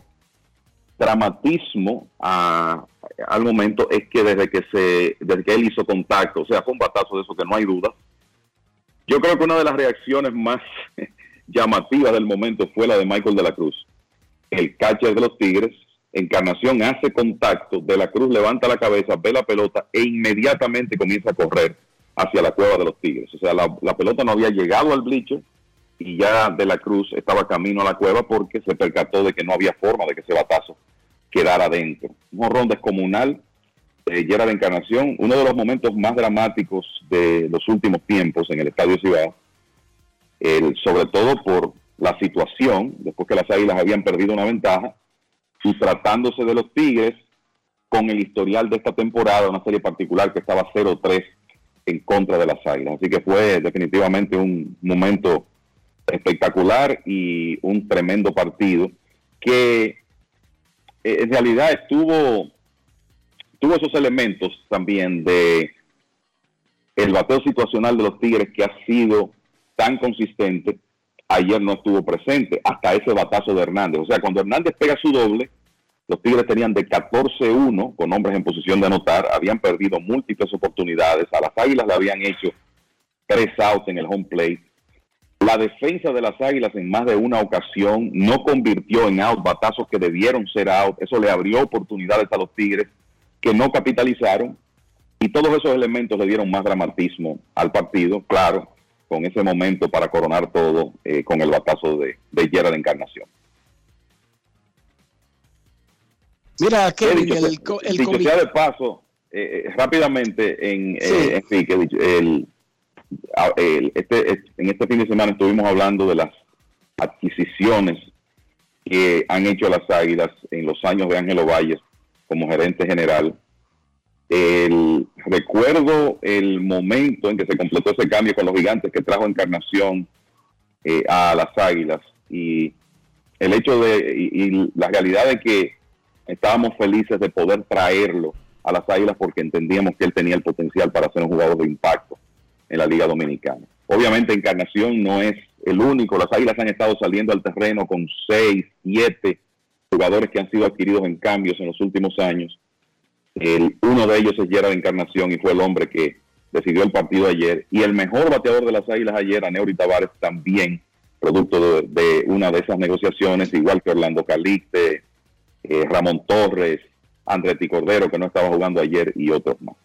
dramatismo a, al momento es que desde que se desde que él hizo contacto, o sea, fue un batazo de eso que no hay duda. Yo creo que una de las reacciones más llamativas del momento fue la de Michael de la Cruz, el catcher de los Tigres. Encarnación hace contacto, de la Cruz levanta la cabeza, ve la pelota e inmediatamente comienza a correr hacia la cueva de los Tigres. O sea, la, la pelota no había llegado al bleacher y ya de la Cruz estaba camino a la cueva porque se percató de que no había forma de que ese batazo quedara adentro. Un jonrón descomunal de Gerard Encarnación, uno de los momentos más dramáticos de los últimos tiempos en el Estadio Cibao, el, sobre todo por la situación, después que las Águilas habían perdido una ventaja, y tratándose de los Tigres, con el historial de esta temporada, una serie particular que estaba cero tres en contra de las Águilas. Así que fue definitivamente un momento espectacular y un tremendo partido que en realidad estuvo tuvo esos elementos también de el bateo situacional de los Tigres, que ha sido tan consistente. Ayer no estuvo presente hasta ese batazo de Hernández. O sea, cuando Hernández pega su doble, los Tigres tenían de catorce uno con hombres en posición de anotar, habían perdido múltiples oportunidades, a las Águilas le habían hecho tres outs en el home plate. La defensa de las Águilas en más de una ocasión no convirtió en out batazos que debieron ser out. Eso le abrió oportunidades a los Tigres que no capitalizaron, y todos esos elementos le dieron más dramatismo al partido, claro, con ese momento para coronar todo eh, con el batazo de, de Gerard Encarnación. Mira, Kevin, dicho, el, el, dicho el sea de paso, eh, rápidamente, en, sí. eh, en fin, que el, el, este, en este fin de semana estuvimos hablando de las adquisiciones que han hecho las Águilas en los años de Ángelo Valles como gerente general. El, recuerdo el momento en que se completó ese cambio con los Gigantes, que trajo Encarnación eh, a las Águilas, y el hecho de y, y la realidad de que estábamos felices de poder traerlo a las Águilas porque entendíamos que él tenía el potencial para ser un jugador de impacto en la Liga Dominicana. Obviamente Encarnación no es el único. Las Águilas han estado saliendo al terreno con seis, siete jugadores que han sido adquiridos en cambios en los últimos años. El, uno de ellos es Gerard Encarnación y fue el hombre que decidió el partido ayer. Y el mejor bateador de las Águilas ayer, Aneuri Tavares, también producto de, de una de esas negociaciones, igual que Orlando Calixte, eh, Ramón Torres, Andretti Cordero, que no estaba jugando ayer, y otros más.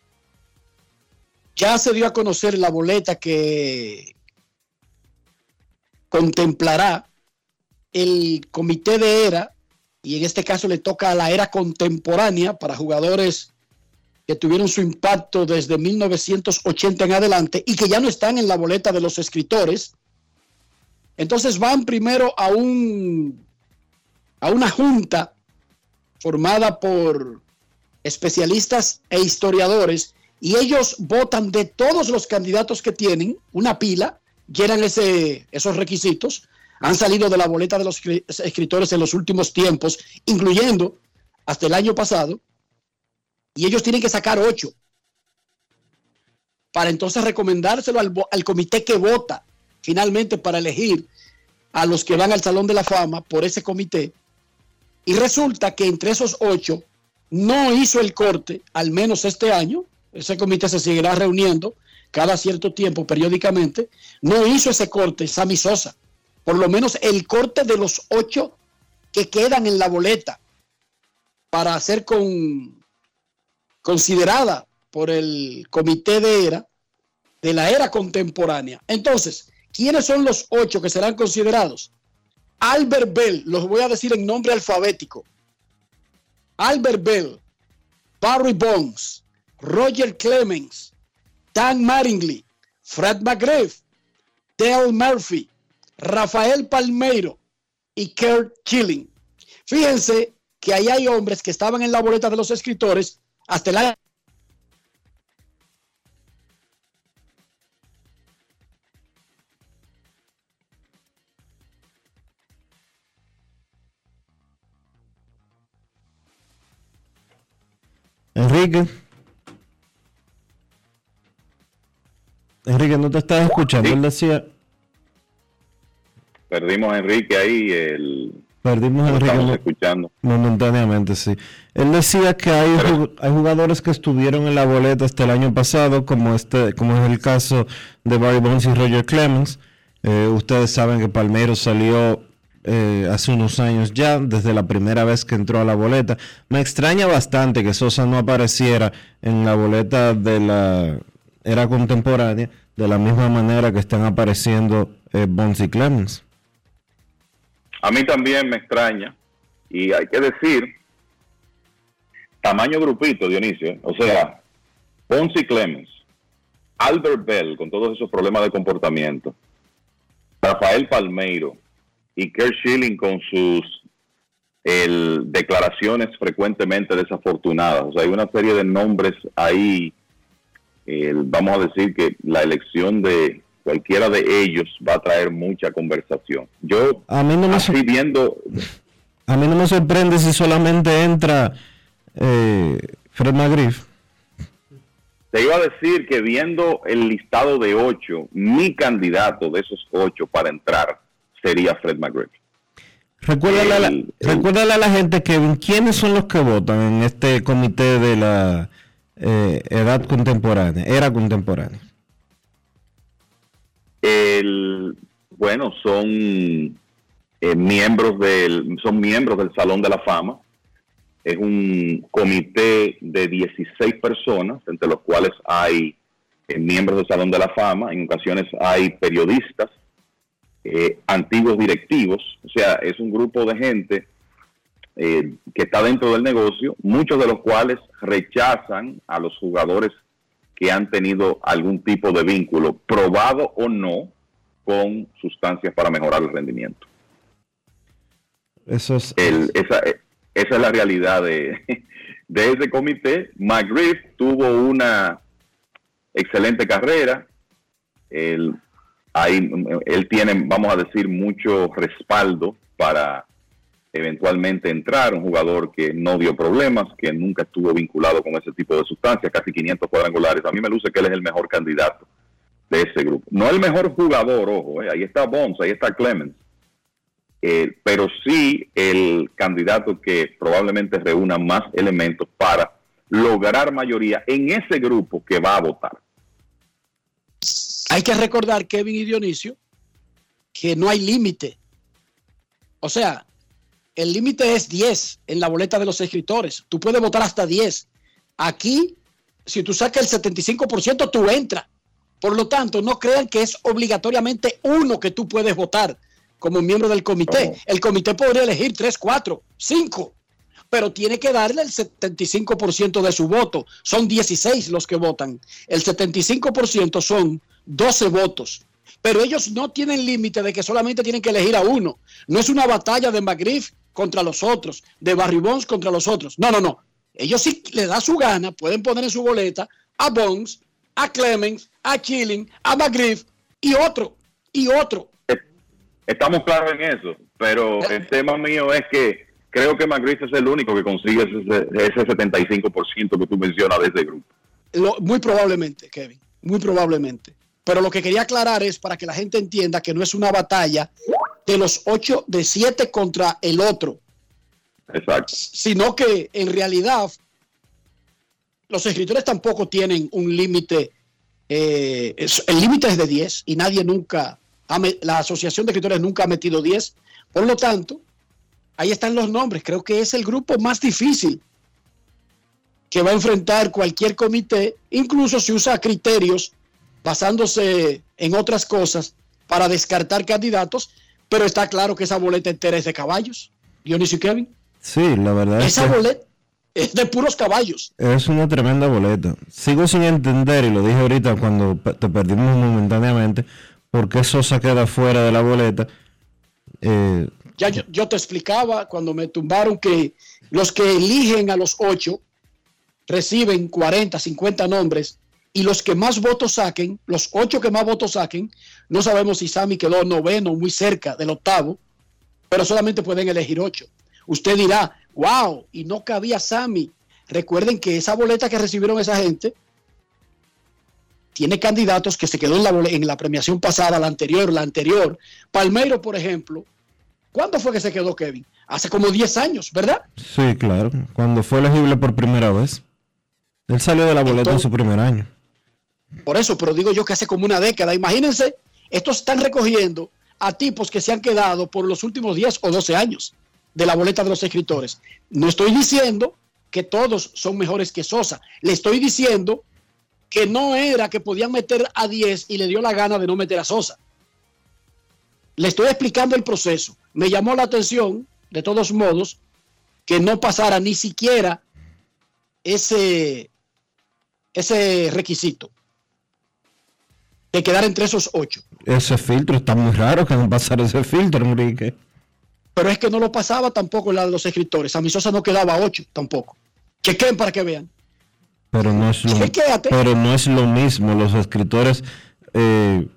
Ya se dio a conocer la boleta que contemplará el comité de era, y en este caso le toca a la era contemporánea para jugadores que tuvieron su impacto desde mil novecientos ochenta en adelante y que ya no están en la boleta de los escritores. Entonces van primero a un a una junta formada por especialistas e historiadores, y ellos votan de todos los candidatos que tienen, una pila, llenan ese, esos requisitos, han salido de la boleta de los escritores en los últimos tiempos, incluyendo hasta el año pasado, y ellos tienen que sacar ocho para entonces recomendárselo al, al comité que vota finalmente para elegir a los que van al Salón de la Fama por ese comité. Y resulta que entre esos ocho no hizo el corte, al menos este año. Ese comité se seguirá reuniendo cada cierto tiempo, periódicamente. No hizo ese corte Sammy Sosa. Por lo menos el corte de los ocho que quedan en la boleta para ser con, considerada por el comité de era, de la era contemporánea. Entonces, ¿quiénes son los ocho que serán considerados? Albert Bell, los voy a decir en nombre alfabético. Albert Bell, Barry Bonds, Roger Clemens, Dan Mattingly, Fred McGriff, Dale Murphy, Rafael Palmeiro y Curt Schilling. Fíjense que ahí hay hombres que estaban en la boleta de los escritores hasta el año. Enrique. Enrique, no te estás escuchando. Sí. Él decía. Perdimos a Enrique ahí. El... Perdimos a Enrique. Estamos escuchando. Momentáneamente, sí. Él decía que hay, Pero... hay jugadores que estuvieron en la boleta hasta el año pasado, como este, como es el caso de Barry Bonds y Roger Clemens. Eh, ustedes saben que Palmeiro salió Eh, hace unos años ya, desde la primera vez que entró a la boleta. Me extraña bastante que Sosa no apareciera en la boleta de la era contemporánea de la misma manera que están apareciendo eh, Bonds y Clemens. A mí también me extraña, y hay que decir, tamaño grupito, Dionisio, o sea, Bonds y Clemens, Albert Bell con todos esos problemas de comportamiento, Rafael Palmeiro y Curt Schilling con sus el, declaraciones frecuentemente desafortunadas. O sea, hay una serie de nombres ahí. El, vamos a decir que la elección de cualquiera de ellos va a traer mucha conversación. Yo, a mí no me así viendo... A mí no me sorprende si solamente entra eh, Fred McGriff. Te iba a decir que viendo el listado de ocho, mi candidato de esos ocho para entrar sería Fred McGriff. Recuérdale, a la, recuérdale a la gente, Kevin, ¿quiénes son los que votan en este comité de la eh, edad contemporánea, era contemporánea? El, bueno, son eh, miembros del, son miembros del Salón de la Fama. Es un comité de dieciséis personas, entre los cuales hay eh, miembros del Salón de la Fama. En ocasiones hay periodistas, Eh, antiguos directivos, o sea, es un grupo de gente eh, que está dentro del negocio, muchos de los cuales rechazan a los jugadores que han tenido algún tipo de vínculo, probado o no, con sustancias para mejorar el rendimiento. Eso es... El, esa, esa es la realidad de, de ese comité. McGriff tuvo una excelente carrera. El Ahí, él tiene, vamos a decir, mucho respaldo para eventualmente entrar, un jugador que no dio problemas, que nunca estuvo vinculado con ese tipo de sustancias, casi quinientos cuadrangulares. A mí me luce que él es el mejor candidato de ese grupo. No el mejor jugador, ojo, eh, ahí está Bonds, ahí está Clemens, eh, pero sí el candidato que probablemente reúna más elementos para lograr mayoría en ese grupo que va a votar. Hay que recordar, Kevin y Dionisio, que no hay límite. O sea, el límite es diez en la boleta de los escritores. Tú puedes votar hasta diez. Aquí, si tú sacas el setenta y cinco por ciento, tú entras. Por lo tanto, no crean que es obligatoriamente uno que tú puedes votar como miembro del comité. Oh. El comité podría elegir tres, cuatro, cinco, pero tiene que darle el setenta y cinco por ciento de su voto. Son dieciséis los que votan. El setenta y cinco por ciento son doce votos. Pero ellos no tienen límite de que solamente tienen que elegir a uno. No es una batalla de McGriff contra los otros, de Barry Bonds contra los otros. No, no, no. Ellos sí les da su gana, pueden poner en su boleta a Bonds, a Clemens, a Chilling, a McGriff y otro, y otro. Estamos claros en eso, pero el tema mío es que creo que McGriff es el único que consigue ese, ese setenta y cinco por ciento que tú mencionas de ese grupo. Lo, muy probablemente, Kevin, muy probablemente. Pero lo que quería aclarar es para que la gente entienda que no es una batalla de los ocho, de siete contra el otro. Exacto. Sino que en realidad los escritores tampoco tienen un límite. Eh, el límite es de diez y nadie nunca, ha, la Asociación de Escritores nunca ha metido diez. Por lo tanto, ahí están los nombres. Creo que es el grupo más difícil que va a enfrentar cualquier comité, incluso si usa criterios basándose en otras cosas para descartar candidatos, pero está claro que esa boleta entera es de caballos. Dionisio y Kevin. Sí, la verdad esa es que boleta es de puros caballos. Es una tremenda boleta. Sigo sin entender, y lo dije ahorita cuando te perdimos momentáneamente, por qué Sosa queda fuera de la boleta. Eh, ya yo, yo te explicaba cuando me tumbaron que los que eligen a los ocho reciben cuarenta, cincuenta nombres, y los que más votos saquen, los ocho que más votos saquen, no sabemos si Sammy quedó noveno, muy cerca del octavo, pero solamente pueden elegir ocho. Usted dirá, wow, y no cabía Sammy. Recuerden que esa boleta que recibieron esa gente tiene candidatos que se quedó en la, en la premiación pasada, la anterior, la anterior. Palmeiro, por ejemplo, ¿cuándo fue que se quedó, Kevin? Hace como diez años, ¿verdad? Sí, claro, cuando fue elegible por primera vez. Él salió de la boleta Entonces, en su primer año. Por eso, pero digo yo que hace como una década. Imagínense, estos están recogiendo a tipos que se han quedado por los últimos diez o doce años de la boleta de los escritores. No estoy diciendo que todos son mejores que Sosa. Le estoy diciendo que no era que podían meter a diez y le dio la gana de no meter a Sosa. Le estoy explicando el proceso. Me llamó la atención, de todos modos, que no pasara ni siquiera ese, ese requisito de quedar entre esos ocho. Ese filtro está muy raro, que no pasara ese filtro, Enrique. Pero es que no lo pasaba tampoco la de los escritores. A mi Sosa no quedaba ocho tampoco. Chequen para que vean. Pero no es lo, pero no es lo mismo. Los escritores eh,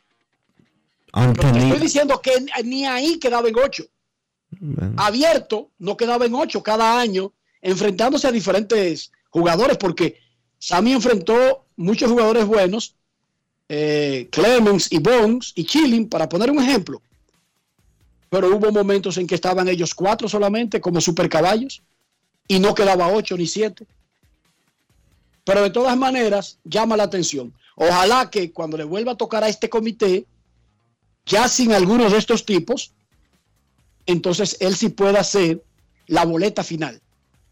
han pero tenido... te estoy diciendo que ni ahí quedaba en ocho. Bueno. Abierto no quedaba en ocho cada año, enfrentándose a diferentes jugadores, porque Sammy enfrentó muchos jugadores buenos, eh, Clemens y Bonds y Chilling, para poner un ejemplo. Pero hubo momentos en que estaban ellos cuatro solamente como supercaballos y no quedaba ocho ni siete. Pero de todas maneras llama la atención. Ojalá que cuando le vuelva a tocar a este comité, ya sin algunos de estos tipos, entonces él sí pueda hacer la boleta final.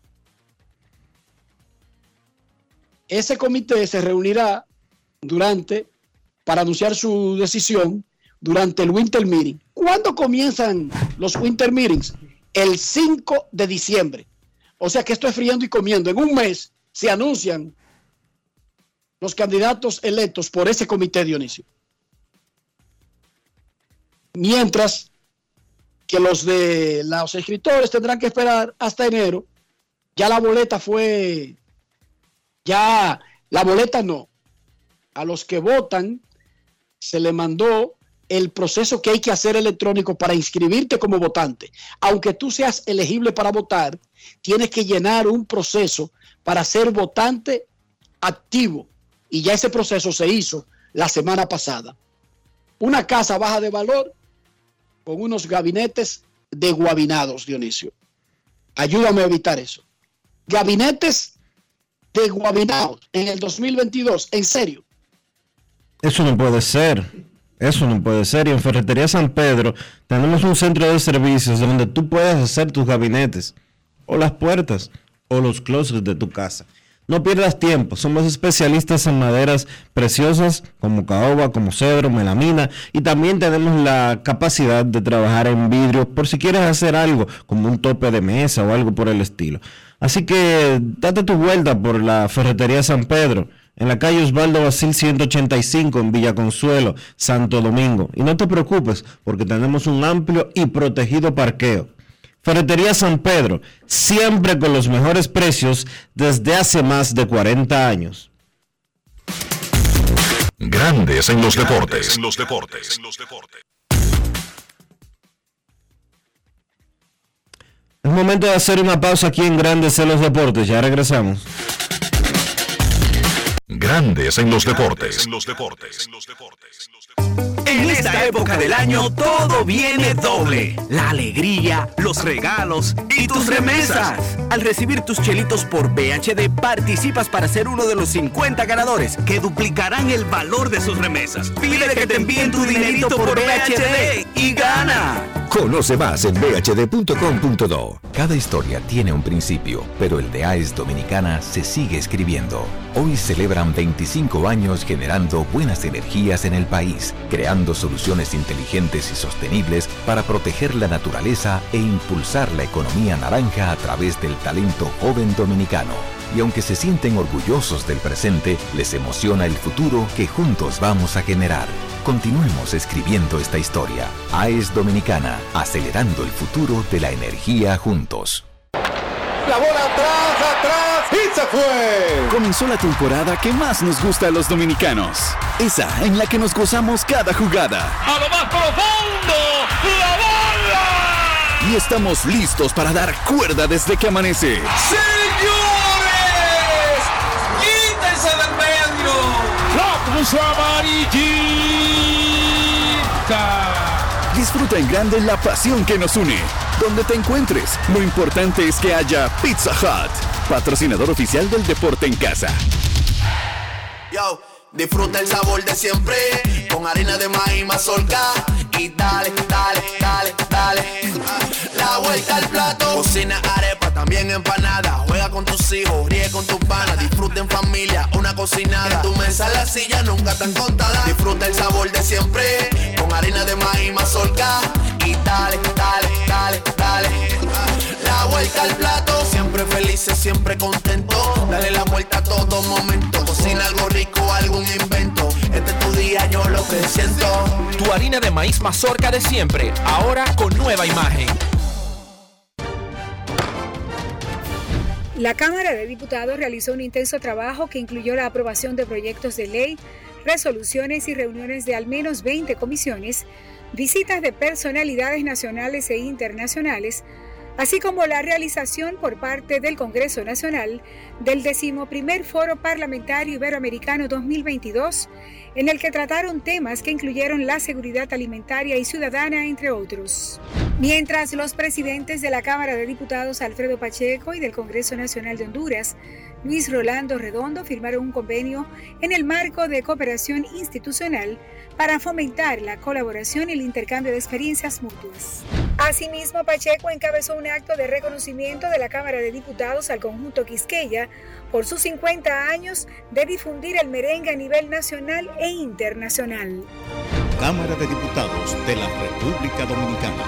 Ese comité se reunirá durante, para anunciar su decisión, durante el Winter Meeting. ¿Cuándo comienzan los Winter Meetings? El cinco de diciembre. O sea que esto es friendo y comiendo. En un mes se anuncian los candidatos electos por ese comité, Dionisio. Mientras que los de los escritores tendrán que esperar hasta enero. Ya la boleta fue... Ya la boleta no. A los que votan se le mandó el proceso que hay que hacer electrónico para inscribirte como votante. Aunque tú seas elegible para votar, tienes que llenar un proceso para ser votante activo. Y ya ese proceso se hizo la semana pasada. Una casa baja de valor con unos gabinetes desguabinados, Dionisio. Ayúdame a evitar eso. Gabinetes desguabinados en el dos mil veintidós, en serio. Eso no puede ser. Eso no puede ser. Y en Ferretería San Pedro tenemos un centro de servicios donde tú puedes hacer tus gabinetes, o las puertas, o los closets de tu casa. No pierdas tiempo. Somos especialistas en maderas preciosas como caoba, como cedro, melamina, y también tenemos la capacidad de trabajar en vidrio por si quieres hacer algo como un tope de mesa o algo por el estilo. Así que date tu vuelta por la Ferretería San Pedro, en la calle Osvaldo Basil ciento ochenta y cinco en Villa Consuelo, Santo Domingo. Y no te preocupes porque tenemos un amplio y protegido parqueo. Ferretería San Pedro, siempre con los mejores precios desde hace más de cuarenta años. Grandes en los deportes. En los deportes. Es momento de hacer una pausa aquí en Grandes en los deportes. Ya regresamos. Grandes en los deportes. En esta época del año todo viene doble. La alegría, los regalos y tus remesas. Al recibir tus chelitos por B H D, participas para ser uno de los cincuenta ganadores que duplicarán el valor de sus remesas. Pide que te envíen tu dinerito por B H D y gana. Conoce más en b h d punto com punto do. Cada historia tiene un principio, pero el de A E S Dominicana se sigue escribiendo. Hoy celebran veinticinco años generando buenas energías en el país, creando soluciones inteligentes y sostenibles para proteger la naturaleza e impulsar la economía naranja a través del talento joven dominicano. Y aunque se sienten orgullosos del presente, les emociona el futuro que juntos vamos a generar. Continuemos escribiendo esta historia. A E S Dominicana, acelerando el futuro de la energía juntos. La bola atrás, atrás y se fue. Comenzó la temporada que más nos gusta a los dominicanos. Esa en la que nos gozamos cada jugada. A lo más profundo, la bola. Y estamos listos para dar cuerda desde que amanece. ¡Señores! ¡Quítense del medio! ¡La puso amarillita! Disfruta en grande la pasión que nos une. Donde te encuentres, lo importante es que haya Pizza Hut, patrocinador oficial del deporte en casa. Yo, disfruta el sabor de siempre, con harina de maíz mazorca y dale, dale, dale, dale. La vuelta al plato, cocina arepa, también empanada. Juega con tus hijos, ríe con tus panas, disfruta en familia, una cocinada. En tu mesa la silla nunca tan contada. Disfruta el sabor de siempre, con harina de maíz mazorca y dale, dale, dale, dale. La vuelta al plato, siempre felices, siempre contentos. Dale la vuelta a todo momento. Cocina algo rico, algún invento. Este es tu día, yo lo que siento. Tu harina de maíz mazorca de siempre, ahora con nueva imagen. La Cámara de Diputados realizó un intenso trabajo que incluyó la aprobación de proyectos de ley, resoluciones y reuniones de al menos veinte comisiones, visitas de personalidades nacionales e internacionales, así como la realización por parte del Congreso Nacional del decimoprimer Foro Parlamentario Iberoamericano dos mil veintidós, en el que trataron temas que incluyeron la seguridad alimentaria y ciudadana, entre otros. Mientras los presidentes de la Cámara de Diputados, Alfredo Pacheco, y del Congreso Nacional de Honduras, Luis Rolando Redondo, firmaron un convenio en el marco de cooperación institucional para fomentar la colaboración y el intercambio de experiencias mutuas. Asimismo, Pacheco encabezó un acto de reconocimiento de la Cámara de Diputados al conjunto Quisqueya por sus cincuenta años de difundir el merengue a nivel nacional e internacional. Cámara de Diputados de la República Dominicana.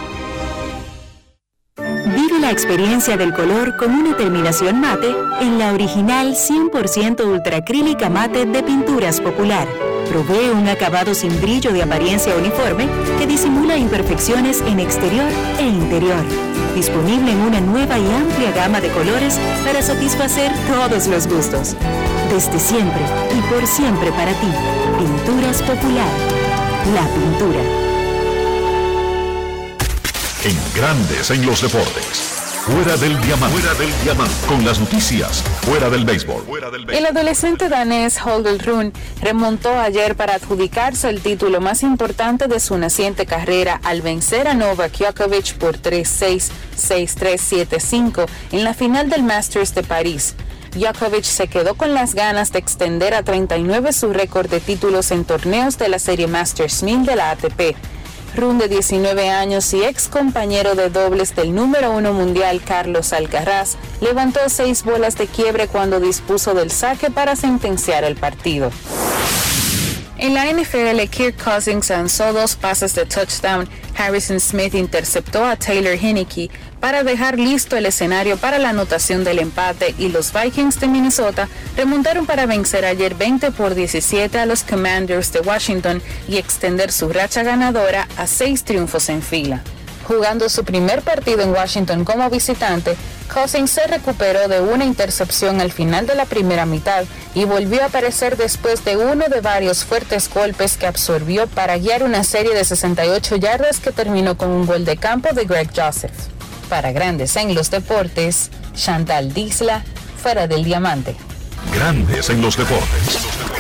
Vive la experiencia del color con una terminación mate en la original cien por ciento ultracrílica mate de Pinturas Popular. Provee un acabado sin brillo de apariencia uniforme que disimula imperfecciones en exterior e interior. Disponible en una nueva y amplia gama de colores para satisfacer todos los gustos. Desde siempre y por siempre para ti. Pinturas Popular. La pintura. En Grandes en los deportes. Fuera del diamante. Fuera del diamante. Con las noticias. Fuera del béisbol. Fuera del béisbol. El adolescente danés Holger Rune remontó ayer para adjudicarse el título más importante de su naciente carrera al vencer a Novak Djokovic por tres seis, seis tres, siete cinco en la final del Masters de París. Djokovic se quedó con las ganas de extender a treinta y nueve su récord de títulos en torneos de la serie Masters mil de la A T P. Rune, de diecinueve años y ex compañero de dobles del número uno mundial Carlos Alcaraz, levantó seis bolas de quiebre cuando dispuso del saque para sentenciar el partido. En la N F L, Kirk Cousins lanzó dos pases de touchdown. Harrison Smith interceptó a Taylor Heinicke para dejar listo el escenario para la anotación del empate, y los Vikings de Minnesota remontaron para vencer ayer veinte por diecisiete a los Commanders de Washington y extender su racha ganadora a seis triunfos en fila. Jugando su primer partido en Washington como visitante, Cousins se recuperó de una intercepción al final de la primera mitad y volvió a aparecer después de uno de varios fuertes golpes que absorbió para guiar una serie de sesenta y ocho yardas que terminó con un gol de campo de Greg Joseph. Para Grandes en los Deportes, Chantal Disla, Fuera del Diamante. Grandes en los Deportes.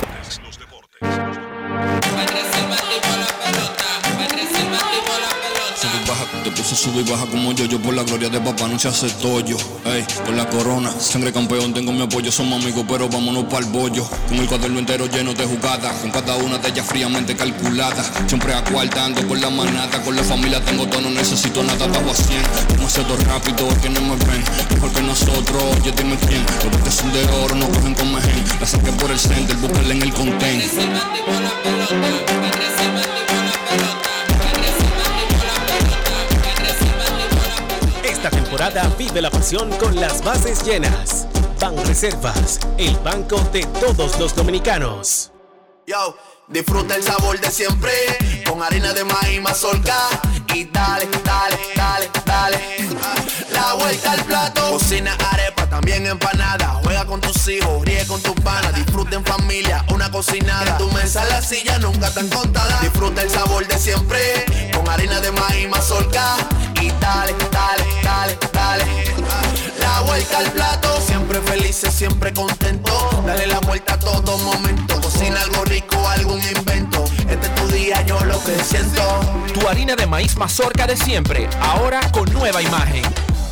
Te puse sube y baja como yo, yo por la gloria de papá no se hace tollo. Ey, por la corona, sangre campeón, tengo mi apoyo, somos amigos, pero vámonos pa'l bollo. Con el cuaderno entero lleno de jugadas, con cada una de ellas fríamente calculada. Siempre acuartando con la manata, con la familia tengo todo, no necesito nada, bajo a cien. Demasiado rápido, que no me ven, mejor que nosotros, oye dime quién. Los botes son de oro, no cogen con mejen. La saqué por el center, búscala en el content. Esta temporada vive la pasión con las bases llenas. Banreservas, el banco de todos los dominicanos. Yo, disfruta el sabor de siempre, con harina de maíz mazorca y dale, dale, dale, dale. La vuelta al plato, cocina arepa, también empanada. Juega con tus hijos, ríe con tus panas, disfruta en familia, una cocinada. En tu mesa la silla nunca tan contada. Disfruta el sabor de siempre, con harina de maíz mazorca y dale, dale, dale, dale. La vuelta al plato, siempre felices, siempre contentos. Dale la vuelta a todo momento. Cocina algo rico, algún invento. Este es tu día, yo lo que siento. Tu harina de maíz mazorca de siempre, ahora con nueva imagen.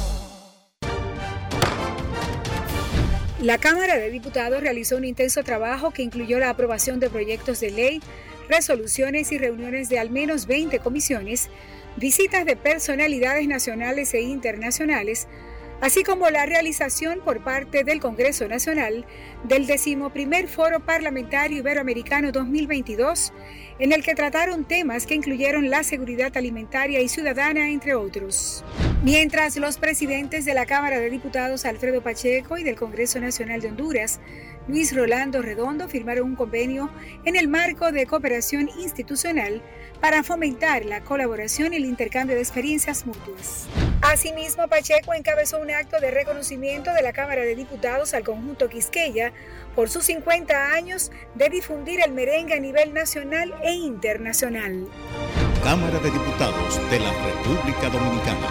La Cámara de Diputados realizó un intenso trabajo que incluyó la aprobación de proyectos de ley, resoluciones y reuniones de al menos veinte comisiones, visitas de personalidades nacionales e internacionales, así como la realización por parte del Congreso Nacional del decimoprimer Foro Parlamentario Iberoamericano dos mil veintidós, en el que trataron temas que incluyeron la seguridad alimentaria y ciudadana, entre otros. Mientras los presidentes de la Cámara de Diputados, Alfredo Pacheco, y del Congreso Nacional de Honduras, Luis Rolando Redondo, firmaron un convenio en el marco de cooperación institucional para fomentar la colaboración y el intercambio de experiencias mutuas. Asimismo, Pacheco encabezó un acto de reconocimiento de la Cámara de Diputados al conjunto Quisqueya por sus cincuenta años de difundir el merengue a nivel nacional e internacional. Cámara de Diputados de la República Dominicana.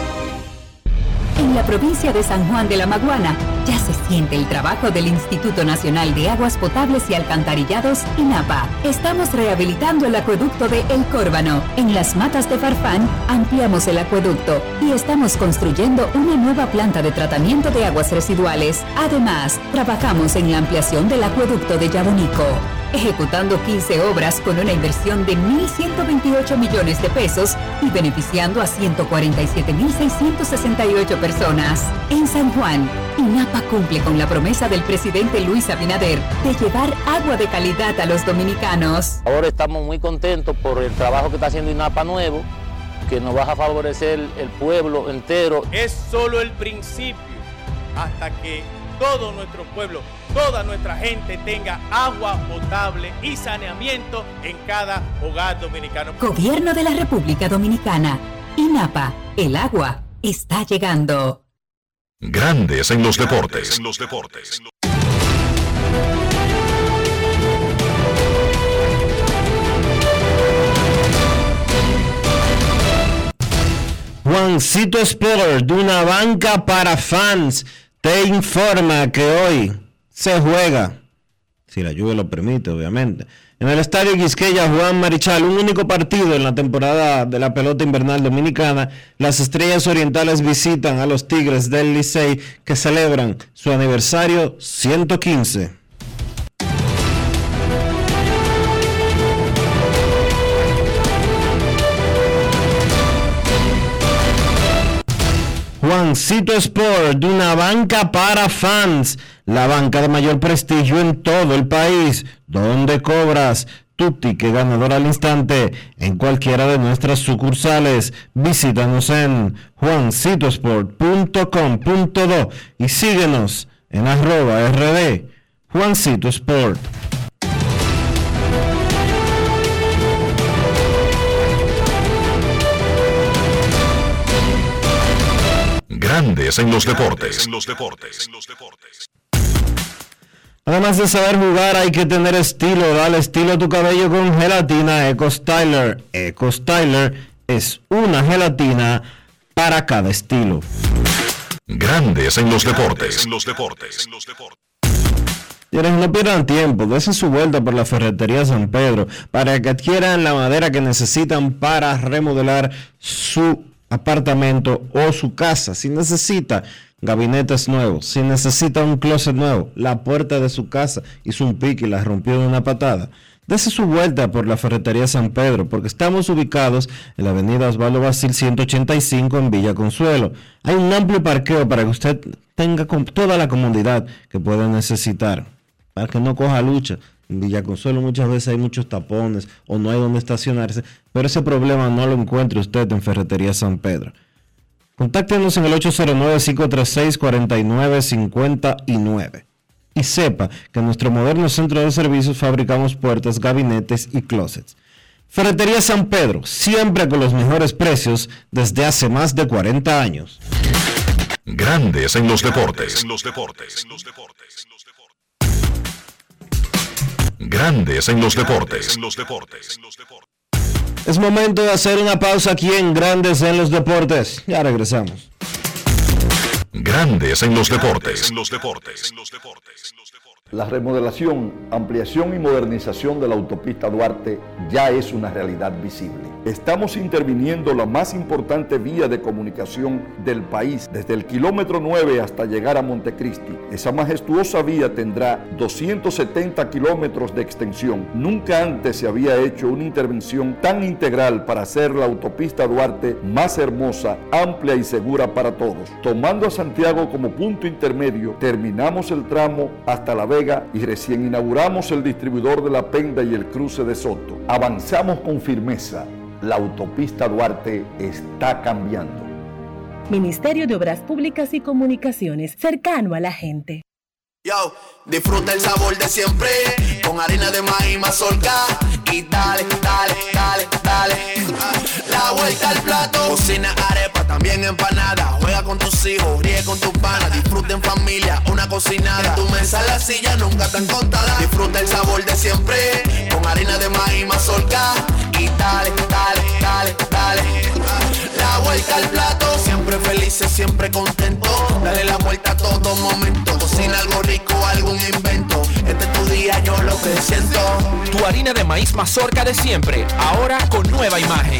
En la provincia de San Juan de la Maguana ya se siente el trabajo del Instituto Nacional de Aguas Potables y Alcantarillados, INAPA. Estamos rehabilitando el acueducto de El Córbano. En las Matas de Farfán ampliamos el acueducto y estamos construyendo una nueva planta de tratamiento de aguas residuales. Además, trabajamos en la ampliación del acueducto de Yabonico, ejecutando quince obras con una inversión de mil ciento veintiocho millones de pesos y beneficiando a ciento cuarenta y siete mil seiscientos sesenta y ocho personas. En San Juan, INAPA cumple con la promesa del presidente Luis Abinader de llevar agua de calidad a los dominicanos. Ahora estamos muy contentos por el trabajo que está haciendo INAPA nuevo, que nos va a favorecer el pueblo entero. Es solo el principio, hasta que todo nuestro pueblo, toda nuestra gente tenga agua potable y saneamiento en cada hogar dominicano. Gobierno de la República Dominicana. INAPA, el agua está llegando. Grandes en los deportes. En los deportes. Juan Juancito Sport, de una banca para fans, te informa que hoy se juega, si la lluvia lo permite, obviamente, en el Estadio Quisqueya Juan Marichal, un único partido en la temporada de la pelota invernal dominicana. Las Estrellas Orientales visitan a los Tigres del Licey, que celebran su aniversario ciento quince. Juancito Sport, de una banca para fans, la banca de mayor prestigio en todo el país, donde cobras tu ticket ganador al instante en cualquiera de nuestras sucursales. Visítanos en juancito sport punto com punto do y síguenos en arroba rd Juancito Sport. Grandes en los deportes. Además de saber jugar, hay que tener estilo. Dale estilo a tu cabello con gelatina Eco Styler. Eco Styler es una gelatina para cada estilo. Grandes en los deportes. Señores, no pierdan tiempo, desen su vuelta por la Ferretería San Pedro para que adquieran la madera que necesitan para remodelar su apartamento o su casa. Si necesita gabinetes nuevos, si necesita un closet nuevo, la puerta de su casa hizo un pique y la rompió de una patada, dese su vuelta por la Ferretería San Pedro, porque estamos ubicados en la avenida Osvaldo Basil ciento ochenta y cinco en Villa Consuelo. Hay un amplio parqueo para que usted tenga toda la comodidad que pueda necesitar, para que no coja lucha. En Villa Consuelo muchas veces hay muchos tapones o no hay donde estacionarse, pero ese problema no lo encuentre usted en Ferretería San Pedro. Contáctenos en el ocho cero nueve, cinco tres seis, cuatro nueve cinco nueve y sepa que en nuestro moderno centro de servicios fabricamos puertas, gabinetes y closets. Ferretería San Pedro, siempre con los mejores precios desde hace más de cuarenta años. Grandes en los deportes. Grandes en los deportes. Es momento de hacer una pausa aquí en Grandes en los Deportes. Ya regresamos. Grandes en los deportes. La remodelación, ampliación y modernización de la autopista Duarte ya es una realidad visible. Estamos interviniendo la más importante vía de comunicación del país, desde el kilómetro nueve hasta llegar a Montecristi. Esa majestuosa vía tendrá doscientos setenta kilómetros de extensión. Nunca antes se había hecho una intervención tan integral para hacer la autopista Duarte más hermosa, amplia y segura para todos. Tomando a Santiago como punto intermedio, terminamos el tramo hasta La Vega y recién inauguramos el distribuidor de La Penda y el cruce de Soto. Avanzamos con firmeza. La autopista Duarte está cambiando. Ministerio de Obras Públicas y Comunicaciones, cercano a la gente. Yo, disfruta el sabor de siempre, con harina de maíz mazorca y dale, dale, dale, dale. La vuelta al plato, cocina arepa, también empanada. Juega con tus hijos, ríe con tus panas, disfruta en familia, una cocinada. En tu mesa la silla nunca tan contada. Disfruta el sabor de siempre, con harina de maíz mazorca y dale, dale, dale, dale. La vuelta al plato, siempre felices, siempre contentos. Dale la vuelta a todo momento, cocina algo rico, algún invento. Este es tu día, yo lo que siento. Tu harina de maíz mazorca de siempre, ahora con nueva imagen.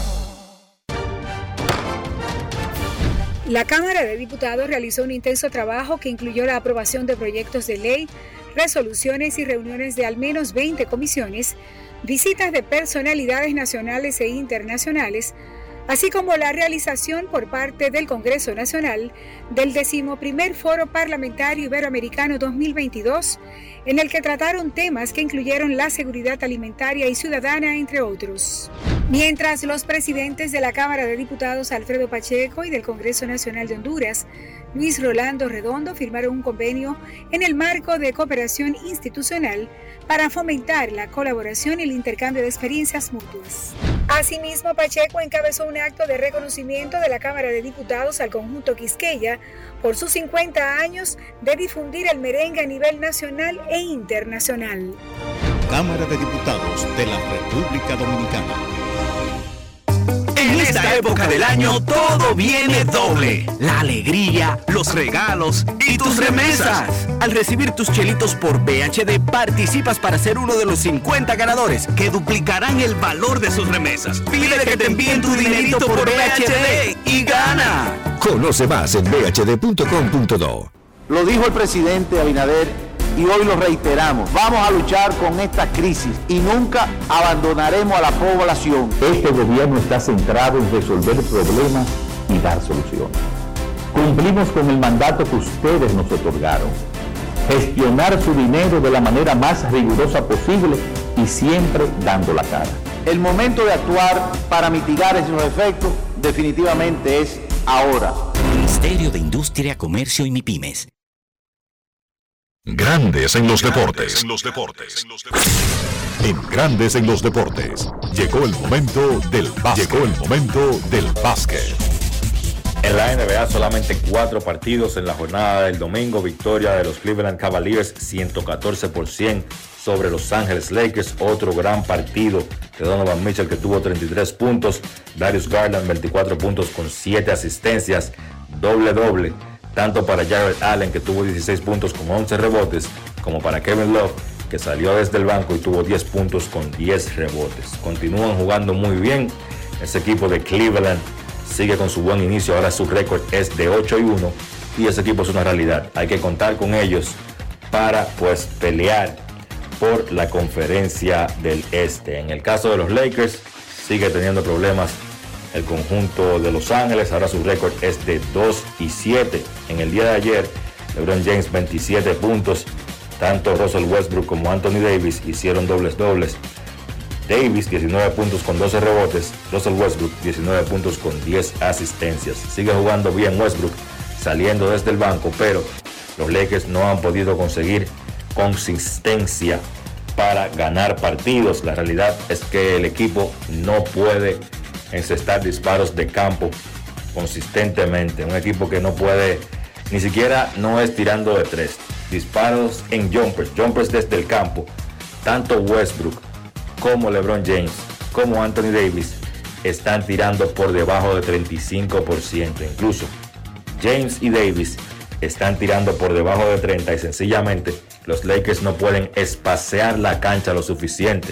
La Cámara de Diputados realizó un intenso trabajo que incluyó la aprobación de proyectos de ley, resoluciones y reuniones de al menos veinte comisiones, visitas de personalidades nacionales e internacionales, así como la realización por parte del Congreso Nacional del decimoprimer Foro Parlamentario Iberoamericano dos mil veintidós, en el que trataron temas que incluyeron la seguridad alimentaria y ciudadana, entre otros. Mientras los presidentes de la Cámara de Diputados, Alfredo Pacheco, y del Congreso Nacional de Honduras, Luis Rolando Redondo, firmaron un convenio en el marco de cooperación institucional para fomentar la colaboración y el intercambio de experiencias mutuas. Asimismo, Pacheco encabezó un acto de reconocimiento de la Cámara de Diputados al conjunto Quisqueya por sus cincuenta años de difundir el merengue a nivel nacional e internacional. Cámara de Diputados de la República Dominicana. En esta época del año todo viene doble. La alegría, los regalos y tus remesas. Al recibir tus chelitos por B H D, participas para ser uno de los cincuenta ganadores que duplicarán el valor de sus remesas. Pide que te envíen tu dinerito por B H D y gana. Conoce más en b h d punto com punto do. Lo dijo el presidente Abinader y hoy lo reiteramos. Vamos a luchar con esta crisis y nunca abandonaremos a la población. Este gobierno está centrado en resolver problemas y dar soluciones. Cumplimos con el mandato que ustedes nos otorgaron. Gestionar su dinero de la manera más rigurosa posible y siempre dando la cara. El momento de actuar para mitigar esos efectos definitivamente es ahora. Ministerio de Industria, Comercio y MIPYMES. Grandes en los deportes. En los deportes. En Grandes en los deportes. Llegó el momento del básquet. Llegó el momento del básquet. En la N B A solamente cuatro partidos en la jornada del domingo. Victoria de los Cleveland Cavaliers ciento catorce por ciento sobre Los Ángeles Lakers. Otro gran partido de Donovan Mitchell, que tuvo treinta y tres puntos. Darius Garland veinticuatro puntos con siete asistencias. Doble doble tanto para Jarrett Allen, que tuvo dieciséis puntos con once rebotes, como para Kevin Love, que salió desde el banco y tuvo diez puntos con diez rebotes. Continúan jugando muy bien. Ese equipo de Cleveland sigue con su buen inicio. Ahora su récord es de ocho y uno y ese equipo es una realidad. Hay que contar con ellos para pues pelear por la conferencia del Este. En el caso de los Lakers, sigue teniendo problemas el conjunto de Los Ángeles. Ahora su récord es de dos y siete. En el día de ayer, LeBron James veintisiete puntos. Tanto Russell Westbrook como Anthony Davis hicieron dobles dobles. Davis diecinueve puntos con doce rebotes. Russell Westbrook diecinueve puntos con diez asistencias. Sigue jugando bien Westbrook saliendo desde el banco, pero los Lakers no han podido conseguir consistencia para ganar partidos. La realidad es que el equipo no puede encestar disparos de campo consistentemente. Un equipo que no puede, ni siquiera no es tirando de tres. Disparos en jumpers, jumpers desde el campo. Tanto Westbrook como LeBron James, como Anthony Davis, están tirando por debajo de treinta y cinco por ciento. Incluso James y Davis están tirando por debajo de treinta y sencillamente los Lakers no pueden espaciar la cancha lo suficiente.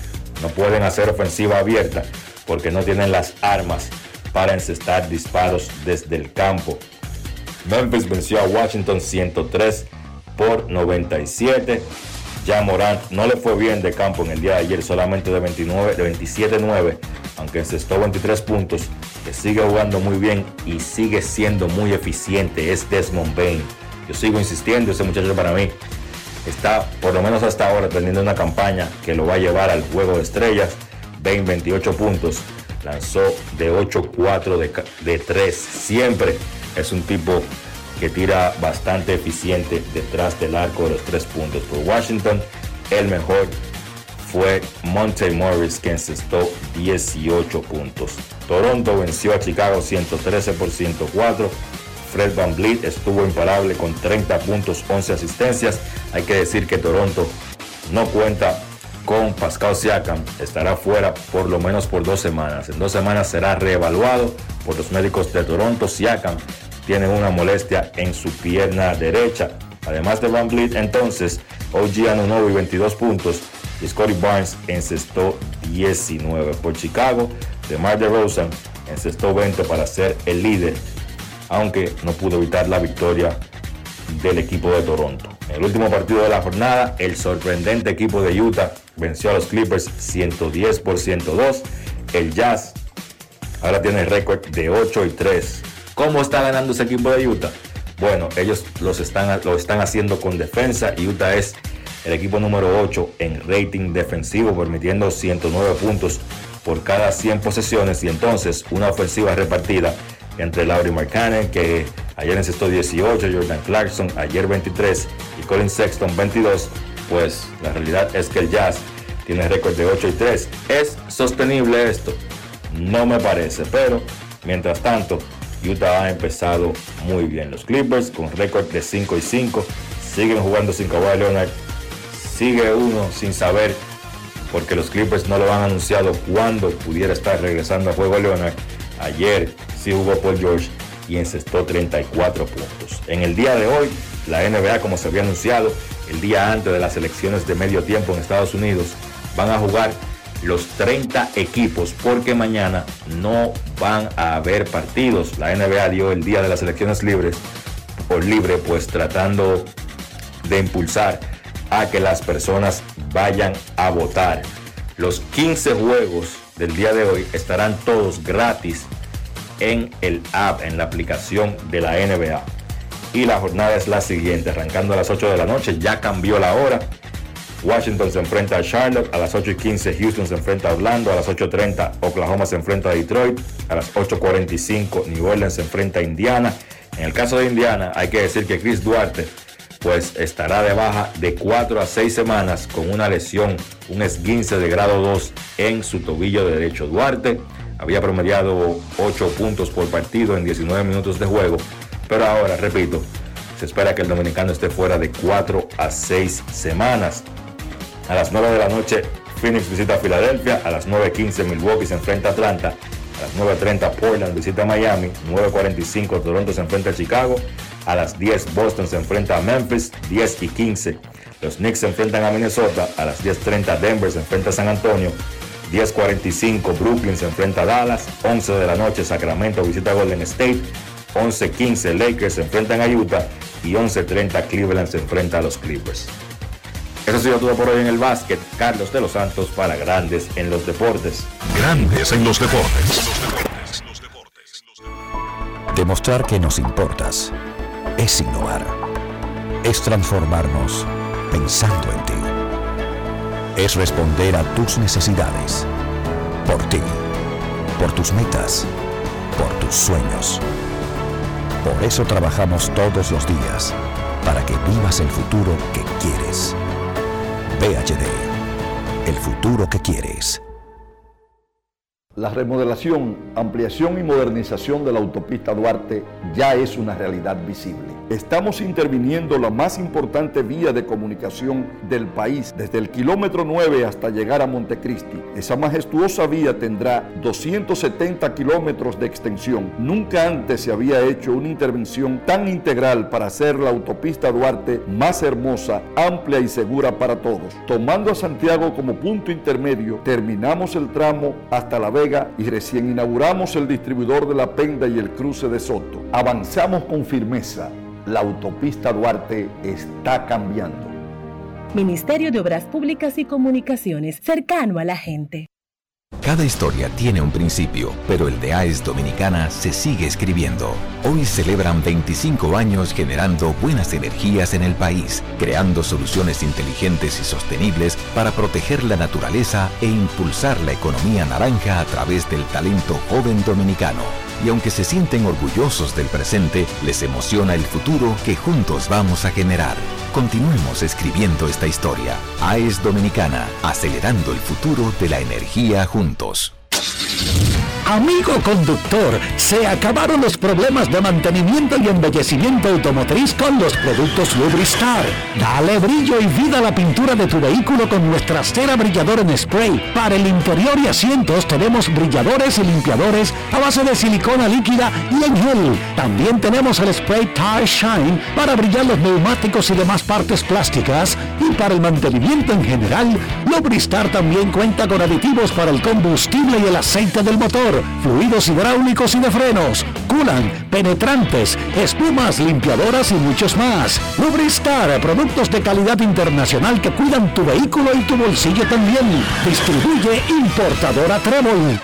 No pueden hacer ofensiva abierta porque no tienen las armas para encestar disparos desde el campo. Memphis venció a Washington ciento tres por noventa y siete. Ja Morant no le fue bien de campo en el día de ayer, solamente de veintinueve, de veintisiete nueve, aunque encestó veintitrés puntos, que sigue jugando muy bien y sigue siendo muy eficiente. Es Desmond Bane. Yo sigo insistiendo, ese muchacho para mí está, por lo menos hasta ahora, teniendo una campaña que lo va a llevar al juego de estrellas. Bane veintiocho puntos, lanzó de ocho cuatro de, de tres. Siempre es un tipo que tira bastante eficiente detrás del arco de los tres puntos. Por Washington, el mejor fue Monte Morris, que encestó dieciocho puntos. Toronto venció a Chicago ciento trece por ciento cuatro. Fred VanVleet estuvo imparable con treinta puntos, once asistencias. Hay que decir que Toronto no cuenta con Pascal Siakam, estará fuera por lo menos por dos semanas. En dos semanas será reevaluado por los médicos de Toronto. Siakam tiene una molestia en su pierna derecha. Además de VanVleet, entonces, O G Anunoby veintidós puntos y Scottie Barnes encestó diecinueve. Por Chicago, DeMar DeRozan encestó veinte para ser el líder, aunque no pudo evitar la victoria del equipo de Toronto. En el último partido de la jornada, el sorprendente equipo de Utah venció a los Clippers ciento diez por ciento dos. El Jazz ahora tiene récord de ocho y tres. ¿Cómo está ganando ese equipo de Utah? Bueno, ellos los están, lo están haciendo con defensa. Utah es el equipo número ocho en rating defensivo, permitiendo ciento nueve puntos por cada cien posesiones, y entonces una ofensiva repartida entre Lauri Markkanen, que ayer encestó dieciocho, Jordan Clarkson ayer veintitrés y Colin Sexton veintidós. Pues la realidad es que el Jazz tiene récord de ocho y tres. ¿Es sostenible esto? No me parece, pero mientras tanto Utah ha empezado muy bien. Los Clippers con récord de cinco y cinco siguen jugando sin Kawhi Leonard. Sigue uno sin saber, porque los Clippers no lo han anunciado cuándo pudiera estar regresando a juego Leonard. Ayer sí jugó Paul George y encestó treinta y cuatro puntos. En el día de hoy, la N B A, como se había anunciado, el día antes de las elecciones de medio tiempo en Estados Unidos, van a jugar los treinta equipos porque mañana no van a haber partidos. La N B A dio el día de las elecciones libres por libre, pues tratando de impulsar a que las personas vayan a votar. Los quince juegos del día de hoy estarán todos gratis en el app, en la aplicación de la N B A. Y la jornada es la siguiente, arrancando a las ocho de la noche, ya cambió la hora. Washington se enfrenta a Charlotte, a las ocho y quince Houston se enfrenta a Orlando, a las ocho y treinta Oklahoma se enfrenta a Detroit, a las ocho cuarenta y cinco New Orleans se enfrenta a Indiana. En el caso de Indiana, hay que decir que Chris Duarte pues estará de baja de cuatro a seis semanas con una lesión, un esguince de grado dos en su tobillo derecho. Duarte había promediado ocho puntos por partido en diecinueve minutos de juego, pero ahora, repito, se espera que el dominicano esté fuera de cuatro a seis semanas. A las nueve de la noche, Phoenix visita a Filadelfia. A las nueve quince, Milwaukee se enfrenta a Atlanta. A las nueve treinta, Portland visita a Miami. nueve cuarenta y cinco, Toronto se enfrenta a Chicago. A las diez, Boston se enfrenta a Memphis. diez y quince, los Knicks se enfrentan a Minnesota. A las diez treinta, Denver se enfrenta a San Antonio. diez cuarenta y cinco, Brooklyn se enfrenta a Dallas. once de la noche, Sacramento visita a Golden State. once quince, Lakers se enfrentan a Utah. Y once treinta, Cleveland se enfrenta a los Clippers. Eso ha sido todo por hoy en el básquet. Carlos de los Santos para Grandes en los Deportes. Grandes en los Deportes. Demostrar que nos importas es innovar. Es transformarnos pensando en ti. Es responder a tus necesidades. Por ti. Por tus metas. Por tus sueños. Por eso trabajamos todos los días, para que vivas el futuro que quieres. V H D, el futuro que quieres. La remodelación, ampliación y modernización de la autopista Duarte ya es una realidad visible. Estamos interviniendo la más importante vía de comunicación del país, desde el kilómetro nueve hasta llegar a Montecristi. Esa majestuosa vía tendrá doscientos setenta kilómetros de extensión. Nunca antes se había hecho una intervención tan integral para hacer la autopista Duarte más hermosa, amplia y segura para todos. Tomando a Santiago como punto intermedio, terminamos el tramo hasta La Vega y recién inauguramos el distribuidor de La Penda y el cruce de Soto. Avanzamos con firmeza. La autopista Duarte está cambiando. Ministerio de Obras Públicas y Comunicaciones, cercano a la gente. Cada historia tiene un principio, pero el de A E S Dominicana se sigue escribiendo. Hoy celebran veinticinco años generando buenas energías en el país, creando soluciones inteligentes y sostenibles para proteger la naturaleza e impulsar la economía naranja a través del talento joven dominicano. Y aunque se sienten orgullosos del presente, les emociona el futuro que juntos vamos a generar. Continuemos escribiendo esta historia. A E S Dominicana, acelerando el futuro de la energía juntos. Amigo conductor, se acabaron los problemas de mantenimiento y embellecimiento automotriz con los productos Lubristar. Dale brillo y vida a la pintura de tu vehículo con nuestra cera brilladora en spray. Para el interior y asientos tenemos brilladores y limpiadores a base de silicona líquida y en gel. También tenemos el spray Tire Shine para brillar los neumáticos y demás partes plásticas. Y para el mantenimiento en general, Lubristar también cuenta con aditivos para el combustible y el aceite del motor, fluidos hidráulicos y de frenos, culan, penetrantes, espumas, limpiadoras y muchos más. Lubristar, productos de calidad internacional que cuidan tu vehículo y tu bolsillo también. Distribuye importadora Trébol.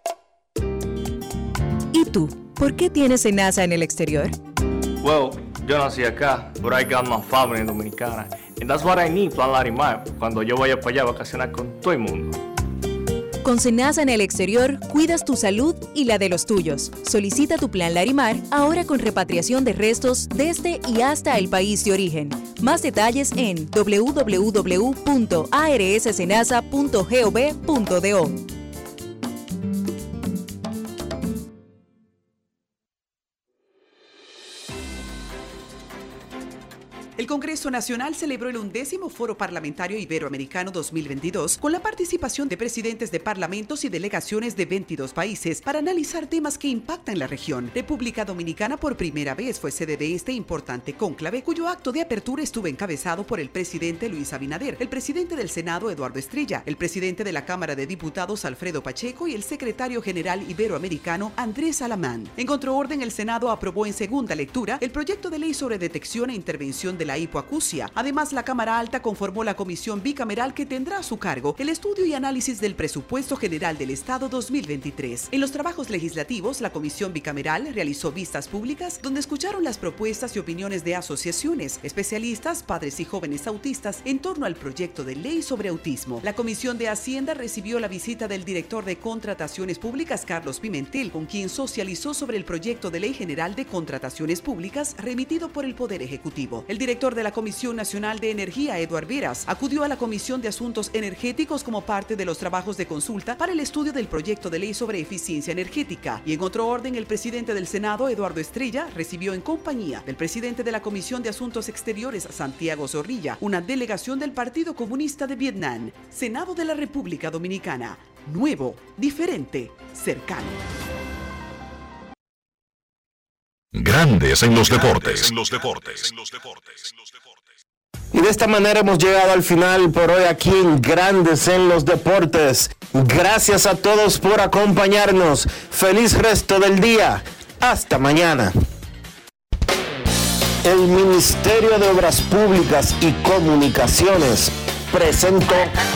¿Y tú? ¿Por qué tienes SENASA en el exterior? Well, yo nací acá, but I got my family dominicana. And that's what I need, Plan Larimar, cuando yo vaya para allá a vacacionar con todo el mundo. Con SENASA en el exterior, cuidas tu salud y la de los tuyos. Solicita tu plan Larimar ahora con repatriación de restos desde y hasta el país de origen. Más detalles en doble u doble u doble u punto a r s senasa punto gov punto do. El Congreso Nacional celebró el undécimo Foro Parlamentario Iberoamericano dos mil veintidós con la participación de presidentes de parlamentos y delegaciones de veintidós países para analizar temas que impactan la región. República Dominicana por primera vez fue sede de este importante cónclave, cuyo acto de apertura estuvo encabezado por el presidente Luis Abinader, el presidente del Senado Eduardo Estrella, el presidente de la Cámara de Diputados Alfredo Pacheco y el secretario general iberoamericano Andrés Alamán. En contraorden, el Senado aprobó en segunda lectura el proyecto de ley sobre detección e intervención de la hipoacusia. Además, la Cámara Alta conformó la comisión bicameral que tendrá a su cargo el estudio y análisis del presupuesto general del Estado dos mil veintitrés. En los trabajos legislativos, la comisión bicameral realizó vistas públicas donde escucharon las propuestas y opiniones de asociaciones, especialistas, padres y jóvenes autistas en torno al proyecto de ley sobre autismo. La Comisión de Hacienda recibió la visita del director de Contrataciones Públicas, Carlos Pimentel, con quien socializó sobre el proyecto de ley general de contrataciones públicas remitido por el Poder Ejecutivo. El director de la Comisión Nacional de Energía, Eduard Veras, acudió a la Comisión de Asuntos Energéticos como parte de los trabajos de consulta para el estudio del proyecto de ley sobre eficiencia energética. Y en otro orden, el presidente del Senado, Eduardo Estrella, recibió en compañía del presidente de la Comisión de Asuntos Exteriores, Santiago Zorrilla, una delegación del Partido Comunista de Vietnam. Senado de la República Dominicana. Nuevo, diferente, cercano. Grandes en los deportes. En los deportes. Y de esta manera hemos llegado al final por hoy aquí en Grandes en los Deportes. Gracias a todos por acompañarnos. Feliz resto del día. Hasta mañana. El Ministerio de Obras Públicas y Comunicaciones presentó.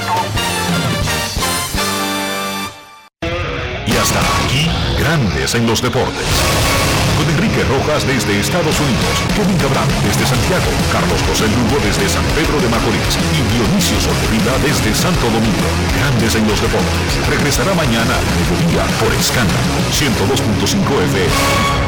Y hasta aquí, Grandes en los Deportes. Con Enrique Rojas desde Estados Unidos, Kevin Cabral desde Santiago, Carlos José Lugo desde San Pedro de Macorís y Dionisio Solterida desde Santo Domingo. Grandes en los Deportes. Regresará mañana a mediodía por Escándalo ciento dos punto cinco F M.